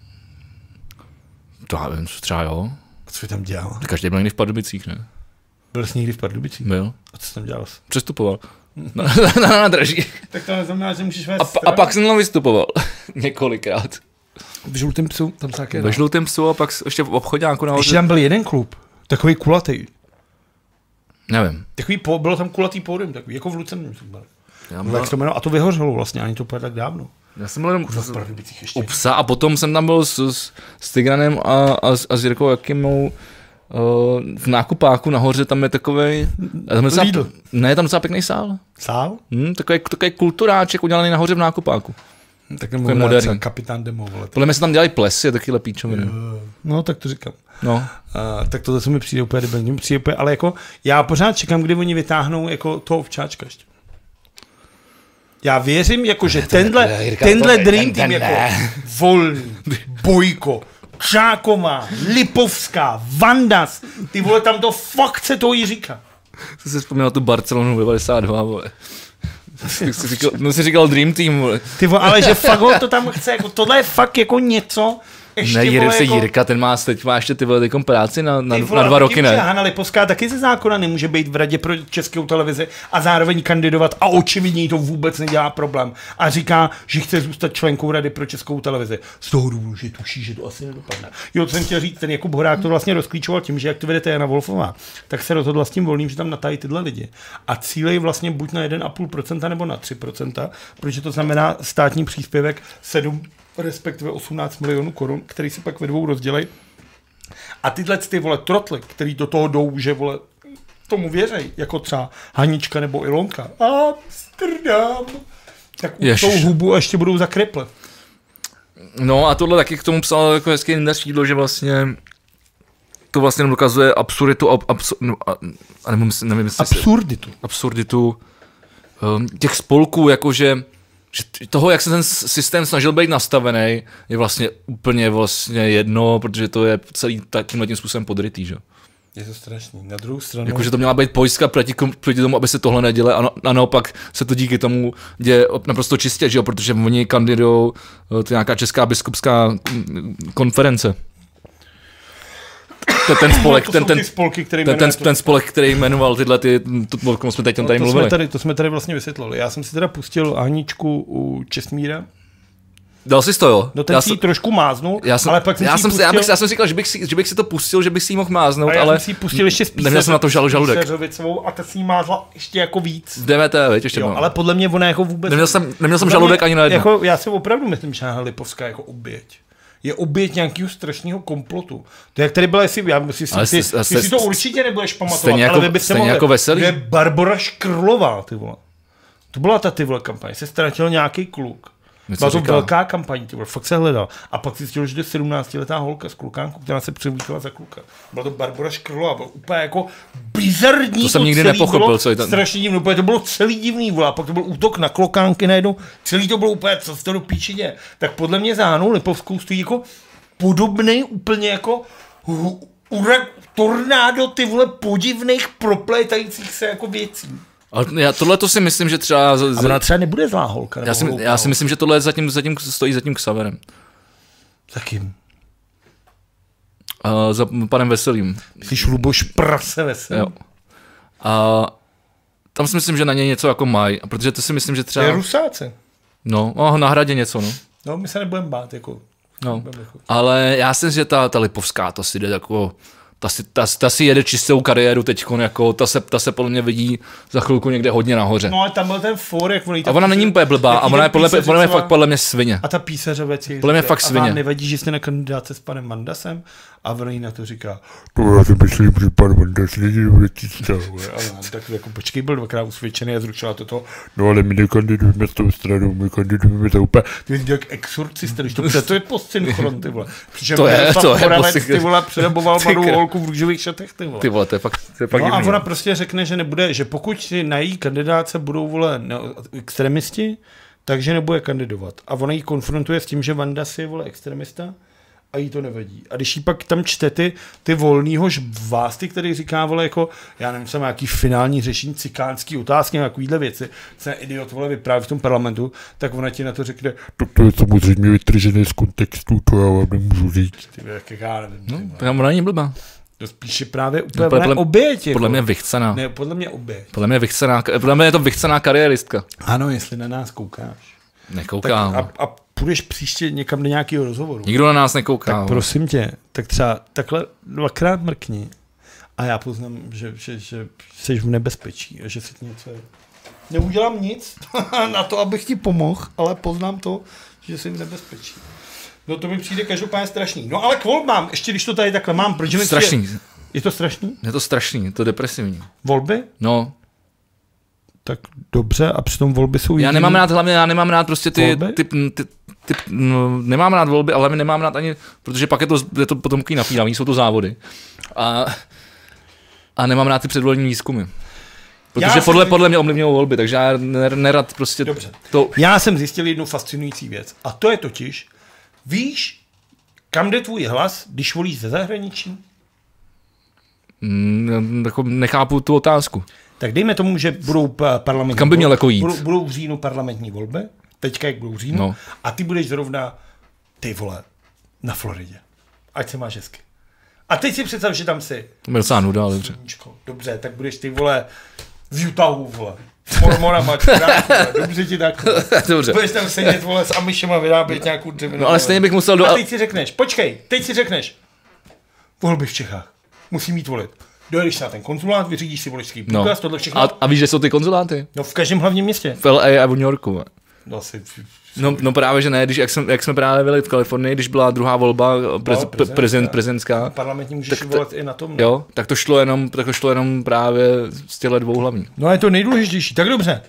[SPEAKER 2] To já vím, třeba jo.
[SPEAKER 1] A co jsi tam dělal?
[SPEAKER 2] Každý byl někdy v Pardubicích, ne?
[SPEAKER 1] Byl jsi někdy v Pardubicích?
[SPEAKER 2] Byl.
[SPEAKER 1] A co jsi tam dělal?
[SPEAKER 2] Přestupoval. Na nádraží.
[SPEAKER 1] Tak to neznamená, že můžeš vést
[SPEAKER 2] a pak jsem tam vystupoval. Několikrát.
[SPEAKER 1] V Žlutém psu, tam se také.
[SPEAKER 2] Ve Žlutém psu a pak ještě v obchodňáku nahoře.
[SPEAKER 1] Ještě tam byl jeden klub, takový kulatý.
[SPEAKER 2] Nevím.
[SPEAKER 1] Bylo tam kulatý pódium, takový, jako v Lucemburku. Jak to jmenovalo? A to vyhořelo vlastně, ani to úplně tak dávno.
[SPEAKER 2] Já jsem byl jenom u psa a potom jsem tam byl s Tigranem a s Jirkou Jakimou v nákupáku nahoře, tam je takovej... Ne, tam docela pěkný sál.
[SPEAKER 1] Sál?
[SPEAKER 2] Takový kulturáček udělaný nahoře v nákupáku.
[SPEAKER 1] Tak je moderní. Kapitán Demo, vole.
[SPEAKER 2] Podle mě se tam dělají plesy a taky píčoviny.
[SPEAKER 1] No, tak to říkám.
[SPEAKER 2] No.
[SPEAKER 1] Tak to se mi přijde úplně debilní. Ale jako, já pořád čekám, kdy oni vytáhnou jako toho ovčáčka ještě. Já věřím, jako, že tenhle Dream Team jako Volný, Bojko, Čáková, Lipovská, Vandas, ty vole, tam to fakt se to Jiříka.
[SPEAKER 2] Jsem si vzpomněl tu Barcelonu 92, vole. Jsi říkal Dream Team, vole.
[SPEAKER 1] Ty vole, ale že fakt ho to tam chce, jako tohle je fakt jako něco, ještě,
[SPEAKER 2] ne,
[SPEAKER 1] vole, jako...
[SPEAKER 2] Jirka, ten má ještě ty vole práci na 2 roky, ne?
[SPEAKER 1] Hana Lipovská taky ze zákona nemůže být v radě pro Českou televizi a zároveň kandidovat a očividně jí to vůbec nedělá problém. A říká, že chce zůstat členkou rady pro Českou televizi. Z toho důvodu, že tuší, že to asi nedopadne. Jo, co jsem chtěl říct, ten Jakub Horák to vlastně rozklíčoval tím, že jak to vedete Jana Wolfová, tak se rozhodl s tím Volným, že tam natají tyhle lidi. A cílejí vlastně buď na 1,5% nebo na 3%, protože to znamená státní příspěvek 7 respektive 18 milionů korun, který si pak ve dvou rozdělej. A tyhle ty vole trotly, který do toho jdou, že vole tomu věřej, jako třeba Hanička nebo Ilonka. Amsterdam. Tak tou hubu a ještě budou zakreplet.
[SPEAKER 2] No a tohle taky k tomu psal jako hezký Linda Šídlo, že vlastně to vlastně dokazuje absurditu absurditu těch spolků, jakože že toho, jak se ten systém snažil být nastavený, je vlastně úplně vlastně jedno, protože to je celý tímhle tím způsobem podrytý, že?
[SPEAKER 1] Je to strašný. Na druhou stranu...
[SPEAKER 2] Jakože to měla být pojistka proti tomu, aby se tohle nedělo a naopak se to díky tomu děje naprosto čistě, že jo? Protože oni kandidujou, to je nějaká Česká biskupská konference. Ten spolek, ten spolek, který jmenoval tyhle, komu jsme teď tady mluvili.
[SPEAKER 1] To jsme tady vlastně vysvětlili. Já jsem si teda pustil Haničku u Česmíra.
[SPEAKER 2] Dal jsi to, jo?
[SPEAKER 1] No ten si ji trošku máznul, ale pak
[SPEAKER 2] já jsem říkal, že bych si to pustil, že bych si ji mohl máznout, ale...
[SPEAKER 1] Já jsem si ji pustil ještě s
[SPEAKER 2] neměl jsem na to žaludek.
[SPEAKER 1] A ta si ji mázla ještě jako víc.
[SPEAKER 2] V DVT, veď, ještě
[SPEAKER 1] jo, ale podle mě ona jako vůbec...
[SPEAKER 2] Neměl jsem žaludek ani na jedno.
[SPEAKER 1] Jako, já si opravdu myslím, že Hana Lipovská jako oběť. Je oběť nějakého strašného komplotu. To jak tady byla, ty si to určitě nebudeš pamatovat, ale vy byste mohli.
[SPEAKER 2] Jako Veselý.
[SPEAKER 1] To je Barbora Škrlová, ty vole. To byla ta ty vole kampaň, se ztratil nějaký kluk. Byla to velká kampaň, ty vole, fakt se hledal. A pak zjistil, že to je 17letá holka z klukánku, která se převlíkala za kluka. Byla to Barbora Škrlová, byla úplně jako bizarní.
[SPEAKER 2] To jsem nikdy nepochopil, co je tam.
[SPEAKER 1] Strašně divný, úplně to bylo celý divný, vole, a pak to byl útok na klokánky najednou, celý to bylo úplně, co se to do píči děje. Tak podle mě za Hanou Lipovskou stojí jako podobný, úplně jako tornádo, ty vole, podivných proplétajících se jako věcí.
[SPEAKER 2] Tohle to si myslím, že třeba...
[SPEAKER 1] A ona třeba nebude zlá holka.
[SPEAKER 2] Já si myslím, že tohle stojí za tím Xaverem.
[SPEAKER 1] Za kým?
[SPEAKER 2] Za panem Veselým.
[SPEAKER 1] Myslíš Luboš prase Veselý?
[SPEAKER 2] Jo. A tam si myslím, že na něj něco jako mají. Protože to si myslím, že třeba...
[SPEAKER 1] To je Rusáce.
[SPEAKER 2] No, na Hradě něco, no.
[SPEAKER 1] No, my se nebudeme bát, jako.
[SPEAKER 2] No, ale já si myslím, že ta Lipovská, to si jde jako, ta si jede čistou kariéru teďkon, jako, ta se podle mě vidí za chvilku někde hodně nahoře.
[SPEAKER 1] No ale tam byl ten for, jak
[SPEAKER 2] a ona není úplně blbá, a ona je podle mě fakt podle mě svině.
[SPEAKER 1] A ta písařovec je,
[SPEAKER 2] podle mě fakt svině.
[SPEAKER 1] A vám nevadí, že jste na kandidáce s panem Mandasem? A ona jí na to říká,
[SPEAKER 3] No já si myslím, že pan Mandas není dobrý stav.
[SPEAKER 1] tak jako počkej, byl dvakrát usvědčený a zrušila toto.
[SPEAKER 3] No ale my nekandidujeme s tou stranou, my kandidujeme za úplně.
[SPEAKER 1] Ty jsi jak exorcista, když to je postsynchron, ty vole.
[SPEAKER 2] To je
[SPEAKER 1] ty vole, předaboval mladou holku v růžových šatech, ty vole.
[SPEAKER 2] Ty vole, to je fakt
[SPEAKER 1] no a ona prostě řekne, že nebude, že pokud si na její kandidáce budou, vole, extremisti, takže nebude kandidovat. A ona jí konfrontuje s tím, že Mandas je, vole, extremista a jí to nevadí. A když jí pak tam čte ty volnýhož vásty, který říká, vole, jako, já nevím, jsem nějaký finální řešení cikánský otázky, nějakýhle věci, se idiot, vole, vypráví v tom parlamentu, tak ona ti na to řekne,
[SPEAKER 3] tak to je samozřejmě vytržené z kontextu, to já vám nemůžu říct.
[SPEAKER 1] Ty, jak já nevím.
[SPEAKER 2] No, ona není blbá.
[SPEAKER 1] To spíše právě úplně oběť.
[SPEAKER 2] Podle mě vychcená.
[SPEAKER 1] Ne, podle mě oběť.
[SPEAKER 2] Podle mě je to vychcená kariéristka.
[SPEAKER 1] Ano, jestli na nás koukáš.
[SPEAKER 2] Nekoukám.
[SPEAKER 1] A půjdeš příště někam do nějakého rozhovoru.
[SPEAKER 2] Nikdo na nás nekouká.
[SPEAKER 1] Tak prosím tě, tak třeba takhle dvakrát mrkni a já poznám, že jsi v nebezpečí a že si něco... Neudělám nic na to, abych ti pomohl, ale poznám to, že jsi v nebezpečí. No to mi přijde každopádně strašný. No ale k volbám, ještě když to tady takhle mám, proč mi
[SPEAKER 2] strašný.
[SPEAKER 1] Je to strašný?
[SPEAKER 2] Je to strašný, je to depresivní.
[SPEAKER 1] Volby?
[SPEAKER 2] No.
[SPEAKER 1] Tak dobře, a přitom volby jsou
[SPEAKER 2] já nemám rád prostě nemám rád volby, ale nemám rád ani, protože pak je to potom takový napínavý, jsou to závody. A nemám rád ty předvolební výzkumy. Protože podle mě ovlivňují volby, takže já nerad prostě
[SPEAKER 1] dobře.
[SPEAKER 2] To...
[SPEAKER 1] Já jsem zjistil jednu fascinující věc. A to je totiž, víš, kam jde tvůj hlas, když volíš ze zahraničí?
[SPEAKER 2] Nechápu tu otázku.
[SPEAKER 1] Tak dejme tomu, že budou parlamentní
[SPEAKER 2] kam by měl jako jít?
[SPEAKER 1] Budou v říjnu parlamentní volby, teďka jak budou v říjnu, no. A ty budeš zrovna, ty vole, na Floridě. Ať se máš hezky. A teď si představ, že tam jsi.
[SPEAKER 2] To byl docela nuda, ale dobře.
[SPEAKER 1] Dobře, tak budeš ty, vole, z Utahu, vole. S Mormonama, dobře ti tak.
[SPEAKER 2] Dobře.
[SPEAKER 1] Budeš tam sedět, vole, s Amišema vyrábět nějakou dřevinu.
[SPEAKER 2] No ale stejně bych musel
[SPEAKER 1] A teď si řekneš, volby v Čechách. Musí mít volit. Dojedeš se na ten konzulát, vyřídíš si voličský průkaz, tohle všechno.
[SPEAKER 2] A víš, že jsou ty konzuláty?
[SPEAKER 1] No v každém hlavním městě.
[SPEAKER 2] V LA a v New Yorku.
[SPEAKER 1] No
[SPEAKER 2] právě, že ne, jak jsme právě byli v Kalifornii, když byla druhá volba prezidentská.
[SPEAKER 1] Parlamentní můžeš volit i na tom.
[SPEAKER 2] Ne? Jo, tak to šlo jenom právě z těchto dvou hlavních.
[SPEAKER 1] No a je to nejdůležitější, tak dobře.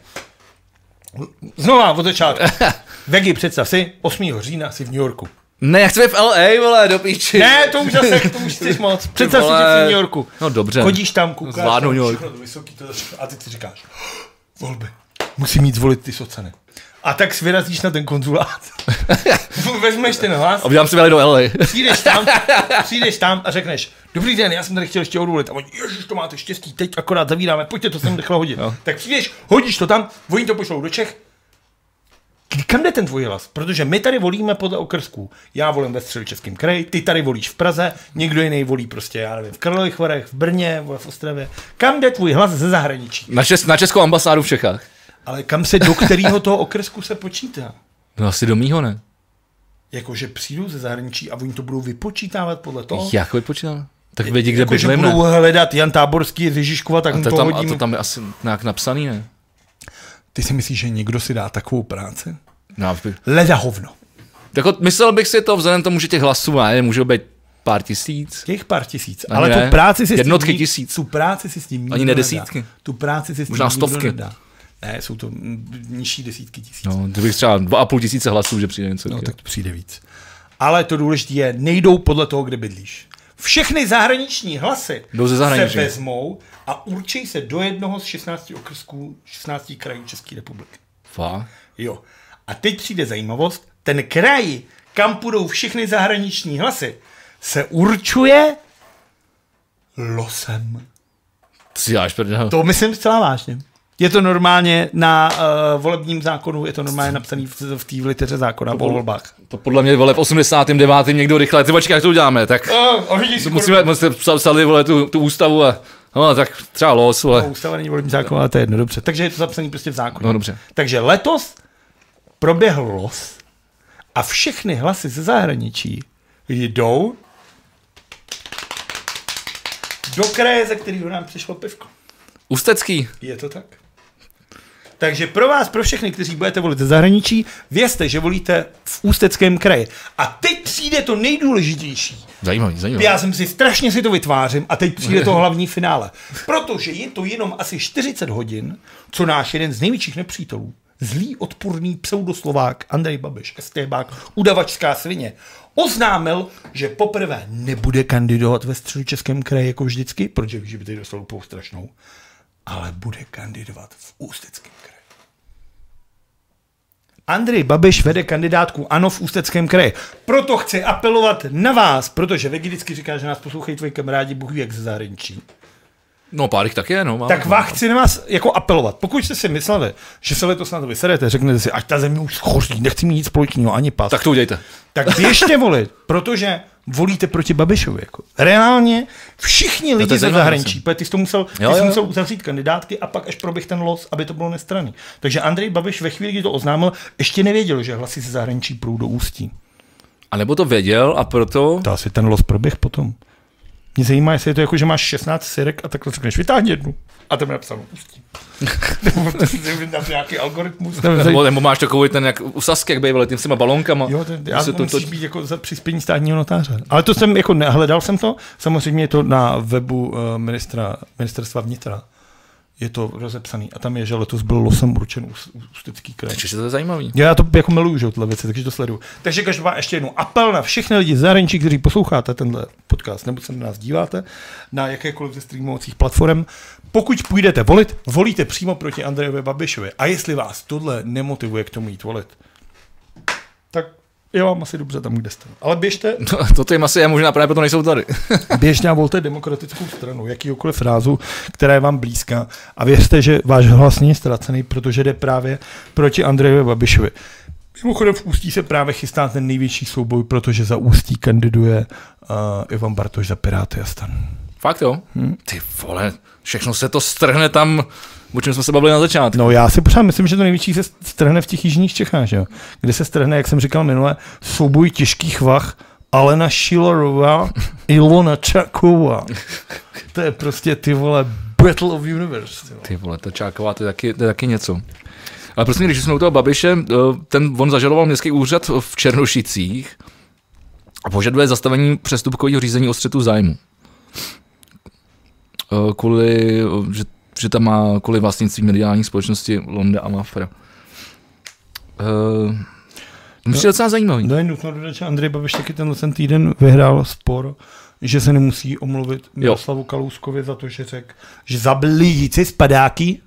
[SPEAKER 1] Znova od začátku. Vegi, představ si, 8. října si v New Yorku.
[SPEAKER 2] Ne, jak jsme v LA, vole, do píči.
[SPEAKER 1] Ne, to už chceš moc. Představ si, že jsi v New Yorku.
[SPEAKER 2] No dobře.
[SPEAKER 1] Chodíš tam, koukáš.
[SPEAKER 2] Zvládnu New York.
[SPEAKER 1] A ty si říkáš, volby. Musí mít zvolit ty socany. A tak si vyrazíš na ten konzulát. Vezmeš ten hlas.
[SPEAKER 2] A udělám si veli do LA.
[SPEAKER 1] Přijdeš tam a řekneš, dobrý den, já jsem tady chtěl ještě odvolit. A oni, ježiš, to máte štěstí, teď akorát zavíráme, pojďte to sem rychle hodit. No. Tak přijdeš, hodíš to tam, oni to pošlou do Čech. Kam jde ten tvůj hlas? Protože my tady volíme podle okrsků. Já volím ve Středočeském kraji, ty tady volíš v Praze, někdo jiný volí prostě, já nevím, v Karlových Varech, v Brně, v Ostravě. Kam jde tvůj hlas ze zahraničí?
[SPEAKER 2] Na českou ambasádu v Čechách.
[SPEAKER 1] Ale kam se do kterého toho okrsku se počítá?
[SPEAKER 2] No asi do mýho, ne?
[SPEAKER 1] Jakože přijdu ze zahraničí a oni to budou vypočítávat podle toho?
[SPEAKER 2] Jak vypočítávat? Tak vědí, kde
[SPEAKER 1] bydlím,
[SPEAKER 2] ne?
[SPEAKER 1] Budou hledat Jan Táborský z Ježíškova, tak mu to hodím.
[SPEAKER 2] A to tam je asi nějak napsaný, ne?
[SPEAKER 1] Ty si myslíš, že někdo si dá takovou práci?
[SPEAKER 2] No,
[SPEAKER 1] leda hovno.
[SPEAKER 2] Tak myslel bych si to, vzhledem tomu, že těch hlasů můžou být pár tisíc.
[SPEAKER 1] Těch pár tisíc. Ale tu práci si
[SPEAKER 2] jednotky tisíc.
[SPEAKER 1] Tu práci si s tím
[SPEAKER 2] ani ne desítky.
[SPEAKER 1] Tu práci si s tím
[SPEAKER 2] možná stovky.
[SPEAKER 1] Nedá. Ne, jsou to nižší desítky tisíc.
[SPEAKER 2] No, to bych třeba 2,5 tisíce hlasů, že přijde něco.
[SPEAKER 1] No, tak to přijde víc. Ale to důležité je, nejdou podle toho, kde bydlíš. Všechny zahraniční hlasy se vezmou a určí se do jednoho z 16 okrsků, 16 krajů České republiky.
[SPEAKER 2] Fakt?
[SPEAKER 1] Jo. A teď přijde zajímavost, ten kraj, kam půjdou všechny zahraniční hlasy, se určuje losem. To myslím zcela vážně. Je to normálně na volebním zákonu, je to normálně napsaný v té liteře zákona o volbách.
[SPEAKER 2] To podle mě, vole, v 89. někdo rychle, ty počkej, jak to uděláme, tak musíme psali, vole, tu ústavu a no, tak třeba los, vole.
[SPEAKER 1] No, ústava není volební zákon, ale to je jedno, dobře. Takže je to zapsaný prostě v zákoně.
[SPEAKER 2] No, dobře.
[SPEAKER 1] Takže letos proběhl los a všechny hlasy ze zahraničí jdou do kraje, ze kterého nám přišlo pivko.
[SPEAKER 2] Ústecký.
[SPEAKER 1] Je to tak. Takže pro vás, pro všechny, kteří budete volit ze zahraničí, vězte, že volíte v Ústeckém kraji. A teď přijde to nejdůležitější.
[SPEAKER 2] Zajímavý.
[SPEAKER 1] Já jsem strašně si to vytvářím a teď přijde to hlavní finále. Protože je to jenom asi 40 hodin, co náš jeden z největších nepřítelů, zlý odporný pseudoslovák Andrej Babiš, STBák, udavačská svině, oznámil, že poprvé nebude kandidovat ve Středočeském kraji jako vždycky, protože víš, že by tady dostal úplnou strašnou, ale bude kandidovat v Ústeckém kraji. Andrej Babiš vede kandidátku ANO v Ústeckém kraji. Proto chci apelovat na vás, protože Vegi vždycky říká, že nás poslouchají tvoji kamarádi, Bůh ví jak ze zahraničí.
[SPEAKER 2] No, pár jich tak je, no.
[SPEAKER 1] Tak vás chci na vás jako apelovat. Pokud jste si mysleli, že se letos na to vyserete, řeknete si, ať ta země už schoří, nechci mít nic společného, ani pas.
[SPEAKER 2] Tak to udějte.
[SPEAKER 1] Tak běžte volit, protože volíte proti Babišovi. Jako. Reálně všichni lidi ze zahraničí, protože ty jsi musel uzavřít kandidátky a pak až proběh ten los, aby to bylo nestranný. Takže Andrej Babiš ve chvíli, kdy to oznámil, ještě nevěděl, že hlasy ze zahraničí půjdou do Ústí.
[SPEAKER 2] A nebo to věděl a proto...
[SPEAKER 1] To asi ten los proběh potom. Mě zajímá, jestli je to jako, že máš 16 syrek a takhle řekneš, vytáhni jednu. A tam je napsáno Ústí. Nebo nějaký algoritmus.
[SPEAKER 2] Nebo máš takový ten, jak u Sasky, jak bývaly, tím s těma balonkama.
[SPEAKER 1] Jo, musíš být jako za přispění státního notáře. Ale to jsem, jako hledal jsem to, samozřejmě je to na webu ministerstva vnitra. Je to rozepsaný a tam je, že letos byl losem určen Ústecký kraj.
[SPEAKER 2] Takže to je zajímavý.
[SPEAKER 1] Já to jako miluju, že tyhle věci, takže to sleduju. Takže každopádně ještě jednou apel na všechny lidi z zahraničí, kteří posloucháte tenhle podcast, nebo se na nás díváte, na jakékoliv ze streamovacích platform. Pokud půjdete volit, volíte přímo proti Andrejovi Babišovi. A jestli vás tohle nemotivuje k tomu jít volit, tak je vám asi dobře tam, kde jste. Ale běžte.
[SPEAKER 2] To jim asi je možná právě, proto nejsou tady.
[SPEAKER 1] Běžně a volte demokratickou stranu, jakýkoliv rázu, která je vám blízká. A věřte, že váš hlas není ztracený, protože jde právě proti Andrejovi Babišovi. Mimochodem v Ústí se právě chystá ten největší souboj, protože za Ústí kandiduje Ivan Bartoš za Piráty a STAN.
[SPEAKER 2] Fakt jo? Ty vole, všechno se to strhne tam, o čem jsme se bavili na začátku.
[SPEAKER 1] No já si pořád myslím, že to největší se strhne v těch jižních Čechách, jo? Kde se strhne, jak jsem říkal minule, souboj těžkých vah Alena Schillerová, Ilona Čáková. To je prostě, ty vole, Battle of Universe.
[SPEAKER 2] Ty vole, ta Čáková, to je taky něco. Ale prostě, když jsme u toho Babiše, on zažaloval městský úřad v Černošicích a požaduje zastavení přestupkového řízení o střetu zájmu. Že tam má kvůli vlastnictví mediální společnosti Londa a Mafra. To je docela zajímavý.
[SPEAKER 1] No je nutno dodat, že Andrej Babiš taky ten týden vyhrál spor, že se nemusí omluvit Miroslavu Kalouskovi za to, že řekl, že zabil lidi spadáky,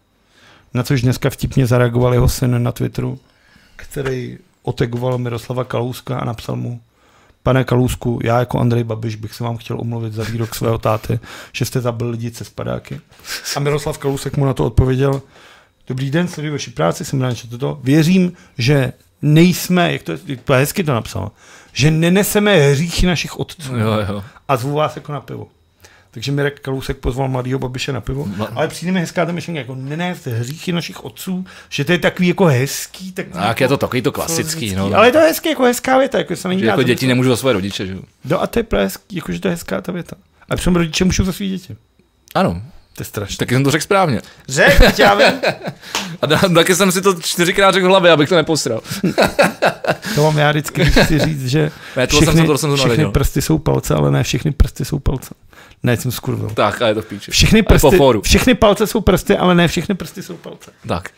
[SPEAKER 1] na což dneska vtipně zareagoval jeho syn na Twitteru, který otegoval Miroslava Kalouska a napsal mu: Pane Kalousku, já jako Andrej Babiš bych se vám chtěl omluvit za výrok svého táty, že jste zabil lidi spadáky. A Miroslav Kalousek mu na to odpověděl: Dobrý den, sleduji vaši práci, jsem rád, že toto. Věřím, že nejsme, jak to je hezky to napsal, že neneseme hříchy našich otců.
[SPEAKER 2] Jo.
[SPEAKER 1] A zvu vás jako na pivo. Takže Mirek Kalousek pozval mladýho Babiše na pivo, ale přijde mi hezká ta myšlenka, jako nenést hříchy našich otců, že to je takový jako hezký. Tak
[SPEAKER 2] jak je to takový to klasický. No.
[SPEAKER 1] Ale je to hezký, jako hezká věta. Jako se není
[SPEAKER 2] jako děti nemůžou za své rodiče. Že?
[SPEAKER 1] No a to je hezký, jakože to je hezká ta věta. A přitom rodiče můžou za svý děti.
[SPEAKER 2] Ano.
[SPEAKER 1] To je strašné.
[SPEAKER 2] Taky jsem to řekl správně.
[SPEAKER 1] Řekl, já vím.
[SPEAKER 2] A taky jsem si to 4krát řekl v hlavě, abych to neposral.
[SPEAKER 1] To mám já vždycky chci říct, že všechny prsty jsou palce, ale ne všechny prsty jsou palce. Ne, jsem skurvil.
[SPEAKER 2] Tak, a je to v píči.
[SPEAKER 1] Všechny palce jsou prsty, ale ne všechny prsty jsou palce.
[SPEAKER 2] Tak.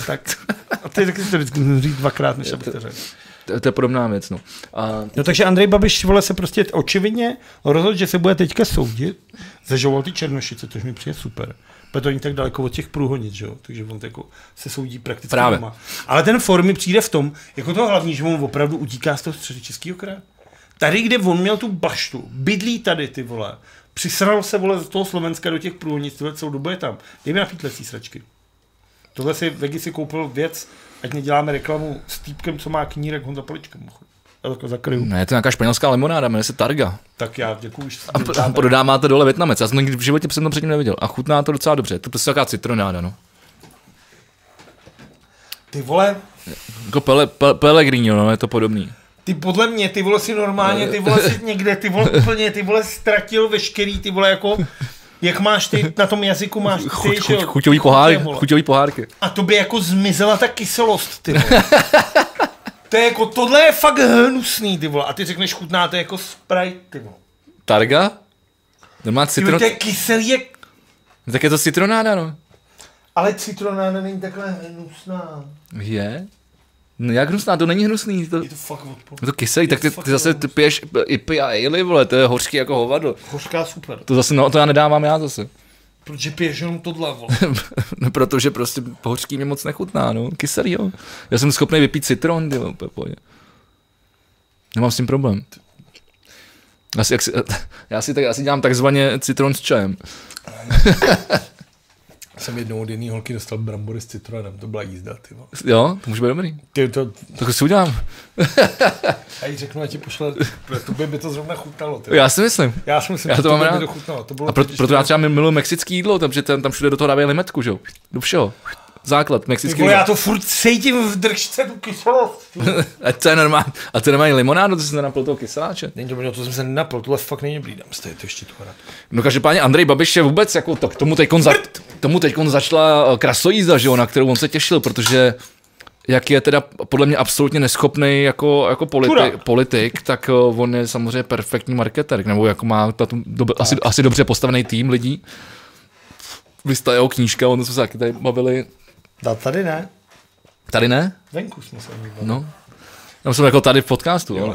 [SPEAKER 1] A ty taky si to vždycky musím říct dvakrát, než abych to řekl.
[SPEAKER 2] To je podobná věc, no.
[SPEAKER 1] No takže Andrej Babiš, vole, se prostě očividně rozhodl, že se bude teďka soudit za žaloval ty Černošice, což mi přijde super. Protože to není tak daleko od těch průhonic, že jo? Takže on jako se soudí prakticky doma. Ale ten for mi přijde v tom, jako to hlavní, že on opravdu utíká z toho Středočeského kraje. Tady, kde on měl tu baštu, bydlí tady, ty vole, přisral se, vole, z toho Slovenska do těch průhonic, tyhle celou dobu je tam. Dej mi na fítlecí sračky. Tohle Vegi si koupil věc, ať neděláme reklamu s týpkem, co má knírek Honza Poličkem. Já to zakryju.
[SPEAKER 2] Ne, to je nějaká španělská limonáda, jmenuje se Targa.
[SPEAKER 1] Tak já děkuju.
[SPEAKER 2] A prodává to dole Vietnamec. Já jsem v životě jsem to předtím neviděl. A chutná to docela dobře. To je prostě taková citronáda, no.
[SPEAKER 1] Ty vole,
[SPEAKER 2] Jako Pellegrino, no, je to podobný.
[SPEAKER 1] ty podle mě, ty vole si normálně, ty vole si někde, ty vole úplně, ty vole ztratil veškerý, ty vole jako, jak máš ty, na tom jazyku máš ty,
[SPEAKER 2] Chuťový pohárky.
[SPEAKER 1] A to by jako zmizela ta kyselost, ty vole. To je jako, tohle je fakt hnusný, ty vole. A ty řekneš, chutná to jako Sprite, ty vole.
[SPEAKER 2] Targa? Nemá citron...
[SPEAKER 1] To je kyselý, jak...
[SPEAKER 2] Tak je to citronáda, no.
[SPEAKER 1] Ale citronáda není takhle hnusná.
[SPEAKER 2] Je? No jak hnusná, to není hnusný. To...
[SPEAKER 1] Je to fakt odpor.
[SPEAKER 2] Je to kyselý, tak ty zase ty piješ IPA a ale, vole, to je hořký jako hovado.
[SPEAKER 1] Hořká super.
[SPEAKER 2] To zase, no to já nedávám já zase.
[SPEAKER 1] Protože piješ jenom tohle, vole.
[SPEAKER 2] No, protože prostě hořký mě moc nechutná, no. Kyselý, jo. Já jsem schopný vypít citron, ty vole, nemám s tím problém. Já si dělám takzvaně citron s čajem.
[SPEAKER 1] Jsem jednou od jedné holky dostal brambory s citronem, to byla jízda, ty vole.
[SPEAKER 2] Jo, to může být dobrý. Tak si udělám.
[SPEAKER 1] Já jí řeknu, a ti pošle, to by to zrovna chutnalo, ty.
[SPEAKER 2] Já si myslím.
[SPEAKER 1] Já si myslím,
[SPEAKER 2] že to
[SPEAKER 1] by
[SPEAKER 2] rád.
[SPEAKER 1] to chutnalo. To bylo
[SPEAKER 2] a proto já třeba miluji mexický jídlo, takže tam všude do toho dávají limetku, že jo. Do všeho. Základ mexický jídlo.
[SPEAKER 1] Já to furt cítím v držce tu kyselost.
[SPEAKER 2] A to je normální. A to nemá limonádu, to jsi nenapil toho kyseláče.
[SPEAKER 1] Není to, to jsem se nenapil, tohle fakt není dobrý, dám si to ještě tu hrad.
[SPEAKER 2] No každopádně Andrej Babiš je vůbec jako k tomu teďkon začala krasojízda, že jo, na kterou on se těšil, protože jak je teda podle mě absolutně neschopný jako politik, tak on je samozřejmě perfektní marketer, nebo jako má asi dobře postavený tým lidí. Vysta jeho knížka, ono jsme se taky tady bavili.
[SPEAKER 1] Tady ne.
[SPEAKER 2] Tady ne?
[SPEAKER 1] Venku jsme se bavili.
[SPEAKER 2] No. Já jsem jako tady v podcastu, jo,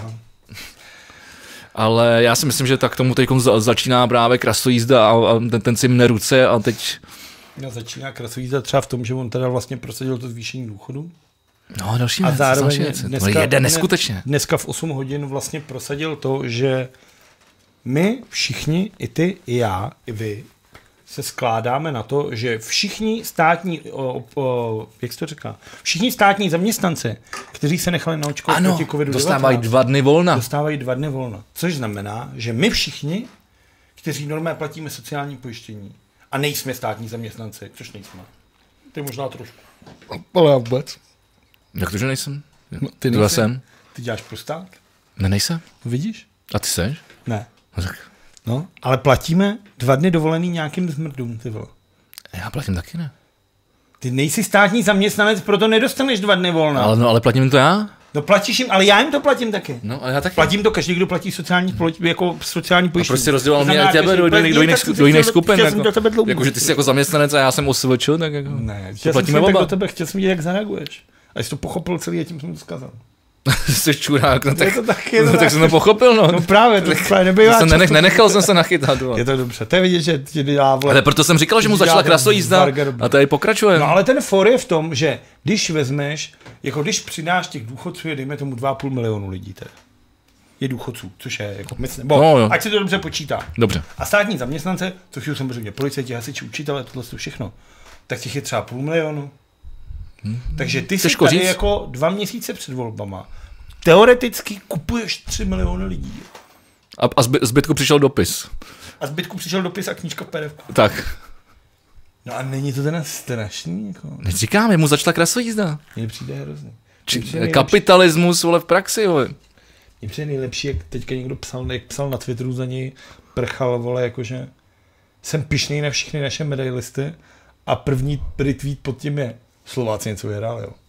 [SPEAKER 2] ale já si myslím, že tak tomu teď začíná právě krasojízda a ten si mne ruce a teď...
[SPEAKER 1] No, začíná krasojízda třeba v tom, že on teda vlastně prosadil to zvýšení důchodu.
[SPEAKER 2] No a další
[SPEAKER 1] věc. A zároveň
[SPEAKER 2] jede neskutečně.
[SPEAKER 1] Dneska v 8 hodin vlastně prosadil to, že my všichni, i ty, i já, i vy, se skládáme na to, že všichni státní, jak se to říká, všichni státní zaměstnanci, kteří se nechali naočkovat proti covidu-19,
[SPEAKER 2] dostávají 2 dny volna.
[SPEAKER 1] Dostávají 2 dny volna. Což znamená, že my všichni, kteří normálně platíme sociální pojištění a nejsme státní zaměstnanci, což nejsme. Ty možná trošku. Ale já vůbec.
[SPEAKER 2] Jak to, že nejsem?
[SPEAKER 1] No, ty nejsem.
[SPEAKER 2] Jsem.
[SPEAKER 1] Ty děláš pro stát?
[SPEAKER 2] Ne, nejsem.
[SPEAKER 1] Vidíš?
[SPEAKER 2] A ty seš?
[SPEAKER 1] Ne.
[SPEAKER 2] No, tak.
[SPEAKER 1] No, ale platíme 2 dny dovolený nějakým zmrdům, ty vole.
[SPEAKER 2] Já platím taky ne.
[SPEAKER 1] Ty nejsi státní zaměstnanec, proto nedostaneš 2 dny volna.
[SPEAKER 2] Ale platím to já?
[SPEAKER 1] No platíš jim, ale já jim to platím taky.
[SPEAKER 2] No, ale já taky.
[SPEAKER 1] Platím to každý, kdo platí sociální pojištění. A
[SPEAKER 2] proč si rozdělal mě a tebe do jiných skupin? Jakože ty jsi jako zaměstnanec a já jsem OSVČ, tak jako...
[SPEAKER 1] Ne, chtěl jsem tak do tebe, chtěl jsem vidět, jak zareaguješ. A jsi to pochopil celý a tím jsem to zkazal.
[SPEAKER 2] Jsi čurák, no tak,
[SPEAKER 1] tak
[SPEAKER 2] jsem to pochopil, no.
[SPEAKER 1] No právě, to právě nebývá.
[SPEAKER 2] Nenechal jsem se nachytat.
[SPEAKER 1] Je to dobře, to je vidět, že ti dělá, vole.
[SPEAKER 2] Ale proto jsem říkal, že mu začala krasojízda a tady pokračuje.
[SPEAKER 1] No ale ten for je v tom, že když vezmeš, jako když přidáš těch důchodců, je dejme tomu 2,5 milionu lidí tady. Je důchodců, což je jako myslím, ať si to dobře počítá.
[SPEAKER 2] Dobře.
[SPEAKER 1] A státní zaměstnance, což už jsem řekl, policajti, hasiči, učitelé, tohle všechno, tak těch je třeba 500 000. Takže ty si tady jako 2 měsíce před volbama teoreticky kupuješ 3 miliony lidí.
[SPEAKER 2] A zbytku přišel dopis.
[SPEAKER 1] A knížka v PDF.
[SPEAKER 2] Tak.
[SPEAKER 1] No a není to teda strašný? Jako...
[SPEAKER 2] Neříkám, mu začala krasojízda.
[SPEAKER 1] Mně přijde hrozný.
[SPEAKER 2] Kapitalismus, vole, v praxi, vole.
[SPEAKER 1] Mně přijde nejlepší, jak teďka někdo psal na Twitteru za něj, prchal, vole, jakože jsem pyšný na všechny naše medailisty a první retweet pod tím je Slováci něco vyhráli, jo.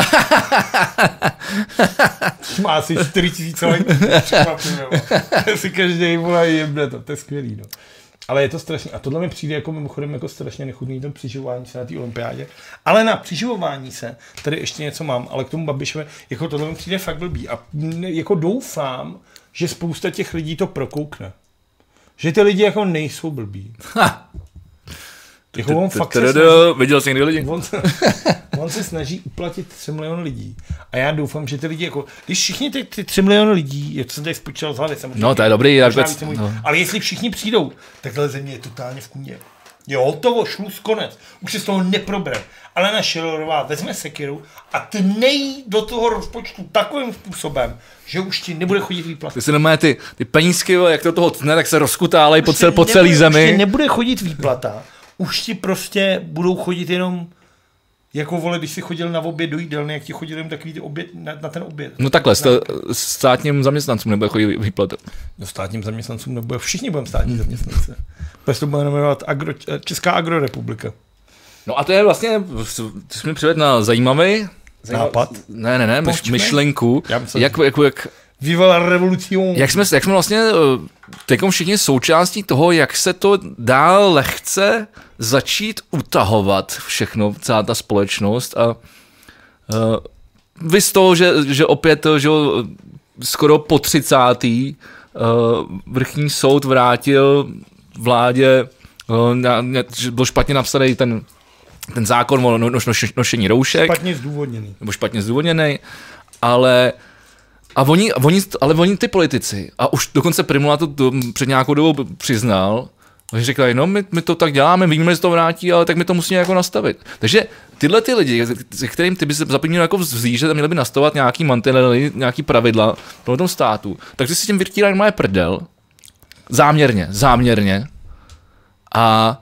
[SPEAKER 1] Má asi 4 000 lajků. Si každý volá jebne to je skvělý, no. Ale je to strašně, a tohle mi přijde jako mimochodem jako strašně nechutný to přiživování se na té olympiádě. Ale na přiživování se, tady ještě něco mám, ale k tomu Babišovi, jako tohle mi přijde fakt blbý. A jako doufám, že spousta těch lidí to prokoukne. Že ty lidi jako nejsou blbí. Jako on fakt se snaží,
[SPEAKER 2] viděl jsi někdy lidi?
[SPEAKER 1] On se snaží uplatit 3 miliony lidí. A já doufám, že ty lidi jako, když všichni ty 3 miliony lidí, je to jsem tady spočítal z hlavy, samozřejmě.
[SPEAKER 2] No to je dobrý.
[SPEAKER 1] Ale jestli všichni přijdou, tak tahle země je totálně v kůně. Jo, hotovo, šluz, konec. Už se z toho neprobere. Alena Schillerová vezme sekiru a tnej do toho rozpočtu takovým způsobem, že už ti nebude chodit výplata.
[SPEAKER 2] Ty si nemáš ty penízky, jak to toho tne, tak se rozkutálejí po celý zemi.
[SPEAKER 1] Už ti nebude chodit výplata. Už ti prostě budou chodit jenom Jako vole, když jsi chodil na oběd do jídelny, jak ti chodil jen takový oběd na ten oběd.
[SPEAKER 2] No takhle, státním zaměstnancům nebude chodit výplaty.
[SPEAKER 1] No státním zaměstnancům nebude, všichni budeme státní zaměstnanci. Protože to bude jmenovat Česká agrorepublika.
[SPEAKER 2] No a to je vlastně, ty jsi mi přivedl na zajímavý
[SPEAKER 1] nápad.
[SPEAKER 2] Ne, myšlenku, jak
[SPEAKER 1] Viva revolucion.
[SPEAKER 2] Jak jsme vlastně teďkom všichni součástí toho, jak se to dá lehce začít utahovat všechno, celá ta společnost a vy z toho, že opět, že skoro po 30. Vrchní soud vrátil vládě, že byl špatně napsaný ten zákon o nošení roušek. Špatně zdůvodněný. Ale oni ty politici, a už dokonce Primula to před nějakou dobou přiznal, že řekli, no my to tak děláme, víme, že to vrátí, ale tak my to musíme jako nastavit. Takže tyhle ty lidi, se kterým ty by se zapomněl jako vzlížet a měli by nastavovat nějaký mantinely, nějaký pravidla pro tom státu, takže si s tím vytírají moje prdel, záměrně. A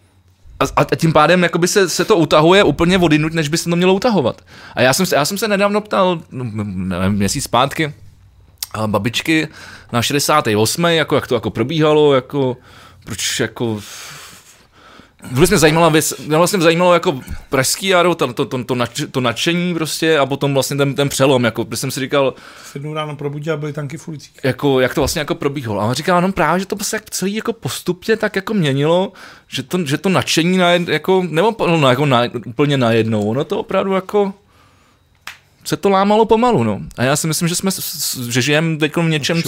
[SPEAKER 2] tím pádem jakoby se to utahuje úplně odinut, než by se to mělo utahovat. A já jsem se nedávno ptal, nevím, měsíc zpátky, babičky na 68. Jako, jak to jako probíhalo, jako, proč jako... Vůbec mě zajímalo jako pražský jaro, to nadšení prostě a potom vlastně ten přelom, jako, protože jsem si říkal...
[SPEAKER 1] 7 ráno probudil a byly tanky v ulicích.
[SPEAKER 2] Jako, jak to vlastně jako probíhalo. A on říkal, no právě, že to se jak celý jako postupně tak jako měnilo, že to nadšení jako, nebo jako úplně najednou, ono to opravdu jako... se to lámalo pomalu, no. A já si myslím, že žijeme teď v něčem,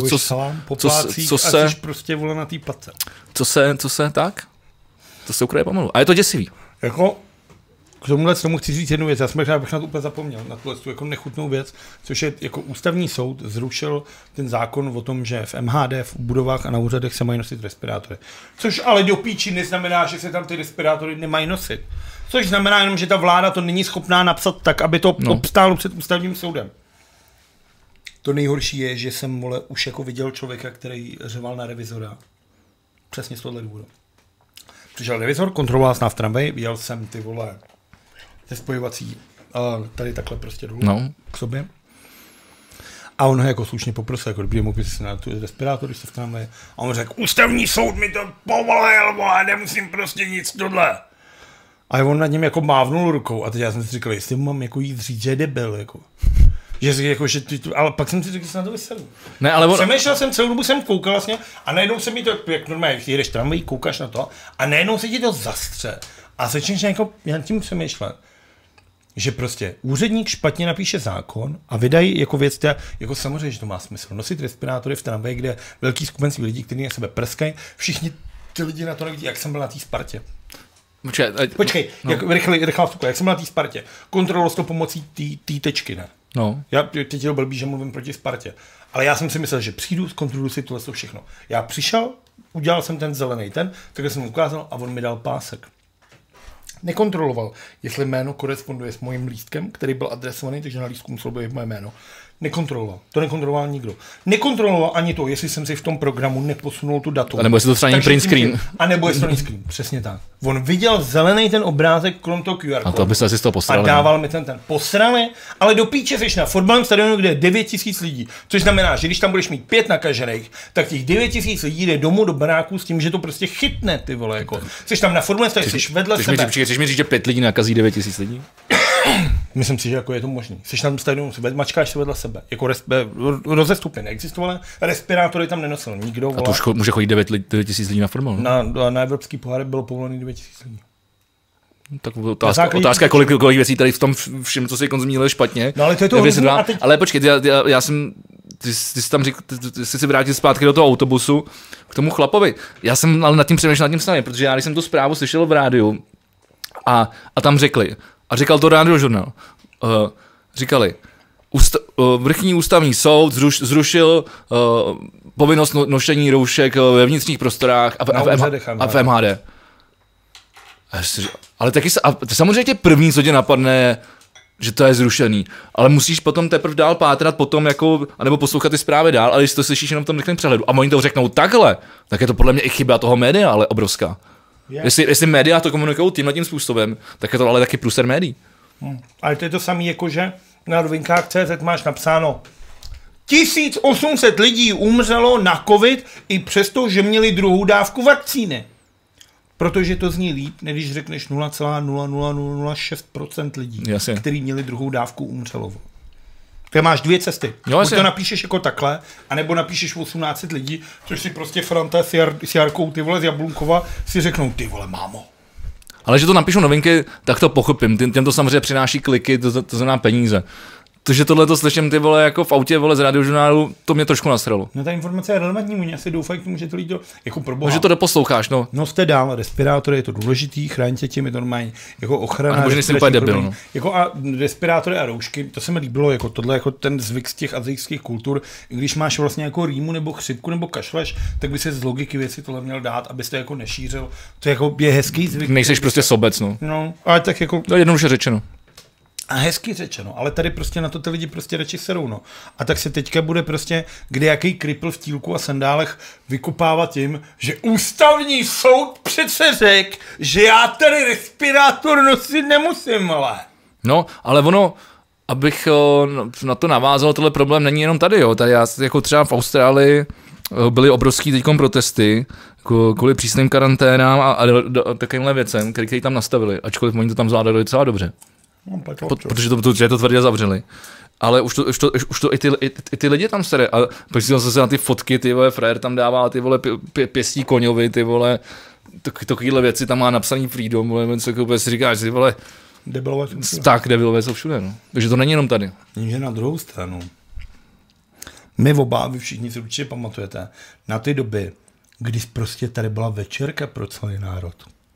[SPEAKER 2] co se...
[SPEAKER 1] prostě vole na té patce.
[SPEAKER 2] Co se tak? To se ukraje pomalu. A je to děsivý.
[SPEAKER 1] Jako, k tomu chci říct jednu věc. Já jsem bych na to úplně zapomněl, na tu jako nechutnou věc, což je jako ústavní soud zrušil ten zákon o tom, že v MHD, v budovách a na úřadech se mají nosit respirátory. Což ale do píči neznamená, že se tam ty respirátory nemají nosit. Což znamená jenom, že ta vláda to není schopná napsat tak, aby to obstálo před ústavním soudem. To nejhorší je, že jsem už jako viděl člověka, který řeval na revizora. Přesně z tohohle důvodu. Přišel revizor, kontroloval nás v tramvaji, viděl jsem ty vole ze spojovací tady takhle prostě dolů k sobě. A on ho jako slušně poprosil, jako dobrý, mohl by si na tu respirátor, když se v tramvaji. A on řekl, ústavní soud mi to povolil, vole, nemusím prostě nic tohle. A on nad ním jako mávnul rukou a teď já jsem si říkal, jestli mám jako jít říct, že je debil, jako. Ale pak jsem si řekl, že se na to vysedl.
[SPEAKER 2] Ne, ale
[SPEAKER 1] Přemýšlel jsem, celou dobu jsem koukal vlastně a najednou se mi to, jak normálně, když jedeš tramvají, koukáš na to a najednou se ti to zastře a začneš jako jen tím přemýšlet, že prostě úředník špatně napíše zákon a vydají jako věc, jako samozřejmě, že to má smysl. Nosit respirátory v tramvaji, kde velký skupenství lidí, kteří na sebe prskají, všichni ty lidi na to nevidí, jak jsem byl na té Spartě. Počkej, rychlá vstupka, jak jsem byl na té Spartě. Kontroloval to pomocí té tečky, ne?
[SPEAKER 2] No.
[SPEAKER 1] Já teď je blbý, že mluvím proti Spartě. Ale já jsem si myslel, že přijdu, zkontroluji si tohle všechno. Já přišel, udělal jsem ten zelený takhle jsem mu ukázal a on mi dal pásek. Nekontroloval, jestli jméno koresponduje s mojím lístkem, který byl adresovaný, takže na lístku muselo být moje jméno. Nekontroloval. To nekontroloval nikdo. Nekontroloval ani to, jestli jsem si v tom programu neposunul tu datu.
[SPEAKER 2] A nebo jestli to třeba není print screen.
[SPEAKER 1] A nebo jestli to není screen. Přesně tak. On viděl zelený ten obrázek kolem toho QR kódu.
[SPEAKER 2] A to by se asi z toho posrali.
[SPEAKER 1] A dával mi ten posrali, ale do píče seš na fotbalovém stadionu, kde je 9 000 lidí. Což znamená, že když tam budeš mít 5 nakažených, tak těch 9 000 lidí jde domů do baráku s tím, že to prostě chytne, ty vole, jako. Seš tam na fotbalovém stadionu, seš vedle sebe.
[SPEAKER 2] Chceš mi říct, že 5 lidí nakazí 9 000 lidí?
[SPEAKER 1] Myslím si, že jako je to možný. Seš na tom stadionu, mačkáš se vedle sebe. Jako rozestupy neexistovaly, respirátory tam nenosil nikdo.
[SPEAKER 2] A to už může chodit 9 000 lidí na fotbal.
[SPEAKER 1] Na evropský pohár bylo povolený 9 000 lidí.
[SPEAKER 2] Tak otázka je, kolik věcí tady v tom všem, co si konzumí, špatně.
[SPEAKER 1] No ale to je to hrozný,
[SPEAKER 2] Ale počkej, já jsem, ty jsi tam říkal, ty jsi vrátil zpátky do toho autobusu k tomu chlapovi. Já jsem ale nad tím přemýšlel nad tím samým, protože já když jsem tu zprávu slyšel v rádiu a tam řekli, a říkal to Radiožurnál, říkali, vrchní ústavní soud zrušil povinnost nošení roušek ve vnitřních prostorách a v MHD. Ale taky samozřejmě první, co tě napadne, je, že to je zrušený, ale musíš potom teprve dál pátrat potom, jako, anebo poslouchat ty zprávy dál, ale když to slyšíš jenom v tom rychlém přehledu a oni to řeknou takhle, tak je to podle mě i chyba toho média, ale obrovská. Jestli média to komunikují tímhletím způsobem, tak je to ale taky průser médií.
[SPEAKER 1] Ale to je to samé, jako že na novinkách.cz máš napsáno 1800 lidí umřelo na covid i přesto, že měli druhou dávku vakcíny. Protože to zní líp, než když řekneš 0,00006% lidí,
[SPEAKER 2] Jasně.
[SPEAKER 1] kteří měli druhou dávku umřelo. Tak máš dvě cesty.
[SPEAKER 2] Jo,
[SPEAKER 1] Buď to napíšeš jako takhle, anebo napíšeš 1800 lidí, což si prostě Franta s Jarkou, ty vole, z Jablunkova si řeknou, ty vole, mámo.
[SPEAKER 2] Ale že to napíšu novinky, tak to pochopím. Těm to samozřejmě přináší kliky, to znamená peníze. To, že tohle to slyším ty vole jako v autě vole z radiožurnálu, to mě trošku nasralo.
[SPEAKER 1] No ta informace je relevantní, oni asi doufají k tomu, že to lidi jako proboha.
[SPEAKER 2] No, že to doposloucháš, no.
[SPEAKER 1] No jste dál, respirátory, je to důležitý, chráňte tím, je to normální, jako ochrana.
[SPEAKER 2] A nebo že nejsem úplně debil, no.
[SPEAKER 1] Jako a respirátory a roušky, to se mi líbilo, jako tohle, jako ten zvyk z těch azijských kultur, i když máš vlastně jako rýmu nebo chřipku nebo kašleš, tak by se z logiky věci tohle měl dát, abyste jako nešířil. To je jako je hezký zvyk.
[SPEAKER 2] Nejseš prostě sobec, no.
[SPEAKER 1] No, ale tak jako
[SPEAKER 2] No jednoduše řečeno.
[SPEAKER 1] a hezky řečeno, ale tady prostě na to ty lidi prostě radši serou, no. A tak se teďka bude prostě kdejaký kripl v tílku a sandálech vykupávat tím, že ústavní soud přece řekl, že já tady respirátor nosit nemusím, ale.
[SPEAKER 2] No, ale ono, abych na to navázal, tohle problém není jenom tady, jo. Tady jako třeba v Austrálii byly obrovský teďkom protesty kvůli přísným karanténám a takovýmhle věcem, který tam nastavili, ačkoliv oni to tam zvládali docela dobře. Protože to tvrdě zavřeli. Ale už to i ty lidi tam sere. A pak si se na ty fotky, ty vole, frajer tam dává ty vole pěstí koňovi, ty vole, takovýhle věci tam má napsaný freedom, vole, co jako si říkáš, ty vole,
[SPEAKER 1] debilové jsou všude.
[SPEAKER 2] Tak, debilové jsou všude, no. Takže to není jenom tady.
[SPEAKER 1] Jenže na druhou stranu, my oba, vy všichni si určitě pamatujete, na ty doby, kdy prostě tady byla večerka pro celý národ.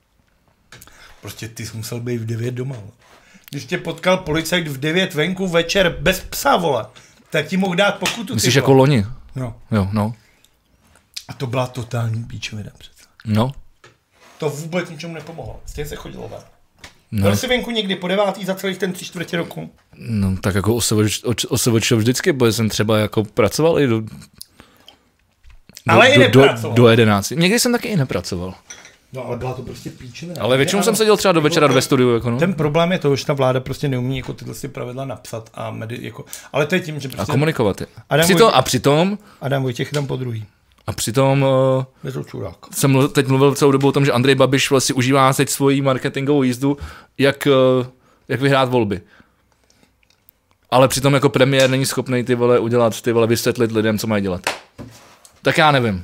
[SPEAKER 1] Prostě ty jsi musel být v 9 doma. Když tě potkal policajt v 9 venku večer bez psa, vole, tak ti mohl dát pokutu.
[SPEAKER 2] Myslíš jako loni?
[SPEAKER 1] No.
[SPEAKER 2] Jo, no.
[SPEAKER 1] A to byla totální píčovina přece.
[SPEAKER 2] No.
[SPEAKER 1] To vůbec ničemu nepomohlo. Stejně se chodilo ven.
[SPEAKER 2] No.
[SPEAKER 1] Byl jsi venku někdy po 9. za celý ten 3/4 roku?
[SPEAKER 2] No, tak jako OSVČ vždycky, protože jsem třeba jako pracoval i
[SPEAKER 1] Ale i nepracoval.
[SPEAKER 2] Do 11. Někdy jsem taky i nepracoval.
[SPEAKER 1] No, ale byla to prostě píčovina.
[SPEAKER 2] Ale většinou jsem seděl třeba do večera ve studiu. Jako, no.
[SPEAKER 1] Ten problém je to, že ta vláda prostě neumí jako tyhle si pravidla napsat a jako, ale to je tím, že prostě...
[SPEAKER 2] A komunikovat je. Přitom...
[SPEAKER 1] Adam Vojtěch tam po druhý.
[SPEAKER 2] A přitom jsem teď mluvil celou dobu o tom, že Andrej Babiš vlastně užívá teď svoji marketingovou jízdu, jak vyhrát volby. Ale přitom jako premiér není schopný ty vole udělat, ty vole vysvětlit lidem, co mají dělat. Tak já nevím.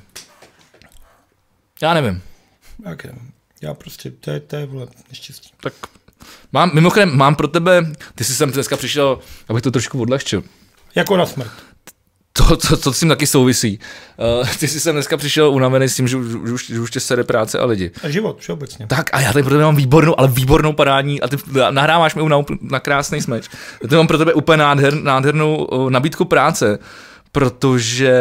[SPEAKER 1] Já prostě, to je vole neštěstí.
[SPEAKER 2] Tak mimochodem mám pro tebe, ty jsi sem dneska přišel, abych to trošku odlehčil.
[SPEAKER 1] Jako na smrt.
[SPEAKER 2] To s tím taky souvisí. Ty jsi sem dneska přišel unavený s tím, že už tě sere práce a lidi.
[SPEAKER 1] A život, všeobecně.
[SPEAKER 2] Tak a já tady pro tebe mám výbornou parádní, a ty nahráváš mi na krásný smeč. Já tady mám pro tebe úplně nádhernou nabídku práce, protože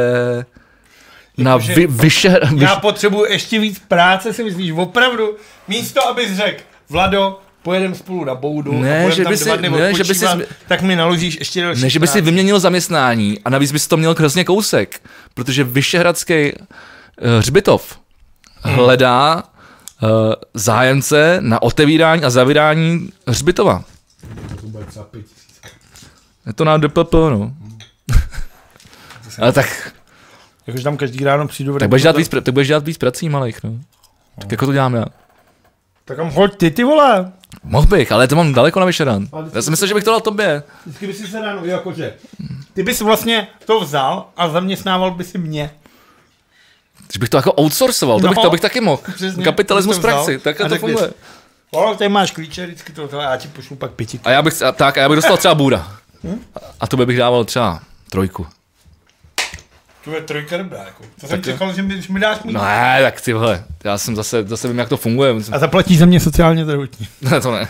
[SPEAKER 1] já potřebuji ještě víc práce, si myslíš, opravdu? Místo, abys řekl, Vlado, pojedeme spolu na boudu a budeme tam 2 dny odpočívat, tak mi naložíš ještě další.
[SPEAKER 2] Ne, že by si vyměnil zaměstnání a navíc bys to měl hrozně kousek, protože Vyšehradský hřbitov hledá zájemce na otevírání a zavírání hřbitova. Je to na DPP, no. Ale tak...
[SPEAKER 1] Jakože tam každý ráno přijdu...
[SPEAKER 2] Tak budeš dělat víc prací malých, no. Tak jako to dělám já.
[SPEAKER 1] Tak kam hoď ty vole.
[SPEAKER 2] Mohl bych, ale to mám daleko na Vyšehrad. Já si myslím, že bych to dal tobě.
[SPEAKER 1] Vždycky by si se ráno, jakože... Ty bys vlastně to vzal a zaměstnával by si mě.
[SPEAKER 2] Když bych to jako outsourcoval, to bych taky mohl.
[SPEAKER 1] Přesně,
[SPEAKER 2] kapitalismus v praxi, tak to funguje.
[SPEAKER 1] Tady máš klíče, vždycky to, já ti pošlu pak 5.
[SPEAKER 2] A já bych dostal třeba bůra. A to bych dával třeba 3.
[SPEAKER 1] Tu je 3 dobrá, jako. To jsem čekal, že mi dáš mít.
[SPEAKER 2] Ne, tak ty vole, já jsem zase vím, jak to funguje.
[SPEAKER 1] A zaplatíš za mě sociálně zdravotní.
[SPEAKER 2] Ne, to ne.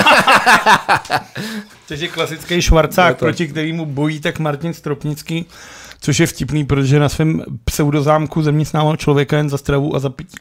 [SPEAKER 1] Což je klasický švarcák, proti kterému bojí tak Martin Stropnický, což je vtipný, protože na svém pseudozámku zaměstnával člověka jen za stravu a za pití.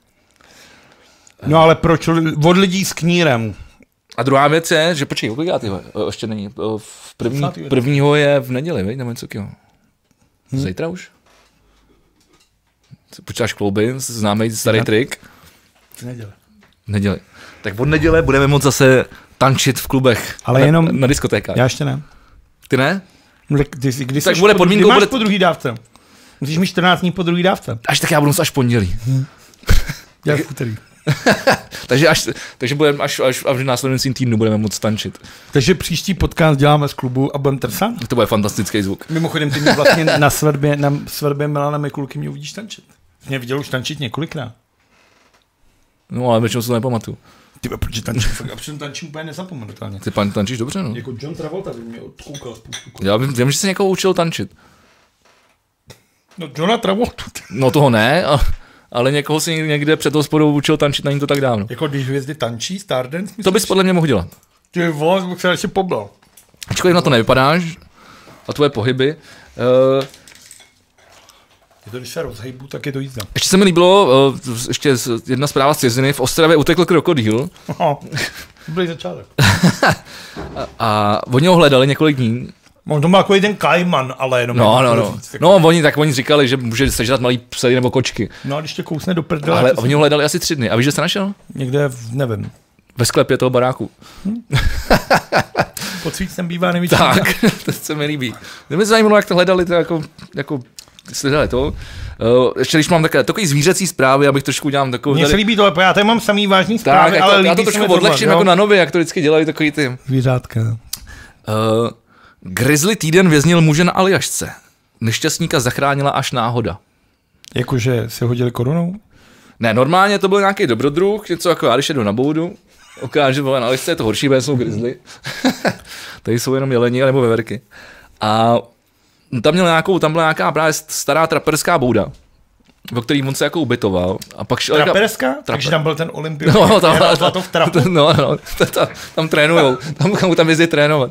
[SPEAKER 1] No ale proč od lidí s knírem?
[SPEAKER 2] A druhá věc je, že počkej, ještě není. Prvního je v neděli, veď, nebo něco takového. Zítra už? Počítáš klouby, známý starý trik.
[SPEAKER 1] Neděle.
[SPEAKER 2] Neděli. Tak od neděle budeme moct zase tančit v klubech.
[SPEAKER 1] Ale
[SPEAKER 2] na,
[SPEAKER 1] jenom...
[SPEAKER 2] na diskotékách.
[SPEAKER 1] Já ještě ne.
[SPEAKER 2] Ty ne?
[SPEAKER 1] Kdy
[SPEAKER 2] tak bude podmínkou...
[SPEAKER 1] Kdy máš po druhý dávce? Musíš mít 14 dní po druhý dávce.
[SPEAKER 2] Až tak já budu až pondělí.
[SPEAKER 1] Já v úterý.
[SPEAKER 2] takže budeme až v následujícím týdnu budeme moct tančit.
[SPEAKER 1] Takže příští podcast děláme z klubu a budeme trsat?
[SPEAKER 2] To bude fantastický zvuk.
[SPEAKER 1] Mimochodem, ty mě vlastně na svatbě Milana Mikulky mě uvidíš tančit. Mě viděl už tančit několikrát.
[SPEAKER 2] No, ale většinou se to nepamatuju.
[SPEAKER 1] Ty protože tančím, a přitom tančím úplně nezapomenutelně.
[SPEAKER 2] Ty tančíš dobře, no.
[SPEAKER 1] Jako John Travolta by mě odkoukal spoustu.
[SPEAKER 2] Já vím, že se někoho učil tančit.
[SPEAKER 1] No Johna Travolta.
[SPEAKER 2] No toho ne, ale někoho si někde před hospodou učil tančit, není to tak dávno.
[SPEAKER 1] Jako když hvězdy tančí, Stardance, myslíš?
[SPEAKER 2] To bys podle mě mohl dělat.
[SPEAKER 1] Ty vole, bych se radši poblal.
[SPEAKER 2] Ačkoliv na to nevypadáš a tvoje pohyby.
[SPEAKER 1] Je to, když se rozhejbu, tak je to jízda.
[SPEAKER 2] Ještě se mi líbilo, ještě jedna zpráva z ciziny, v Ostravě utekl krokodýl.
[SPEAKER 1] Dobrý začátek.
[SPEAKER 2] A oni ho hledali několik dní.
[SPEAKER 1] On to má jako jeden kajman, ale jenom...
[SPEAKER 2] No, oni říkali, že může sežrat malý psy nebo kočky.
[SPEAKER 1] No a když tě kousne do prdele...
[SPEAKER 2] Ale oni ho hledali asi 3 dny. A víš, že jsi našel?
[SPEAKER 1] Někde, nevím.
[SPEAKER 2] Ve sklepě toho baráku.
[SPEAKER 1] Pod svícem bývá největší.
[SPEAKER 2] Tak, to se mi líbí. To mě zajímalo, jak to hledali, to jako sledali to. Ještě když mám takový zvířecí zprávy, abych trošku udělal takovou...
[SPEAKER 1] Mně se líbí tohle, já tady mám samý vážný zprávy,
[SPEAKER 2] tak,
[SPEAKER 1] ale
[SPEAKER 2] já to trošku odlehčím jako na Nově, jak to vždycky dělají takový ty...
[SPEAKER 1] Zvířátka.
[SPEAKER 2] Grizzly týden věznil muže na Aljašce. Nešťastníka zachránila až náhoda.
[SPEAKER 1] Jakože se hodili korunou?
[SPEAKER 2] Ne, normálně to byl nějaký dobrodruh, něco jako já, když jedu na boudu, ukáže, že na Aljašce je to horší, protože jsou grizzly. Tady jsou jenom jeleni nebo veverky. A tam byla nějaká právě stará traperská bouda, o který on se jako ubytoval. A pak šel
[SPEAKER 1] traperská? Takže tam byl ten olympion.
[SPEAKER 2] No,
[SPEAKER 1] to v trapu.
[SPEAKER 2] No, tam trénujou, tam jezdí trénovat.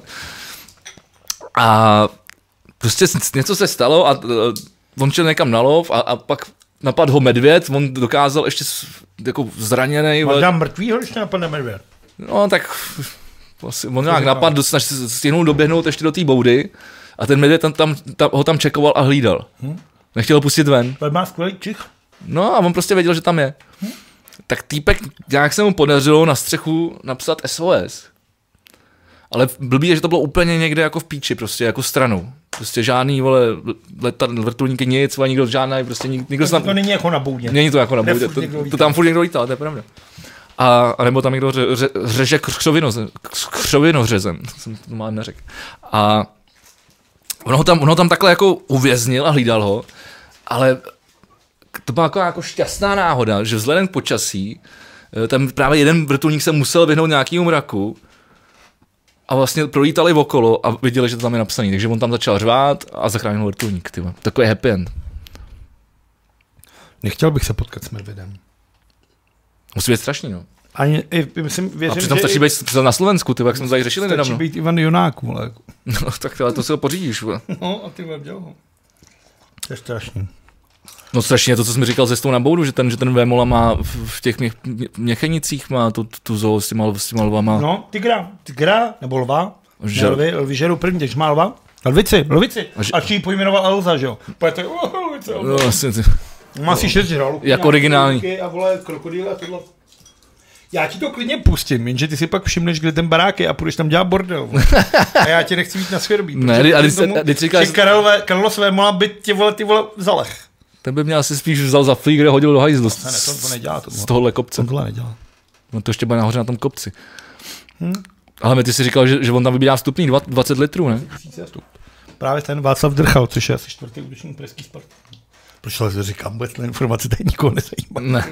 [SPEAKER 2] A prostě něco se stalo a on šel někam na lov a pak napadl ho medvěd, on dokázal ještě jako zraněnej.
[SPEAKER 1] Možná mrtvýho, když napadne medvěd.
[SPEAKER 2] No tak on nějak napadl, stihnul doběhnout ještě do té boudy a ten medvěd ho tam čekoval a hlídal. Nechtěl ho pustit ven.
[SPEAKER 1] Ale má skvělý čich.
[SPEAKER 2] No a on prostě věděl, že tam je. Tak týpek, nějak se mu podařilo na střechu napsat SOS. Ale blbý je, že to bylo úplně někde jako v píči, prostě jako stranou. Prostě žádný, vole, vrtulníky nic, ale nikdo žádný, prostě nikdo
[SPEAKER 1] tam... To není jako na boudě.
[SPEAKER 2] Není to jako na boudě, to tam furt někdo lítá, to je pravda. A nebo tam někdo řeže křovinořezem, jsem to má neřekl. A ono tam takhle jako uvěznil a hlídal ho, ale to byla jako šťastná náhoda, že vzhledem k počasí, tam právě jeden vrtulník se musel vyhnout nějakému mraku, a vlastně prolítali okolo a viděli, že to tam je napsaný. Takže on tam začal řvát a zachránil vrtulník. Takový happy end.
[SPEAKER 1] Nechtěl bych se potkat s medvědem.
[SPEAKER 2] Musí být strašný, no.
[SPEAKER 1] Ani, věřím,
[SPEAKER 2] a přitom stačí být na Slovensku, jak jsme tady řešili nedávno.
[SPEAKER 1] Stačí být Ivan Jonák, vole.
[SPEAKER 2] No tak ale to si ho pořídíš, vole.
[SPEAKER 1] No a ty dělal ho. To je strašný. No
[SPEAKER 2] strašně je to, co jsi mi říkal cestou na boudu, že ten Vémola má v těch Měchenicích má tu zoo s těma lvama.
[SPEAKER 1] No, tygra, nebo lva. Lvy žerou první, takže má lva. Lvici. A či ji pojmenoval Elza, že jo? Pojďte, lvice.
[SPEAKER 2] No, vlastně
[SPEAKER 1] má si 6 žraloků.
[SPEAKER 2] Jako originální.
[SPEAKER 1] A vole, krokodýly a tohle. Já ti to klidně pustím, jenže ty si pak všimneš, kde ten barák je a půjdeš tam dělat bordel. A já tě nechci mít na svědomí.
[SPEAKER 2] Ne, ale když říkáš...
[SPEAKER 1] Karlos Vémola by tě vole zalech.
[SPEAKER 2] Ten by mě asi spíš vzal za flík, kde hodil do hajzlu.
[SPEAKER 1] To nedělá.
[SPEAKER 2] Z tohohle kopce.
[SPEAKER 1] To nedělá.
[SPEAKER 2] No to ještě bude nahoře na tom kopci. Ale ty jsi říkal, že on tam vybírá vstupný 20 litrů, ne?
[SPEAKER 1] Právě ten Václav Drchal, což je asi 4. útočník pražský Sparty. Proč ale říkám, vůbec informace tady nikoho nezajímá.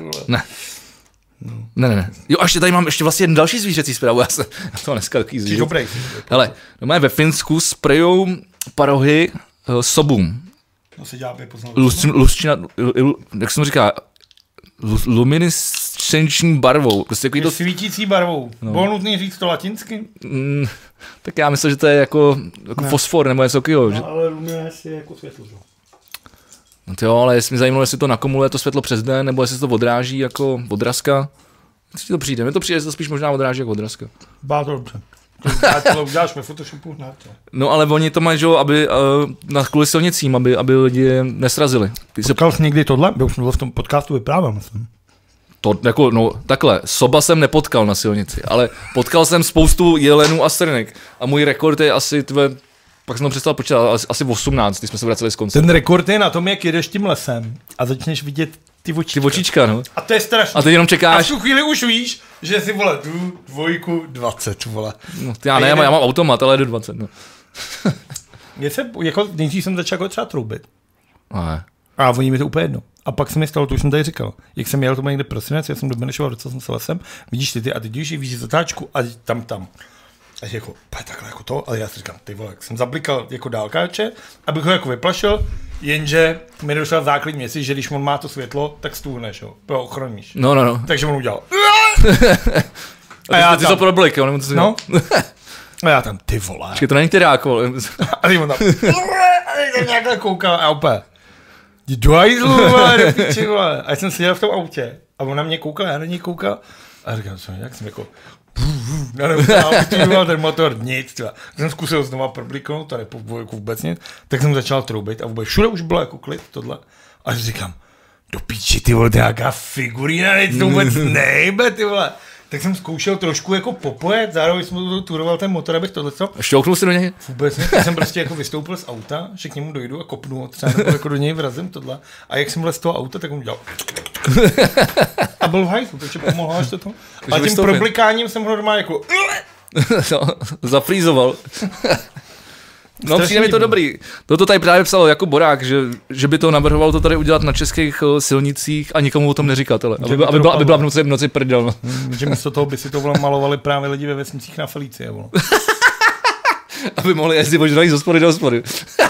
[SPEAKER 1] Ne. Jo, a ještě tady mám ještě vlastně další zvířecí zprávu. Já to dneska takový zvířec. Dobrý.
[SPEAKER 2] Hele, ve Finsku sprejou parohy sobům.
[SPEAKER 1] To se dělá
[SPEAKER 2] jak jsem říká, luminescenční barvou. Prostě
[SPEAKER 1] to svítící barvou. No. Bylo nutný říct to latinsky?
[SPEAKER 2] Tak já myslím, že to je jako fosfor nebo něco takového.
[SPEAKER 1] No, ale lumines je jako světlo, že?
[SPEAKER 2] No to jo, ale jestli mě zajímalo, jestli to nakumuluje to světlo přes den, nebo jestli to odráží jako odrazka. Co ti to přijde? Mně to přijde, že to spíš možná odráží jako odrazka.
[SPEAKER 1] Bá to dobře. To uděláš ve Photoshopu, ne?
[SPEAKER 2] No ale oni to mají, že aby na kvůli silnicím, aby lidi nesrazili.
[SPEAKER 1] Potkal jsi někdy tohle? Já už jsem v tom podcastu vyprávěl, myslím.
[SPEAKER 2] To jako, no takhle, soba jsem nepotkal na silnici, ale potkal jsem spoustu jelenů a srnek a můj rekord je asi pak jsem to přestal počítat, asi 18, když jsme se vraceli z koncertu.
[SPEAKER 1] Ten rekord je na tom, jak jedeš tím lesem a začneš vidět ty očička.
[SPEAKER 2] Ty očička, no.
[SPEAKER 1] A to je strašný.
[SPEAKER 2] A ty jenom čekáš.
[SPEAKER 1] A v tu chvíli už víš, že si vole tu 2, 20, vole.
[SPEAKER 2] No, já ne, já mám automat, ale jdu 20, no.
[SPEAKER 1] Jako nejdřív jsem začal jako třeba troubit.
[SPEAKER 2] Ne.
[SPEAKER 1] A oni mi to úplně jedno. A pak se mi stalo, to už jsem tady říkal. Jak jsem jel, to byl někde prosinec, já jsem do Benešova, docela jsem se lesem, vidíš ty a ty víš zatáčku a tam. A jako, takhle jako to, ale já si říkám, ty vole, jak jsem zablikal jako dálkáče, abych ho jako vyplašil, jenže mi došla základní věc, že když on má to světlo, tak stůhneš, jo, to ochroníš.
[SPEAKER 2] No.
[SPEAKER 1] Takže on udělal.
[SPEAKER 2] A ty to pro bliky, nebo co si
[SPEAKER 1] no. A já tam, ty vole.
[SPEAKER 2] Počkej, to není tyrák, vole.
[SPEAKER 1] A ty on tam, a jsem nějakhle koukal a opět. Do hajzlu, vole, do piči, vole. A já jsem seděl v tom autě a on na mě koukal, já na něj koukal a říkám, jak jsem jako ten motor, nic, třeba. Jsem zkusil znova probliknout, tady jako vůbec nic, tak jsem začal troubit a vůbec všude už bylo jako klid tohle. A říkám, do píči, ty vole, nějaká figurína, nic to vůbec nejbe, ty vole. Tak jsem zkoušel trošku jako popojet, zároveň jsem turoval ten motor, abych tohleto.
[SPEAKER 2] Šťouknul si do něj?
[SPEAKER 1] Vůbec ne, tak jsem prostě jako vystoupil z auta, že k němu dojdu a kopnu ho třeba, nebo jako do něj vrazím tohle. A jak jsem vlez z toho auta, tak on udělal. A byl v hajzlu, takže pomohlo až to. A tím problikáním jsem ho normálně jako
[SPEAKER 2] zafrýzoval. No, přijde mi to dobrý. Toto tady právě psal jako Borák, že by to navrhoval to tady udělat na českých silnicích a nikomu o tom neříkat, aby byla v noci prdel.
[SPEAKER 1] Že místo toho by si to malovali právě lidi ve vesnicích na Felicie.
[SPEAKER 2] Aby mohli jezdit možná z hospody do hospody.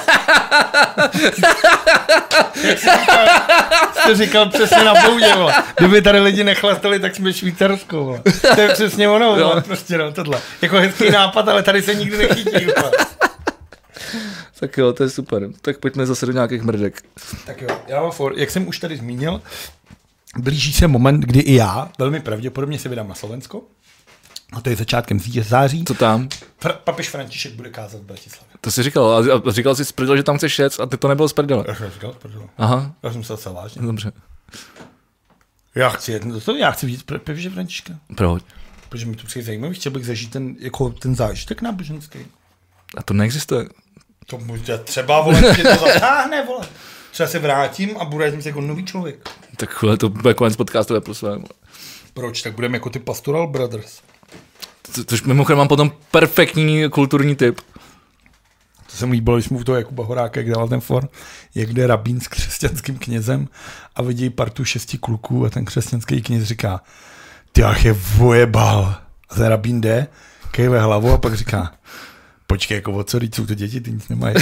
[SPEAKER 1] Jak jsi říkal přesně na poudě, vole. Kdyby tady lidi nechlastali, tak jsme Švýcarsko, vole. To je přesně ono, vole. Prostě no, tohle. Jako hezký nápad, ale tady se nikdy nechytí, vole.
[SPEAKER 2] Tak jo, to je super. Tak pojďme zase do nějakých mrdek.
[SPEAKER 1] Tak jo, já mám jak jsem už tady zmínil, blíží se moment, kdy i já velmi pravděpodobně se vydám na Slovensko. A to je začátkem září.
[SPEAKER 2] Co tam?
[SPEAKER 1] Papež František bude kázat v Bratislavě.
[SPEAKER 2] To jsi říkal, a říkal jsi z prdele, že tam chceš jet a ty to nebylo z prdele.
[SPEAKER 1] Já jsem říkal z prdele.
[SPEAKER 2] Aha.
[SPEAKER 1] Já jsem se docela vážně.
[SPEAKER 2] Dobře.
[SPEAKER 1] Já chci vidět Papeže Františka.
[SPEAKER 2] Proč?
[SPEAKER 1] Protože mi to přijde zajímavý, chtěl bych zažít ten zážitek náboženský.
[SPEAKER 2] A to neexistuje.
[SPEAKER 1] To může třeba, vole, tě to zatáhne, vole. Třeba se vrátím a budu jít jako nový člověk.
[SPEAKER 2] Tak chvíle, to bude konec podcastu ve plus.
[SPEAKER 1] Proč? Tak budeme jako ty Pastoral Brothers.
[SPEAKER 2] Což mimochodem mám potom perfektní kulturní tip.
[SPEAKER 1] To se mi líbilo, když mu v toho Jakuba Horáka, jak dával ten for, jak jde rabín s křesťanským knězem a vidí partu 6 kluků a ten křesťanský kněz říká, ty ach je vojebal. A ten rabín jde, kejve hlavu a pak říká, počkej, jako o co, teď jsou to děti, ty nic nemají.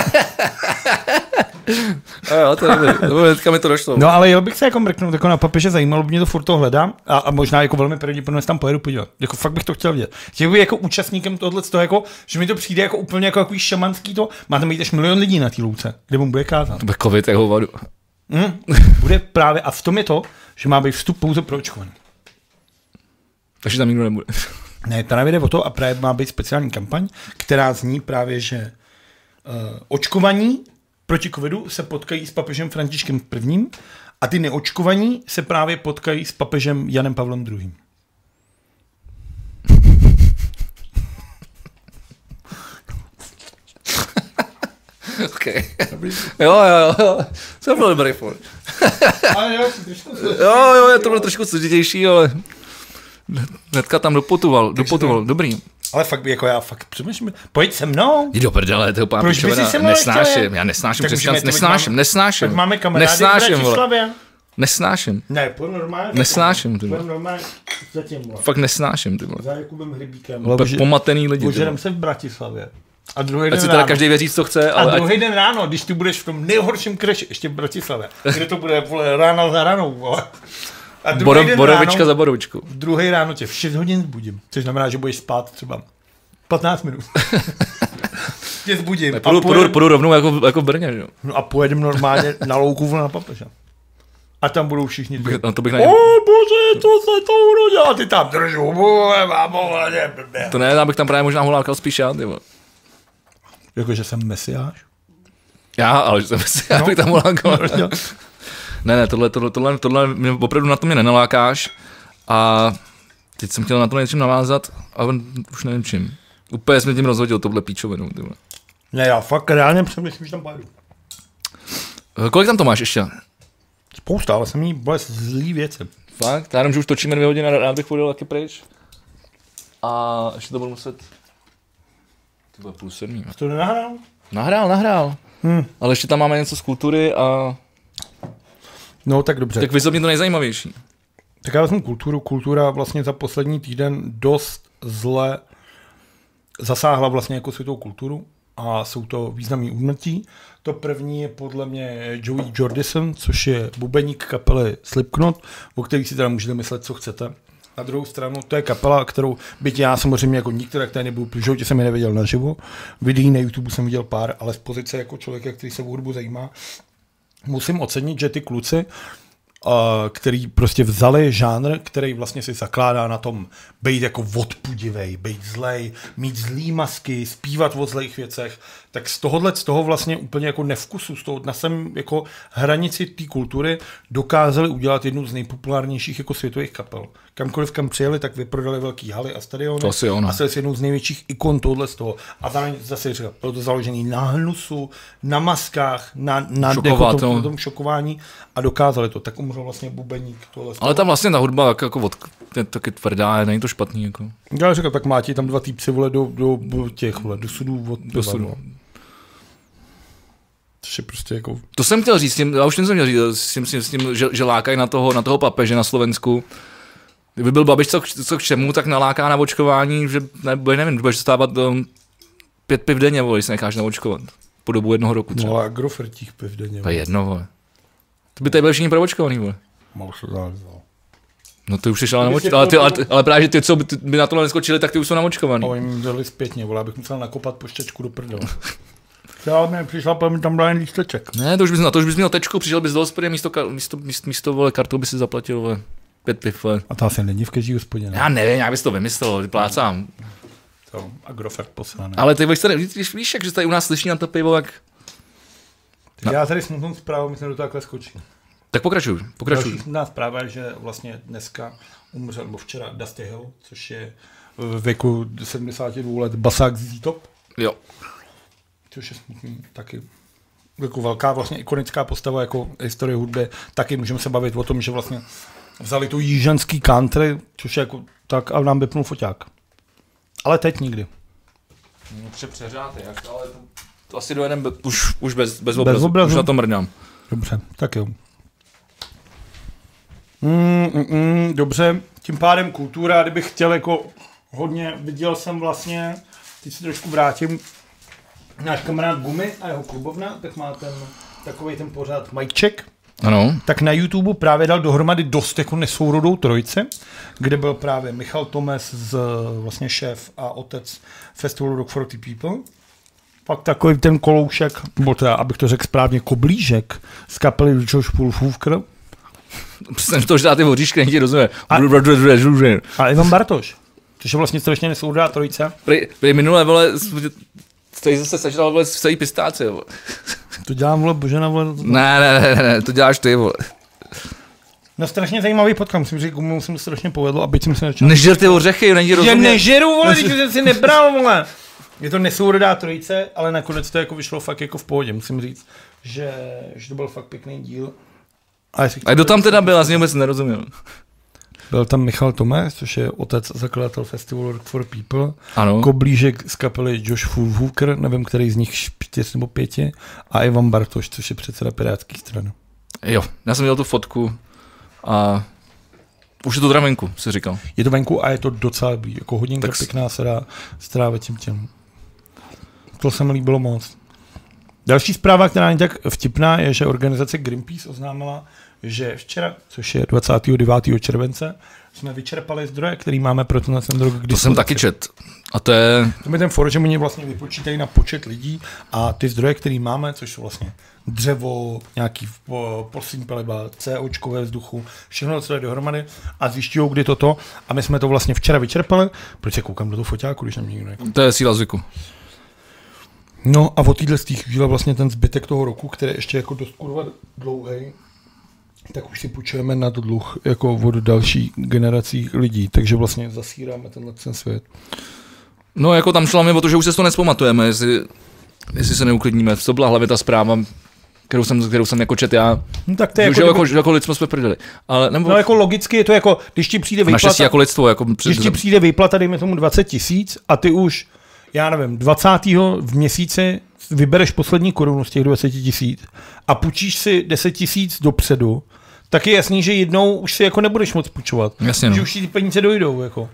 [SPEAKER 2] A jo, to je dobrý. Teďka mi to došlo.
[SPEAKER 1] No ale jel bych se jako mrknout jako na Papeže, zajímalo by mě to, furt to hledám a možná jako velmi pravděpodobně tam pojedu podívat. Jako fakt bych to chtěl vidět. Chtěl bych jako účastníkem tohle z toho, jako, že mi to přijde jako úplně jako takový šamanský to. Má tam být až 1 milion lidí na té louce, kde mu bude kázat.
[SPEAKER 2] To bude covid jako hovadu.
[SPEAKER 1] Bude právě a v tom je to, že má být vstup pouze pro očkovaný.
[SPEAKER 2] Takže tam nikdo nebude.
[SPEAKER 1] Ne, právě jde o to a právě má být speciální kampaň, která zní právě, že očkovaní proti covidu se potkají s papežem Františkem I. A ty neočkovaní se právě potkají s papežem Janem Pavlem II.
[SPEAKER 2] Okay. Jo. To byl dobrý furt. Jo, to bylo trošku složitější, ale hnedka tam doputoval. Dobrý.
[SPEAKER 1] Ale fakt, jako já fakt přemýšlím, pojď se mnou.
[SPEAKER 2] Jdi do prdele, toho pána pičovina. Nesnáším, já nesnáším křesťanství, nesnáším.
[SPEAKER 1] Tak máme kamarády v Bratislavě.
[SPEAKER 2] Nesnáším.
[SPEAKER 1] Ne, pojď normálně.
[SPEAKER 2] Nesnáším, ty
[SPEAKER 1] vole. Pojď normálně zatím, vole.
[SPEAKER 2] Fakt nesnáším, ty vole.
[SPEAKER 1] Za Jakubem Hrybíkem.
[SPEAKER 2] Pomatený lidi.
[SPEAKER 1] Požerem se v Bratislavě. A druhý den
[SPEAKER 2] ráno. Teda každý věří, co chce, ale
[SPEAKER 1] a druhý den ráno, když ty budeš v tom nejhorším kreši, ještě v Bratislavě, kde to bude, vole, rána za ranou, vole. A
[SPEAKER 2] borovička ráno, za borovičku.
[SPEAKER 1] V druhý ráno tě v 6 hodin zbudím, což znamená, že budeš spát třeba 15 minut. Tě zbudím.
[SPEAKER 2] Půjdu rovnou jako v Brně, jo.
[SPEAKER 1] No a pojedem normálně na louku na Papeže. A tam budou všichni dvě.
[SPEAKER 2] No, to bych
[SPEAKER 1] bože, co se to urodilo? A ty tam držu, blbě.
[SPEAKER 2] To ne, já bych tam právě možná hulákal spíš já, ty vole.
[SPEAKER 1] Jakože jsem mesiáš?
[SPEAKER 2] Já, ale že jsem mesiáš, bych tam hulákal. Ne, tohle mě opravdu na to mě nenalákáš a teď jsem chtěl na to něčím navázat, ale už nevím čím. Úplně jsme tím rozhodil touhle píčovinu. Tyhle.
[SPEAKER 1] Ne, já fakt reálně přemýšlím, že tam pojedu.
[SPEAKER 2] Kolik tam to máš ještě?
[SPEAKER 1] Spousta, ale jsem jí zlý věci.
[SPEAKER 2] Fakt? Já jenom, že už točíme 2 hodiny a rád bych půjde taky pryč. A ještě to budu muset... To bude 6:30.
[SPEAKER 1] To nenahrál?
[SPEAKER 2] Nahrál. Ale ještě tam máme něco z kultury a...
[SPEAKER 1] No tak dobře.
[SPEAKER 2] Tak vyzobně to nejzajímavější.
[SPEAKER 1] Tak já vezmu kulturu. Kultura vlastně za poslední týden dost zle zasáhla vlastně jako světovou kulturu a jsou to významný úmrtí. To první je podle mě Joey Jordison, což je bubeník kapely Slipknot, o kterých si teda můžete myslet, co chcete. Na druhou stranu, to je kapela, kterou byť já samozřejmě jako nikteré, který nebyl, v životě jsem ji neviděl naživo. Videí na YouTube jsem viděl pár, ale z pozice jako člověka, který se o hudbu zajímá, musím ocenit, že ty kluci, který prostě vzali žánr, který vlastně si zakládá na tom být jako odpudivej, být zlej, mít zlý masky, zpívat o zlejch věcech, tak z toho vlastně úplně jako nevkusu, z toho na sem jako hranici té kultury dokázali udělat jednu z nejpopulárnějších jako světových kapel. Kamkoliv kam přijeli, tak vyprodali velký haly a stadiony a stali se jednou z největších ikon tohle z toho. A zároveň zase říkal, bylo to založené na hnusu, na maskách, na tom šokování a dokázali to. Tak umřel vlastně bubeník tohle.
[SPEAKER 2] Ale tam vlastně ta hudba jako je taky tvrdá, není to špatný. Jako.
[SPEAKER 1] Já říkal, tak máte tam 2 týpci vole do sudů. Do sudu. Prostě jako...
[SPEAKER 2] To jsem chtěl říct, já už jsem chtěl říct s tím, že lákají na toho papeže na Slovensku. Kdyby byl Babiš co k čemu, tak naláká na očkování, že nevím, budeš stávat 5 piv denně, když se necháš naočkovat. Po dobu 1 roku třeba.
[SPEAKER 1] No ale Agrofertích piv denně.
[SPEAKER 2] To je jedno, vole. To by tady byli všichni proočkovaný, vole. No ty už jsi ale naočkovaný, ale právě ty, co by na tohle neskočili, tak ty už jsou naočkovaný.
[SPEAKER 1] Ale jim dali zpětně, vole, abych musel nakopat poštěčku do prdele. Já mi přišla, mi tam dá jen lísteček.
[SPEAKER 2] Ne, to už bys měl tečku, přišel bys do hospody, místo vole, kartou by si zaplatil, vole, 5 piv, vole.
[SPEAKER 1] A to asi není v každý hospodě, ne?
[SPEAKER 2] Já nevím, já bys to vymyslel, vyplácám.
[SPEAKER 1] To Agrofert poslané.
[SPEAKER 2] Ale ty víš, jak že tady u nás slyší na to pivo, jak...
[SPEAKER 1] Já tady smutnou zprávu, myslím, že to takhle skočí.
[SPEAKER 2] Tak pokračuj.
[SPEAKER 1] Další smutná zpráva je, že vlastně dneska umřel, nebo včera Dusty Hill, což je v věku 72 let basák z Top.
[SPEAKER 2] Jo.
[SPEAKER 1] Což je smutný taky. Jako velká vlastně ikonická postava jako historie hudby. Taky můžeme se bavit o tom, že vlastně vzali tu jižanský country, což je jako tak a nám vypnul foťák. Ale teď nikdy.
[SPEAKER 2] No přeřáte, jak, ale to asi dojedeme už bez obrazu. Už na to mrdám.
[SPEAKER 1] Dobře, tak jo. Dobře, tím pádem kultura, kdybych chtěl jako hodně, viděl jsem vlastně, teď si trošku vrátím, náš kamarád Gumy a jeho klubovna, tak má takový ten pořád Mic Check.
[SPEAKER 2] Ano.
[SPEAKER 1] Tak na YouTube právě dal dohromady dost jako nesourodou trojice, kde byl právě Michal Tomes, vlastně šéf a otec Festivalu Rock for the People. Pak takový ten koloušek, nebo teda, abych to řekl správně, koblížek z kapely Josh Hooker.
[SPEAKER 2] Přesně to, že dá ty voříšky, není ti rozumím.
[SPEAKER 1] A Ivan Bartoš, což je vlastně strašně nesourodá trojice.
[SPEAKER 2] Prý minulé, vole, tady zase sežral, vole, celý pistáce, vole.
[SPEAKER 1] To dělám, vole, Božena, vole.
[SPEAKER 2] Ne, to děláš ty, vole.
[SPEAKER 1] No strašně zajímavý podcast, musím říct, Gumu se mi strašně povedlo, a byť jsem se začal...
[SPEAKER 2] Nežer ty ořechy, není ti rozumět.
[SPEAKER 1] Že nežeru, vole, když jsem si nebral, vole. Je to nesourodá trojice, ale nakonec to jako vyšlo fakt jako v pohodě, musím říct, že to byl fakt pěkný díl.
[SPEAKER 2] A kdo tam teda byl, já z něj vůbec nerozuměl.
[SPEAKER 1] Byl tam Michal Tomes, což je otec a zakladatel Festivalu Rock for People.
[SPEAKER 2] Ano.
[SPEAKER 1] Koblížek z kapely Josh Hooker, nevím, který z nich 4 nebo 5. A Ivan Bartoš, což je předseda Pirátské strany.
[SPEAKER 2] Jo, já jsem viděl tu fotku a už je to teda venku, si říkal.
[SPEAKER 1] Je to venku a je to docela dobrý. Jako hodinka pěkná se dá strávit tím těm. To se mi líbilo moc. Další zpráva, která není tak vtipná, je, že organizace Greenpeace oznámila, že včera, což je 29. července, jsme vyčerpali zdroje, který máme pro ten rok.
[SPEAKER 2] To jsem taky čet. A to je...
[SPEAKER 1] To je ten for, že oni vlastně vypočítají na počet lidí a ty zdroje, který máme, což jsou vlastně dřevo, nějaký porcín paliva, COčko ve vzduchu, všechno to je dohromady a zjišťují, kdy toto. A my jsme to vlastně včera vyčerpali, protože koukám do toho foťáku, když nám nikdo nekoukám.
[SPEAKER 2] To je síla zvyku.
[SPEAKER 1] No a od téhle chvíle vlastně ten zbytek toho roku, který ještě jako dost kurva dlouhej, tak už si půjčujeme na dluh jako od další generací lidí, takže vlastně zasíráme ten svět.
[SPEAKER 2] No jako tam šlo mi o to, že už se to nespamatujeme, jestli se neuklidníme. To byla hlavně ta zpráva, kterou jsem jako čet já.
[SPEAKER 1] No, tak to je
[SPEAKER 2] jako lidstvo jsme prdeli. Ale nebo...
[SPEAKER 1] No jako logicky je to jako, když ti přijde výplata,
[SPEAKER 2] naštěstí jako lidstvo, jako
[SPEAKER 1] když ti přijde výplata, dejme tomu 20 000 a ty už, já nevím, 20. v měsíci vybereš poslední korunu z těch 20 000 a půjčíš si 10 000 dopředu, tak je jasný, že jednou už si jako nebudeš moc půjčovat.
[SPEAKER 2] Jasně, no.
[SPEAKER 1] Že už ti ty peníze dojdou. Jako.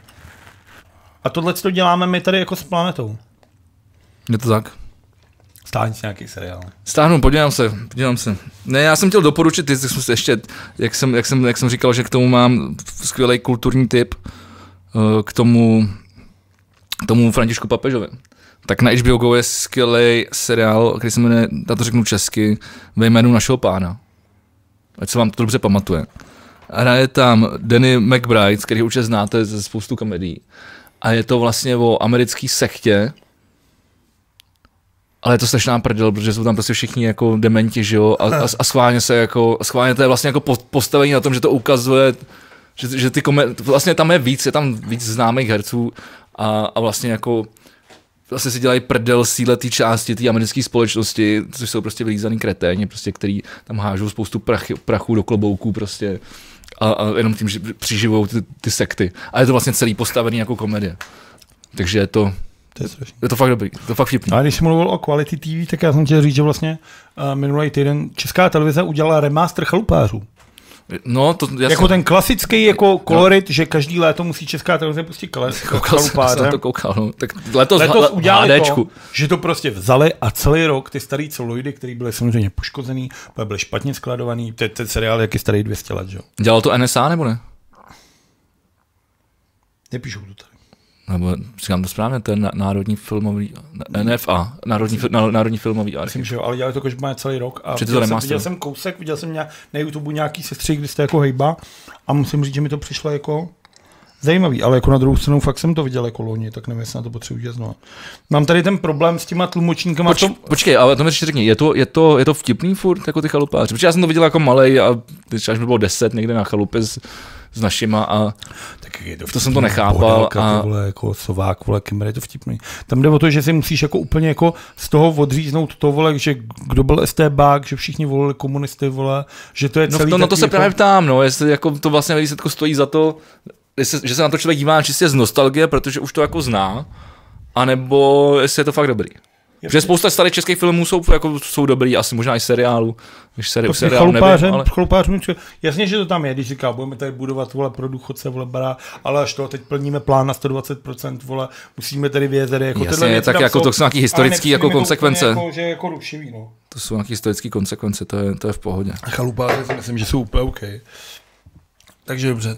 [SPEAKER 1] A tohle to děláme my tady jako s planetou.
[SPEAKER 2] Je to tak.
[SPEAKER 1] Stáhni si nějaký seriál.
[SPEAKER 2] Stáhnu, podívám se. Ne, já jsem chtěl doporučit, ještě, jak jsem říkal, že k tomu mám skvělý kulturní tip, k tomu Františku Papežovi. Tak na HBO Go je skvělý seriál, který se jmenuje, já to řeknu česky, ve jménu našeho pána. Ať se vám to dobře pamatuje. Hraje tam Danny McBride, který určitě znáte ze spoustu komedií. A je to vlastně o americký sektě, ale je to strašná prdel, protože jsou tam prostě všichni jako dementi, že jo, a schválně to je vlastně jako postavení na tom, že to ukazuje, že ty vlastně tam je víc známých herců a vlastně jako vlastně si dělají prdel síle té části té americké společnosti, což jsou prostě vylízaný kreténi, prostě, který tam hážou spoustu prachu do klobouků prostě a jenom tím, že přiživou ty sekty. A je to vlastně celý postavený jako komedie. Takže je to fakt dobrý, to fakt vtipný.
[SPEAKER 1] A když jsem mluvil o Quality TV, tak já jsem chtěl říct, že vlastně minulý týden Česká televize udělala remaster Chalupářů.
[SPEAKER 2] No, to jasný.
[SPEAKER 1] Jako ten klasický jako kolorit, že každý léto musí Česká televize pustit Chalupáře.
[SPEAKER 2] Jsem to koukal, no. Tak letos
[SPEAKER 1] udělali to, že to prostě vzali a celý rok ty starý celuloidy, který byly samozřejmě poškozený, byly špatně skladovaný, ten seriál jak je starý 200 let, že?
[SPEAKER 2] Dělal to NSA nebo ne?
[SPEAKER 1] Nepíšou to tady.
[SPEAKER 2] Nebo říkám to správně, to je Národní filmový, NFA, Národní filmový archiv.
[SPEAKER 1] Myslím, že jo, ale dělali to každopádně celý rok a viděl jsem kousek, viděl jsem na YouTube nějaký sestřih, kdy jste jako hejba a musím říct, že mi to přišlo jako zajímavý, ale jako na druhou stranu fakt jsem to viděl jako loni, tak nevím, jestli na to potřebuji dělat znovu. Mám tady ten problém s těma tlumočníkama.
[SPEAKER 2] Počkej, ale to mi ještě řekni, je to vtipný furt, jako ty chalupáři? Protože já jsem to viděl jako malej a až mi bylo 10 někde na chalupě s našima a tak je to jsem to nechápal.
[SPEAKER 1] Bodalka, vole, jako Sovák, vole, Kimmer, je to vtipný. Tam jde o to, že si musíš jako úplně jako z toho odříznout to, vole, že kdo byl STBák, že všichni volili komunisty, vole, že to je celý
[SPEAKER 2] no to se
[SPEAKER 1] jako...
[SPEAKER 2] právě ptám, no, jestli jako to vlastně výsledku stojí za to, že se na to člověk dívá čistě z nostalgie, protože už to jako zná, anebo jestli je to fakt dobrý. Protože spousta starých českých filmů jsou dobrý, asi možná i seriálu.
[SPEAKER 1] Chalupářů, jasně, že to tam je, když říká, budeme tady budovat, vole, pro důchodce, vole, bará, ale až to, teď plníme plán na 120%, vole, musíme tady vědět, jako
[SPEAKER 2] jasně, tyhle tak jako to jsou nějaký historický jako konsekvence.
[SPEAKER 1] Jako, že jako rušivý, no.
[SPEAKER 2] To jsou nějaký historický konsekvence, to je v pohodě.
[SPEAKER 1] Chalupáři si myslím, že jsou úplně OK. Takže dobře,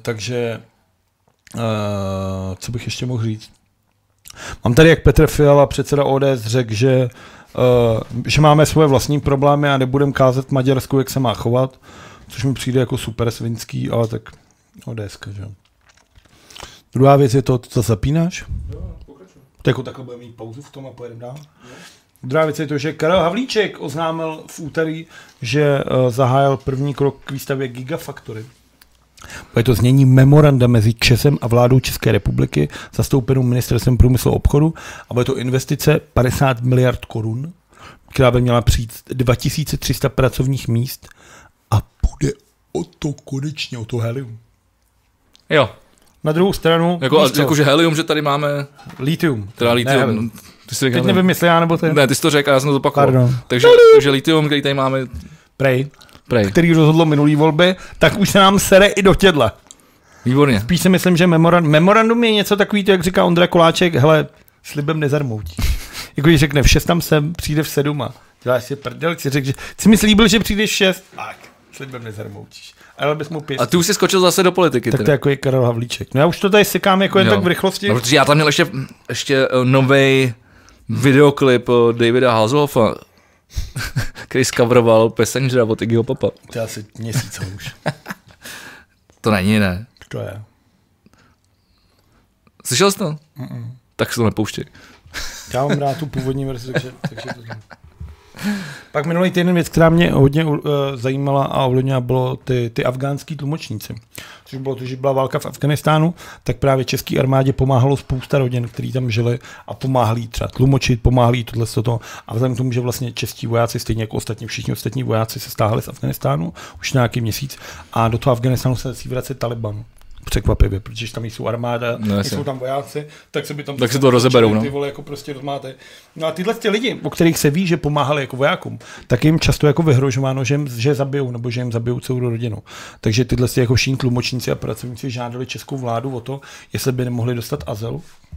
[SPEAKER 1] co bych ještě mohl říct? Mám tady, jak Petr Fiala, předseda ODS, řekl, že máme svoje vlastní problémy a nebudeme kázat Maďarsku, jak se má chovat, což mi přijde jako super svinský, ale tak ODSka, že? Druhá věc je to zapínáš?
[SPEAKER 4] Jo, pokračuj.
[SPEAKER 1] To jako takhle budeme mít pauzu v tom a pojedeme dál. Druhá věc je to, že Karel Havlíček oznámil v úterý, že zahájil první krok k výstavě Gigafactory. Bude to znění memoranda mezi ČEZem a vládou České republiky, zastoupenou ministerstvem průmyslu a obchodu, a bude to investice 50 miliard korun, která by měla přijít 2300 pracovních míst a bude o to helium.
[SPEAKER 2] Jo.
[SPEAKER 1] Na druhou stranu...
[SPEAKER 2] Jakože helium, že tady máme...
[SPEAKER 1] Litium.
[SPEAKER 2] Teda litium.
[SPEAKER 1] Teď nevím, jestli já nebo ty.
[SPEAKER 2] Ne, ty jsi to řekl a já jsem to zopakoval. Takže litium, který tady máme...
[SPEAKER 1] Prej. Který rozhodlo minulý volby, tak už se nám sere i do tědla.
[SPEAKER 2] Výborně.
[SPEAKER 1] Spíš si myslím, že memorandum je něco takový, jak říká Ondra Koláček, hele, slibem nezarmoutíš. Jako když řekne v 6 tam jsem, přijde v 7 a děláš si prdel, si mi slíbil, že přijdeš v 6, tak, slibem nezarmoutíš. Ale bys mu pěstí.
[SPEAKER 2] A ty už jsi skočil zase do politiky.
[SPEAKER 1] Tak to je jako je Karel Havlíček. No já už to tady sekám jako jen tak v rychlosti.
[SPEAKER 2] No, protože já tam měl ještě novej videoklip Davida Hasselhoffa, který skavroval Passengera od Iggyho Popa.
[SPEAKER 1] To je asi měsíc už.
[SPEAKER 2] To není, ne?
[SPEAKER 1] To je.
[SPEAKER 2] Slyšel jsi to? Tak se to nepouštěj.
[SPEAKER 1] Já mám rád tu původní verzi, takže to znám. Pak minulý týden věc, která mě hodně zajímala a ovlivnila, bylo ty afgánský tlumočníci. Což bylo to, že byla válka v Afghánistánu, tak právě české armádě pomáhalo spousta rodin, kteří tam žili a pomáhali třeba tlumočit, pomáhali tohle. A vzhledem k tomu, že vlastně čeští vojáci, stejně jako všichni ostatní vojáci se stáhli z Afghánistánu už nějaký měsíc a do toho Afghánistánu se začí vracet Taliban. Překvapivě, protože tam jsou armáda, jsou tam vojáci, tak se by tam
[SPEAKER 2] tak se to rozeberou,
[SPEAKER 1] ty vole jako prostě rozmáte. No a tyhle ty lidi, o kterých se ví, že pomáhali jako vojákům, tak jim často jako vyhrožováno, že zabijou nebo že jim zabijou celou rodinu. Takže tyhle ty jako všichni tlumočníci a pracovníci žádali českou vládu o to, jestli by nemohli dostat azyl.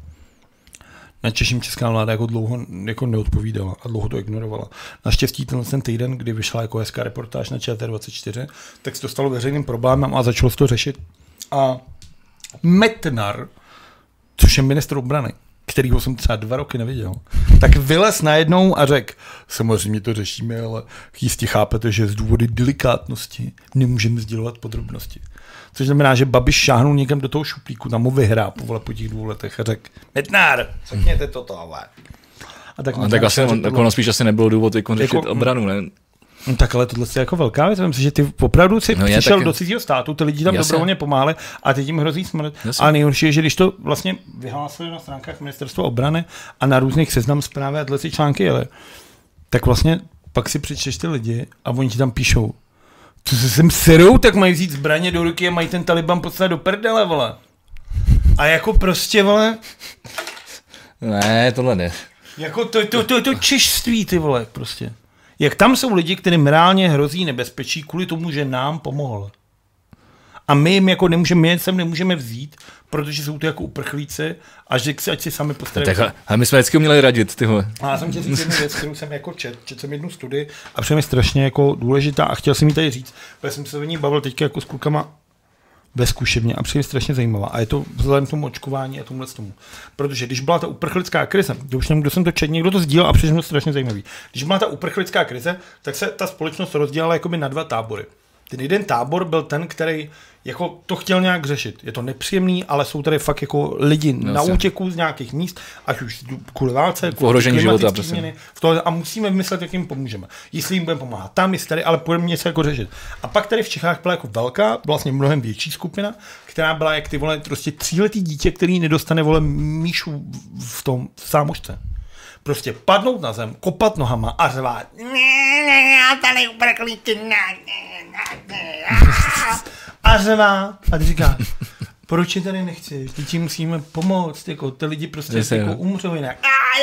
[SPEAKER 1] Načež česká vláda jako dlouho jako neodpovídala a dlouho to ignorovala. Naštěstí ten týden, kdy vyšla jako hezká reportáž na ČT24, tak se to stalo veřejným problémem a začalo se to řešit. A Metnar, což je ministr obrany, kterýho jsem třeba 2 roky neviděl, tak vylez najednou a řekl, samozřejmě to řešíme, ale jistě chápete, že z důvody delikátnosti nemůžeme sdělovat podrobnosti. Což znamená, že Babiš šáhnul někam do toho šuplíku, tam ho vyhrál po těch 2 letech a řekl, Metnar, řekněte to, ale. A
[SPEAKER 2] tak asi spíš asi nebylo důvod řešit obranu, ne?
[SPEAKER 1] No tak ale tohle je jako velká věc, myslím si, že ty opravdu si přišel do cizího státu, ty lidi tam dobrovolně pomáhali a teď jim hrozí smrt. A nejhorší je, že když to vlastně vyhlásili na stránkách Ministerstva obrany a na různých seznam zprávy a tyhle články jeli, tak vlastně pak si přečteš ty lidi a oni ti tam píšou, co se sem serou, tak mají vzít zbraně do ruky a mají ten Taliban poslat do prdele, vole. A jako prostě, vole.
[SPEAKER 2] Ne, tohle ne.
[SPEAKER 1] Jako to češství, ty vole, prostě. Jak tam jsou lidi, kterým reálně hrozí nebezpečí kvůli tomu, že nám pomohl. A my jim jako nemůžeme vzít, protože jsou to jako uprchlíci a že ať si sami postarají.
[SPEAKER 2] A my jsme vždycky měli radit, tyhle.
[SPEAKER 1] A já jsem tě říct jednu věc, kterou jsem jako četl jsem jednu studii a přijde mi strašně jako důležitá a chtěl jsem jí tady říct, protože jsem se o ní bavil teďka jako s klukama ve zkušebně a přijde strašně zajímavá. A je to vzhledem k tomu očkování a tomhle tomu. Protože když byla ta uprchlická krize, já už nevím, kdo jsem to četl, někdo to sdílel a přijde to strašně zajímavý. Když byla ta uprchlická krize, tak se ta společnost rozdělala jakoby na 2 tábory. Ten jeden tábor byl ten, který jako to chtěl nějak řešit. Je to nepříjemný, ale jsou tady fakt jako lidi na útěku z nějakých míst, ať už kvůli válce, kvůli klimatické změny, a musíme vymyslet, jak jim pomůžeme. Jestli jim budeme pomáhat tam, jestli tady, ale půjdeme něco jako řešit. A pak tady v Čechách byla jako velká, vlastně mnohem větší skupina, která byla jak ty vole prostě 3letý dítě, který nedostane vole míšu v tom sámošce. Prostě padnout na zem, kopat nohama a řvát. Tady uprchlíky. A řvá. A ty říká, proč je tady nechceš? Teď ti musíme pomoct. Jako, ty lidi prostě jako umřou jinak.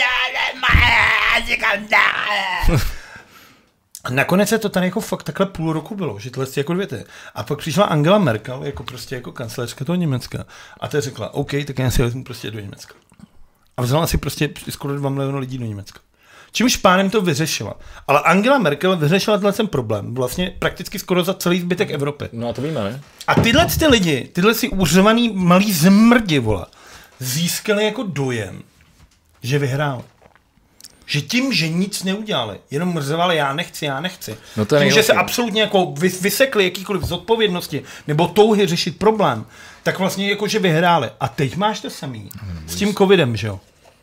[SPEAKER 1] A nakonec se to tady jako fakt takhle půl roku bylo, že tohle jako 2 ty. A pak přišla Angela Merkel, jako prostě jako kancléřka toho Německa. A ta řekla, OK, tak já si vezmu prostě do Německa. A vzala si prostě skoro 2 miliony lidí do Německa. Čímž pánem to vyřešila. Ale Angela Merkel vyřešila tenhle problém vlastně prakticky skoro za celý zbytek Evropy.
[SPEAKER 2] No a to víme, ne?
[SPEAKER 1] A tyhle ty lidi, tyhle si uřvaný malý zmrdi, vole, získali jako dojem, že vyhráli. Že tím, že nic neudělali, jenom mrzovali, já nechci.
[SPEAKER 2] No to
[SPEAKER 1] tím, že se absolutně jako vysekli jakýkoliv zodpovědnosti nebo touhy řešit problém, tak vlastně jako, že vyhráli. A teď máš to samý. S tím covidem, že jo?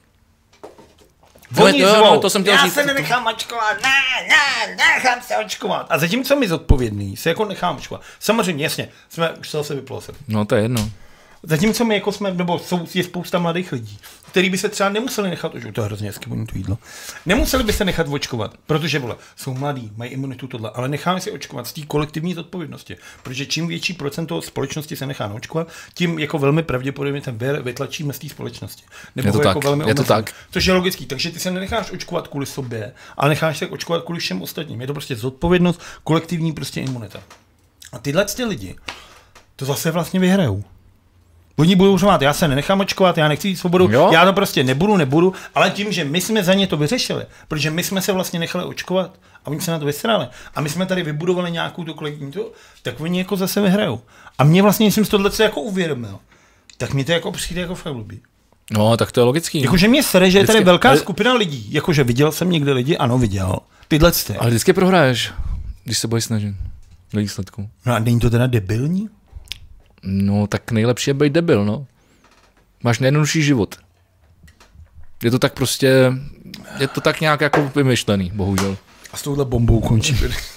[SPEAKER 1] Oni zvou, to jsem já říct, se nenechám očkovat, nechám se očkovat. A zatímco my zodpovědný se jako nechám očkovat. Samozřejmě, jasně, už se vyplo se.
[SPEAKER 2] No to je jedno.
[SPEAKER 1] Zatímco my jako jsme, nebo je spousta mladých lidí, kteří by se třeba nemuseli nechat očkovat, to je hrozně hezky, to jídlo, nemuseli by se nechat očkovat, protože vole, jsou mladí, mají imunitu tohle, ale necháme si očkovat z té kolektivní zodpovědnosti, protože čím větší procento společnosti se nechá očkovat, tím jako velmi pravděpodobně ten vir vytlačíme z té společnosti. Nebo
[SPEAKER 2] je to
[SPEAKER 1] jako
[SPEAKER 2] tak,
[SPEAKER 1] velmi
[SPEAKER 2] je to tak.
[SPEAKER 1] Což je logický, takže ty se nenecháš očkovat kvůli sobě, ale necháš se očkovat kvůli všem ostatním. Je to prostě zodpovědnost, kolektivní prostě imunita. A tyhle ty lidi to zase vlastně vyhrajou. Oni budou řvát, já se nenechám očkovat, já nechci jít svobodu, já to prostě nebudu, ale tím, že my jsme za ně to vyřešili, protože my jsme se vlastně nechali očkovat a oni se na to vysrali a my jsme tady vybudovali nějakou tu kolektivní to, tak oni jako zase vyhrajou. A mě vlastně, když jsem si tohle jako uvědomil, tak mi to jako přijde jako fakt blbý.
[SPEAKER 2] No, tak to je logický.
[SPEAKER 1] Jakože mě sere, že je tady velká skupina lidí, jakože viděl jsem někde lidi, ano, viděl, tyhle ty.
[SPEAKER 2] Ale vždycky prohraješ, když se budeš snažit do výsledku.
[SPEAKER 1] No a není to teda debilní?
[SPEAKER 2] No, tak nejlepší je být debil, no. Máš nejjednodušší život. Je to tak prostě, je to tak nějak jako vymyšlený, bohužel.
[SPEAKER 1] A s touhle bombou končí.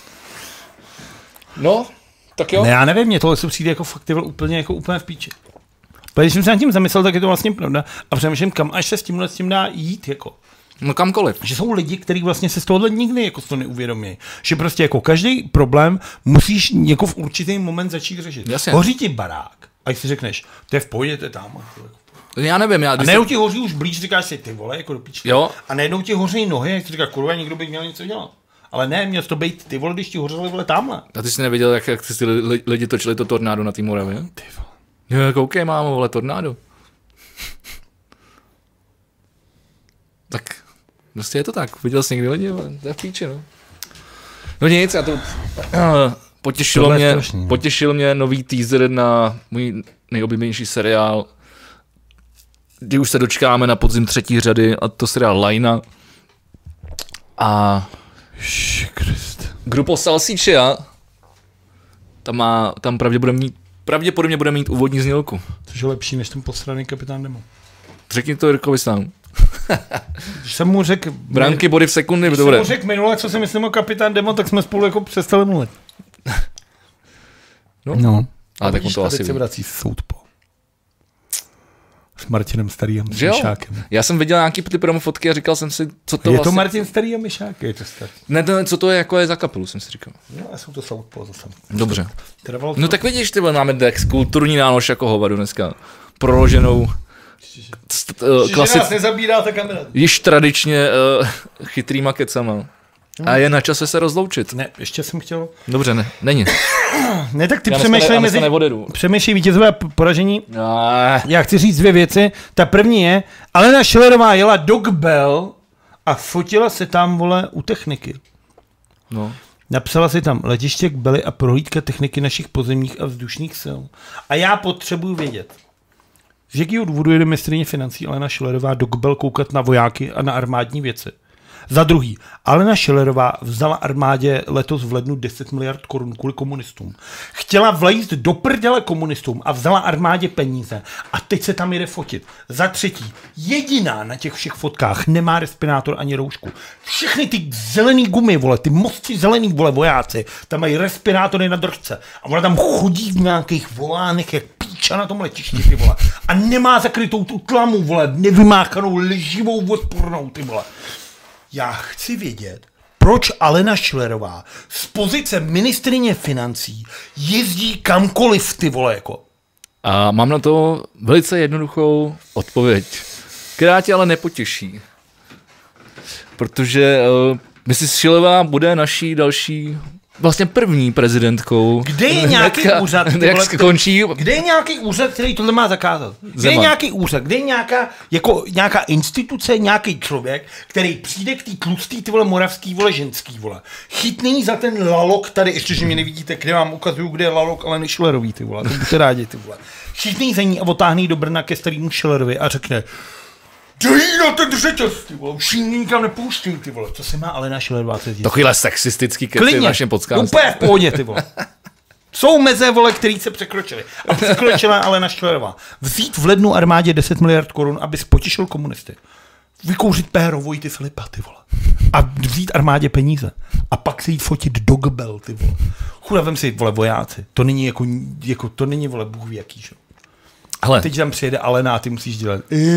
[SPEAKER 2] No, tak jo.
[SPEAKER 1] Ne, já nevím, mě tohle se přijde jako fakt úplně v píči. Když jsem se nad tím zamyslel, tak je to vlastně pravda. A přemýšlím, kam až se s tím dá jít, jako.
[SPEAKER 2] No kamkoliv.
[SPEAKER 1] Že jsou lidi, kteří vlastně se z tohohle nikdy jako to neuvědomí. Že prostě jako každý problém musíš jako v určitý moment začít řešit.
[SPEAKER 2] Jasně.
[SPEAKER 1] Hoří ti barák. A si řekneš, to je v pohodě, to je tam.
[SPEAKER 2] Já nevím,
[SPEAKER 1] A najednou ti hoří už blíž, říkáš si, ty vole, jako do píčky.
[SPEAKER 2] Jo.
[SPEAKER 1] A najednou ti hoří nohy, jak si říkáš, kurva, někdo by měl něco dělat. Ale ne, měl to být ty vole, když ti hořely vole tamhle.
[SPEAKER 2] A ty jsi neviděl, jak si lidi točili to tornádo na té Moravě?
[SPEAKER 1] Ty vole.
[SPEAKER 2] Jo, koukej, mámo, vole, tornádo. Tak, prostě je to tak. Viděl jsi někdy lidi, vole, to je v píči, no. No nic, já to... Potěšil mě nový teaser na můj nejoblíbenější seriál, kdy už se dočkáme na podzim 3. řady, a to seriál Lajna. A Grupo Salsiccia tam pravděpodobně bude mít úvodní znělku.
[SPEAKER 1] Což je lepší než ten posraný Kapitán Demo.
[SPEAKER 2] Řekni to Jirkovi sám.
[SPEAKER 1] Když jsem mu řekl...
[SPEAKER 2] Branky, body v sekundy,
[SPEAKER 1] když
[SPEAKER 2] dobré.
[SPEAKER 1] Když jsem mu řekl minule, co si myslím o Kapitán Demo, tak jsme spolu jako přestali mluvit.
[SPEAKER 2] No. Ale tak on to asi
[SPEAKER 1] se
[SPEAKER 2] ví.
[SPEAKER 1] vrací Southpaw. S Martinem Starým a
[SPEAKER 2] Že jo?
[SPEAKER 1] Myšákem.
[SPEAKER 2] Já jsem viděl nějaký ty promo fotky a říkal jsem si, co to
[SPEAKER 1] Je
[SPEAKER 2] vlastně...
[SPEAKER 1] to Martin Starý a Myšák? Je to starý.
[SPEAKER 2] Ne, co to je, jako je za kapelu, jsem si říkal.
[SPEAKER 1] No a jsou to Southpaw zase.
[SPEAKER 2] Dobře.
[SPEAKER 1] Trvalo
[SPEAKER 2] No tak vidíš, máme Dex, kulturní nálož jako hovadu dneska. Proloženou
[SPEAKER 1] nás nezabírá ta kamera.
[SPEAKER 2] již tradičně chytrýma kecama. A je na čase se rozloučit.
[SPEAKER 1] Ne, ještě jsem chtěl...
[SPEAKER 2] Dobře, ne, není.
[SPEAKER 1] Ne, tak ty
[SPEAKER 2] přemýšlej
[SPEAKER 1] vítězové a poražení.
[SPEAKER 2] No.
[SPEAKER 1] Já chci říct 2 věci. Ta první je, Alena Schillerová jela do Gbel a fotila se tam, vole, u techniky.
[SPEAKER 2] No.
[SPEAKER 1] Napsala si tam letiště Gbely a prohlídka techniky našich pozemních a vzdušných sil. A já potřebuju vědět, z jakého důvodu jede ministryně financí Alena Schillerová do Gbel koukat na vojáky a na armádní věci. Za druhý, Alena Schillerová vzala armádě letos v lednu 10 miliard korun kvůli komunistům. Chtěla vlejzt do prdele komunistům a vzala armádě peníze. A teď se tam jede fotit. Za třetí, jediná na těch všech fotkách nemá respirátor ani roušku. Všechny ty zelený gumy, vole, ty mosty zelený, vole, vojáci, tam mají respirátory na držce. A ona tam chodí v nějakých volánech, jak píča na tom letišti, ty vole. A nemá zakrytou tu tlamu, vole, nevymáchanou, leživou, odpornou, ty vole. Já chci vědět, proč Alena Schillerová z pozice ministryně financí jezdí kamkoliv, ty vole, jako.
[SPEAKER 2] A mám na to velice jednoduchou odpověď, která tě ale nepotěší. Protože Mrs. Schillerová bude naší další, vlastně první prezidentkou.
[SPEAKER 1] Kde je nějaký úřad?
[SPEAKER 2] Jak skončí?
[SPEAKER 1] Kde je nějaký úřad, který tohle má zakázat? Kde je nějaký úřad? Kde je nějaká instituce, nějaký člověk, který přijde k té tlustý, ty vole, moravský, vole, ženský, vole. Chytný za ten lalok tady, ještě, že mě nevidíte, kde vám ukazuju, kde je lalok Aleny Schillerový, ty vole. To buďte rádi, ty vole. Chytný za ní a otáhný do Brna ke starýmu Schillerovi a řekne: dej na ten řetěz, ty vole, už jí nikam nepouštím, ty vole. Co se má Alena Schillerová se dělat?
[SPEAKER 2] Takovýhle sexistický keci v našem podcastu.
[SPEAKER 1] Úplně v pohodě, ty vole. Jsou meze, vole, který se překročily. A překročila Alena Schillerová. Vzít v lednu armádě 10 miliard korun, aby potěšil komunisty. Vykouřit péro Vojty Filipa, ty vole. A vzít armádě peníze. A pak se jít fotit do Gbel, ty vole. Chuda, vem si, vole, vojáci. To není jako to není, vole, Bůh ví jaký, že?
[SPEAKER 2] Hele.
[SPEAKER 1] Teď tam přijede Alena a ty musíš dělat.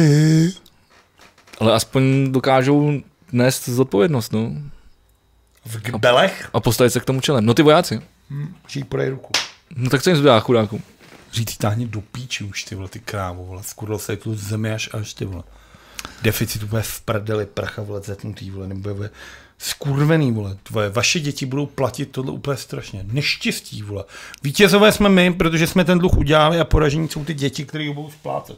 [SPEAKER 2] Ale aspoň dokážou nést zodpovědnost, no.
[SPEAKER 1] V Gbelech?
[SPEAKER 2] A postavit se k tomu čelem. No ty vojáci.
[SPEAKER 1] Že jí podej ruku.
[SPEAKER 2] No tak co jim zbývá, chudáku.
[SPEAKER 1] Říct táhni do píči už, ty vole, ty krávo, vole. Skurl se tu zemi až, ty vole. Deficit bude v prdeli, pracha, vole, zetnutý, vole, nebo bude skurvený, vole. Tvoje, vaše děti budou platit tohle úplně strašně. Neštěstí, vole. Vítězové jsme my, protože jsme ten dluh udělali a poražení jsou ty děti, které ho budou splácet.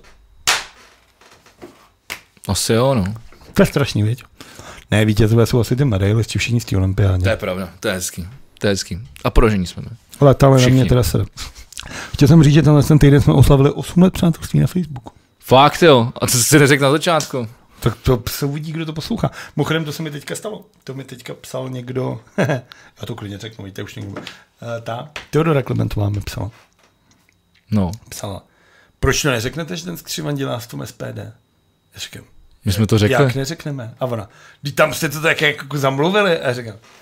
[SPEAKER 2] Asi jo, no.
[SPEAKER 1] To je strašný, věď. Ne, vítězové jsou asi ty medailisti všichni z té olympiády.
[SPEAKER 2] To je pravda, to je hezký. To je hezký. A poražení jsme my.
[SPEAKER 1] Ale tahle na mě teda se. Chtěl jsem říct, že ten týden jsme oslavili 8 let přátelství na Facebooku.
[SPEAKER 2] Fakt jo? A co jsi neřekl na začátku?
[SPEAKER 1] Tak to se uvidí, kdo to poslouchá. Mimochodem, to se mi teďka stalo. To mi teďka psal někdo, já to klidně řeknu, víte, už někdo. Teodora Klementová mi psala.
[SPEAKER 2] No.
[SPEAKER 1] Psala. Proč to neřeknete, že ten Skřivan dělá v tom SPD? Já říkám,
[SPEAKER 2] my jsme to řekli.
[SPEAKER 1] Jak neřekneme? A ona, když tam jste to tak jako zamluvili. A já říkám,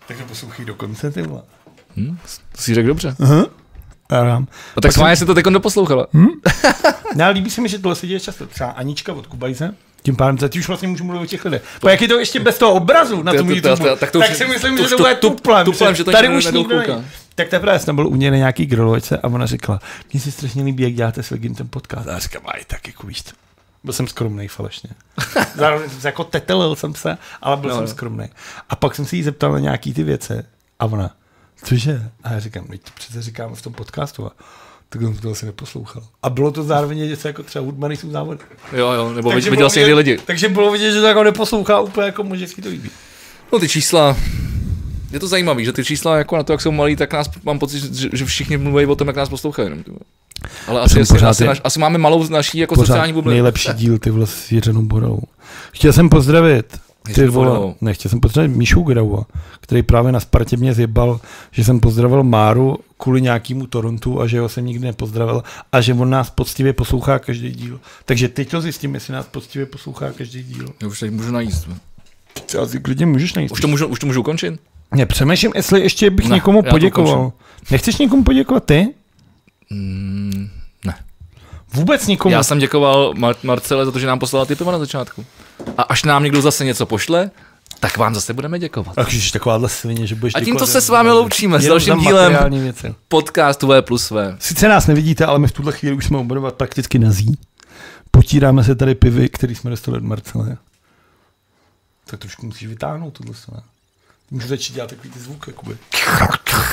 [SPEAKER 1] Tak to poslouchej do konce, ty vole.
[SPEAKER 2] To si řekl dobře.
[SPEAKER 1] No
[SPEAKER 2] tak schválně si to teď doposlouchala.
[SPEAKER 1] No, líbí se mi, že tohle se děje často. Třeba Anička od Kubajse. Tím pádem teď už vlastně můžu mluvit o těch lidech. Jak je to ještě bez toho obrazu na tom YouTube, tak si myslím, že to bude tuplem.
[SPEAKER 2] Že to
[SPEAKER 1] tady už nikdo není. Tak teprve jsem byl u něj na nějaký grilovačce a ona řekla, mně se strašně líbí, jak děláte s Vegim ten podcast. A já říkám, aj tak jako víš to. Byl jsem skromnej falešně. Zároveň jsem se jako tetelil jsem se, ale byl jsem skromnej. A pak jsem se jí zeptal na nějaký ty věci a ona, cože? A já říkám, teď to přece říkáme v tom podcastu. A tak jsem to asi neposlouchal. A bylo to zároveň něco jako třeba hudba jsou závody.
[SPEAKER 2] Jo, nebo viděl jsi někdy lidi.
[SPEAKER 1] Takže bylo vidět, že to jako neposlouchá úplně jako mužecky to líbí.
[SPEAKER 2] No ty čísla, je to zajímavé, že ty čísla jako na to, jak jsou malí, tak nás mám pocit, že všichni mluví o tom, jak nás poslouchají. Ale asi máme malou naší jako sociální bublinu.
[SPEAKER 1] Nejlepší díl ty vole s Jiřenou Borou. Chtěl jsem pozdravit chtěl jsem pozdravit Míšu Graua, který právě na Spartě mě zjebal, že jsem pozdravil Máru kvůli nějakému Torontu a že ho jsem nikdy nepozdravil a že on nás poctivě poslouchá každý díl. Takže teď to zjistím, jestli nás poctivě poslouchá každý díl.
[SPEAKER 2] Já už teď můžu najíst.
[SPEAKER 1] Třeba si klidně můžeš najíst.
[SPEAKER 2] Už to můžu ukončit?
[SPEAKER 1] Ne, přemýšlím, jestli ještě bych někomu poděkoval. Nechceš někomu poděkovat ty?
[SPEAKER 2] Ne.
[SPEAKER 1] Vůbec nikomu?
[SPEAKER 2] Já jsem děkoval Marcele za to, že nám poslala ty piva na začátku. A až nám někdo zase něco pošle, tak vám zase budeme děkovat.
[SPEAKER 1] A když takováhle svině, že budeš
[SPEAKER 2] a tímto se s vámi loučíme s dalším dílem podcastu V+V.
[SPEAKER 1] Sice nás nevidíte, ale my v tuhle chvíli už jsme obodovat prakticky nazí. Potíráme se tady pivy, který jsme dostali od Marcele. Tak trošku musíš vytáhnout tohle. Můžu začít dělat takový ty zvuk, jakoby.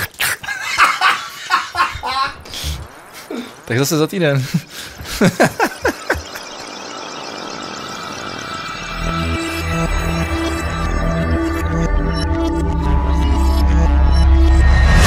[SPEAKER 2] Tak zase za týden.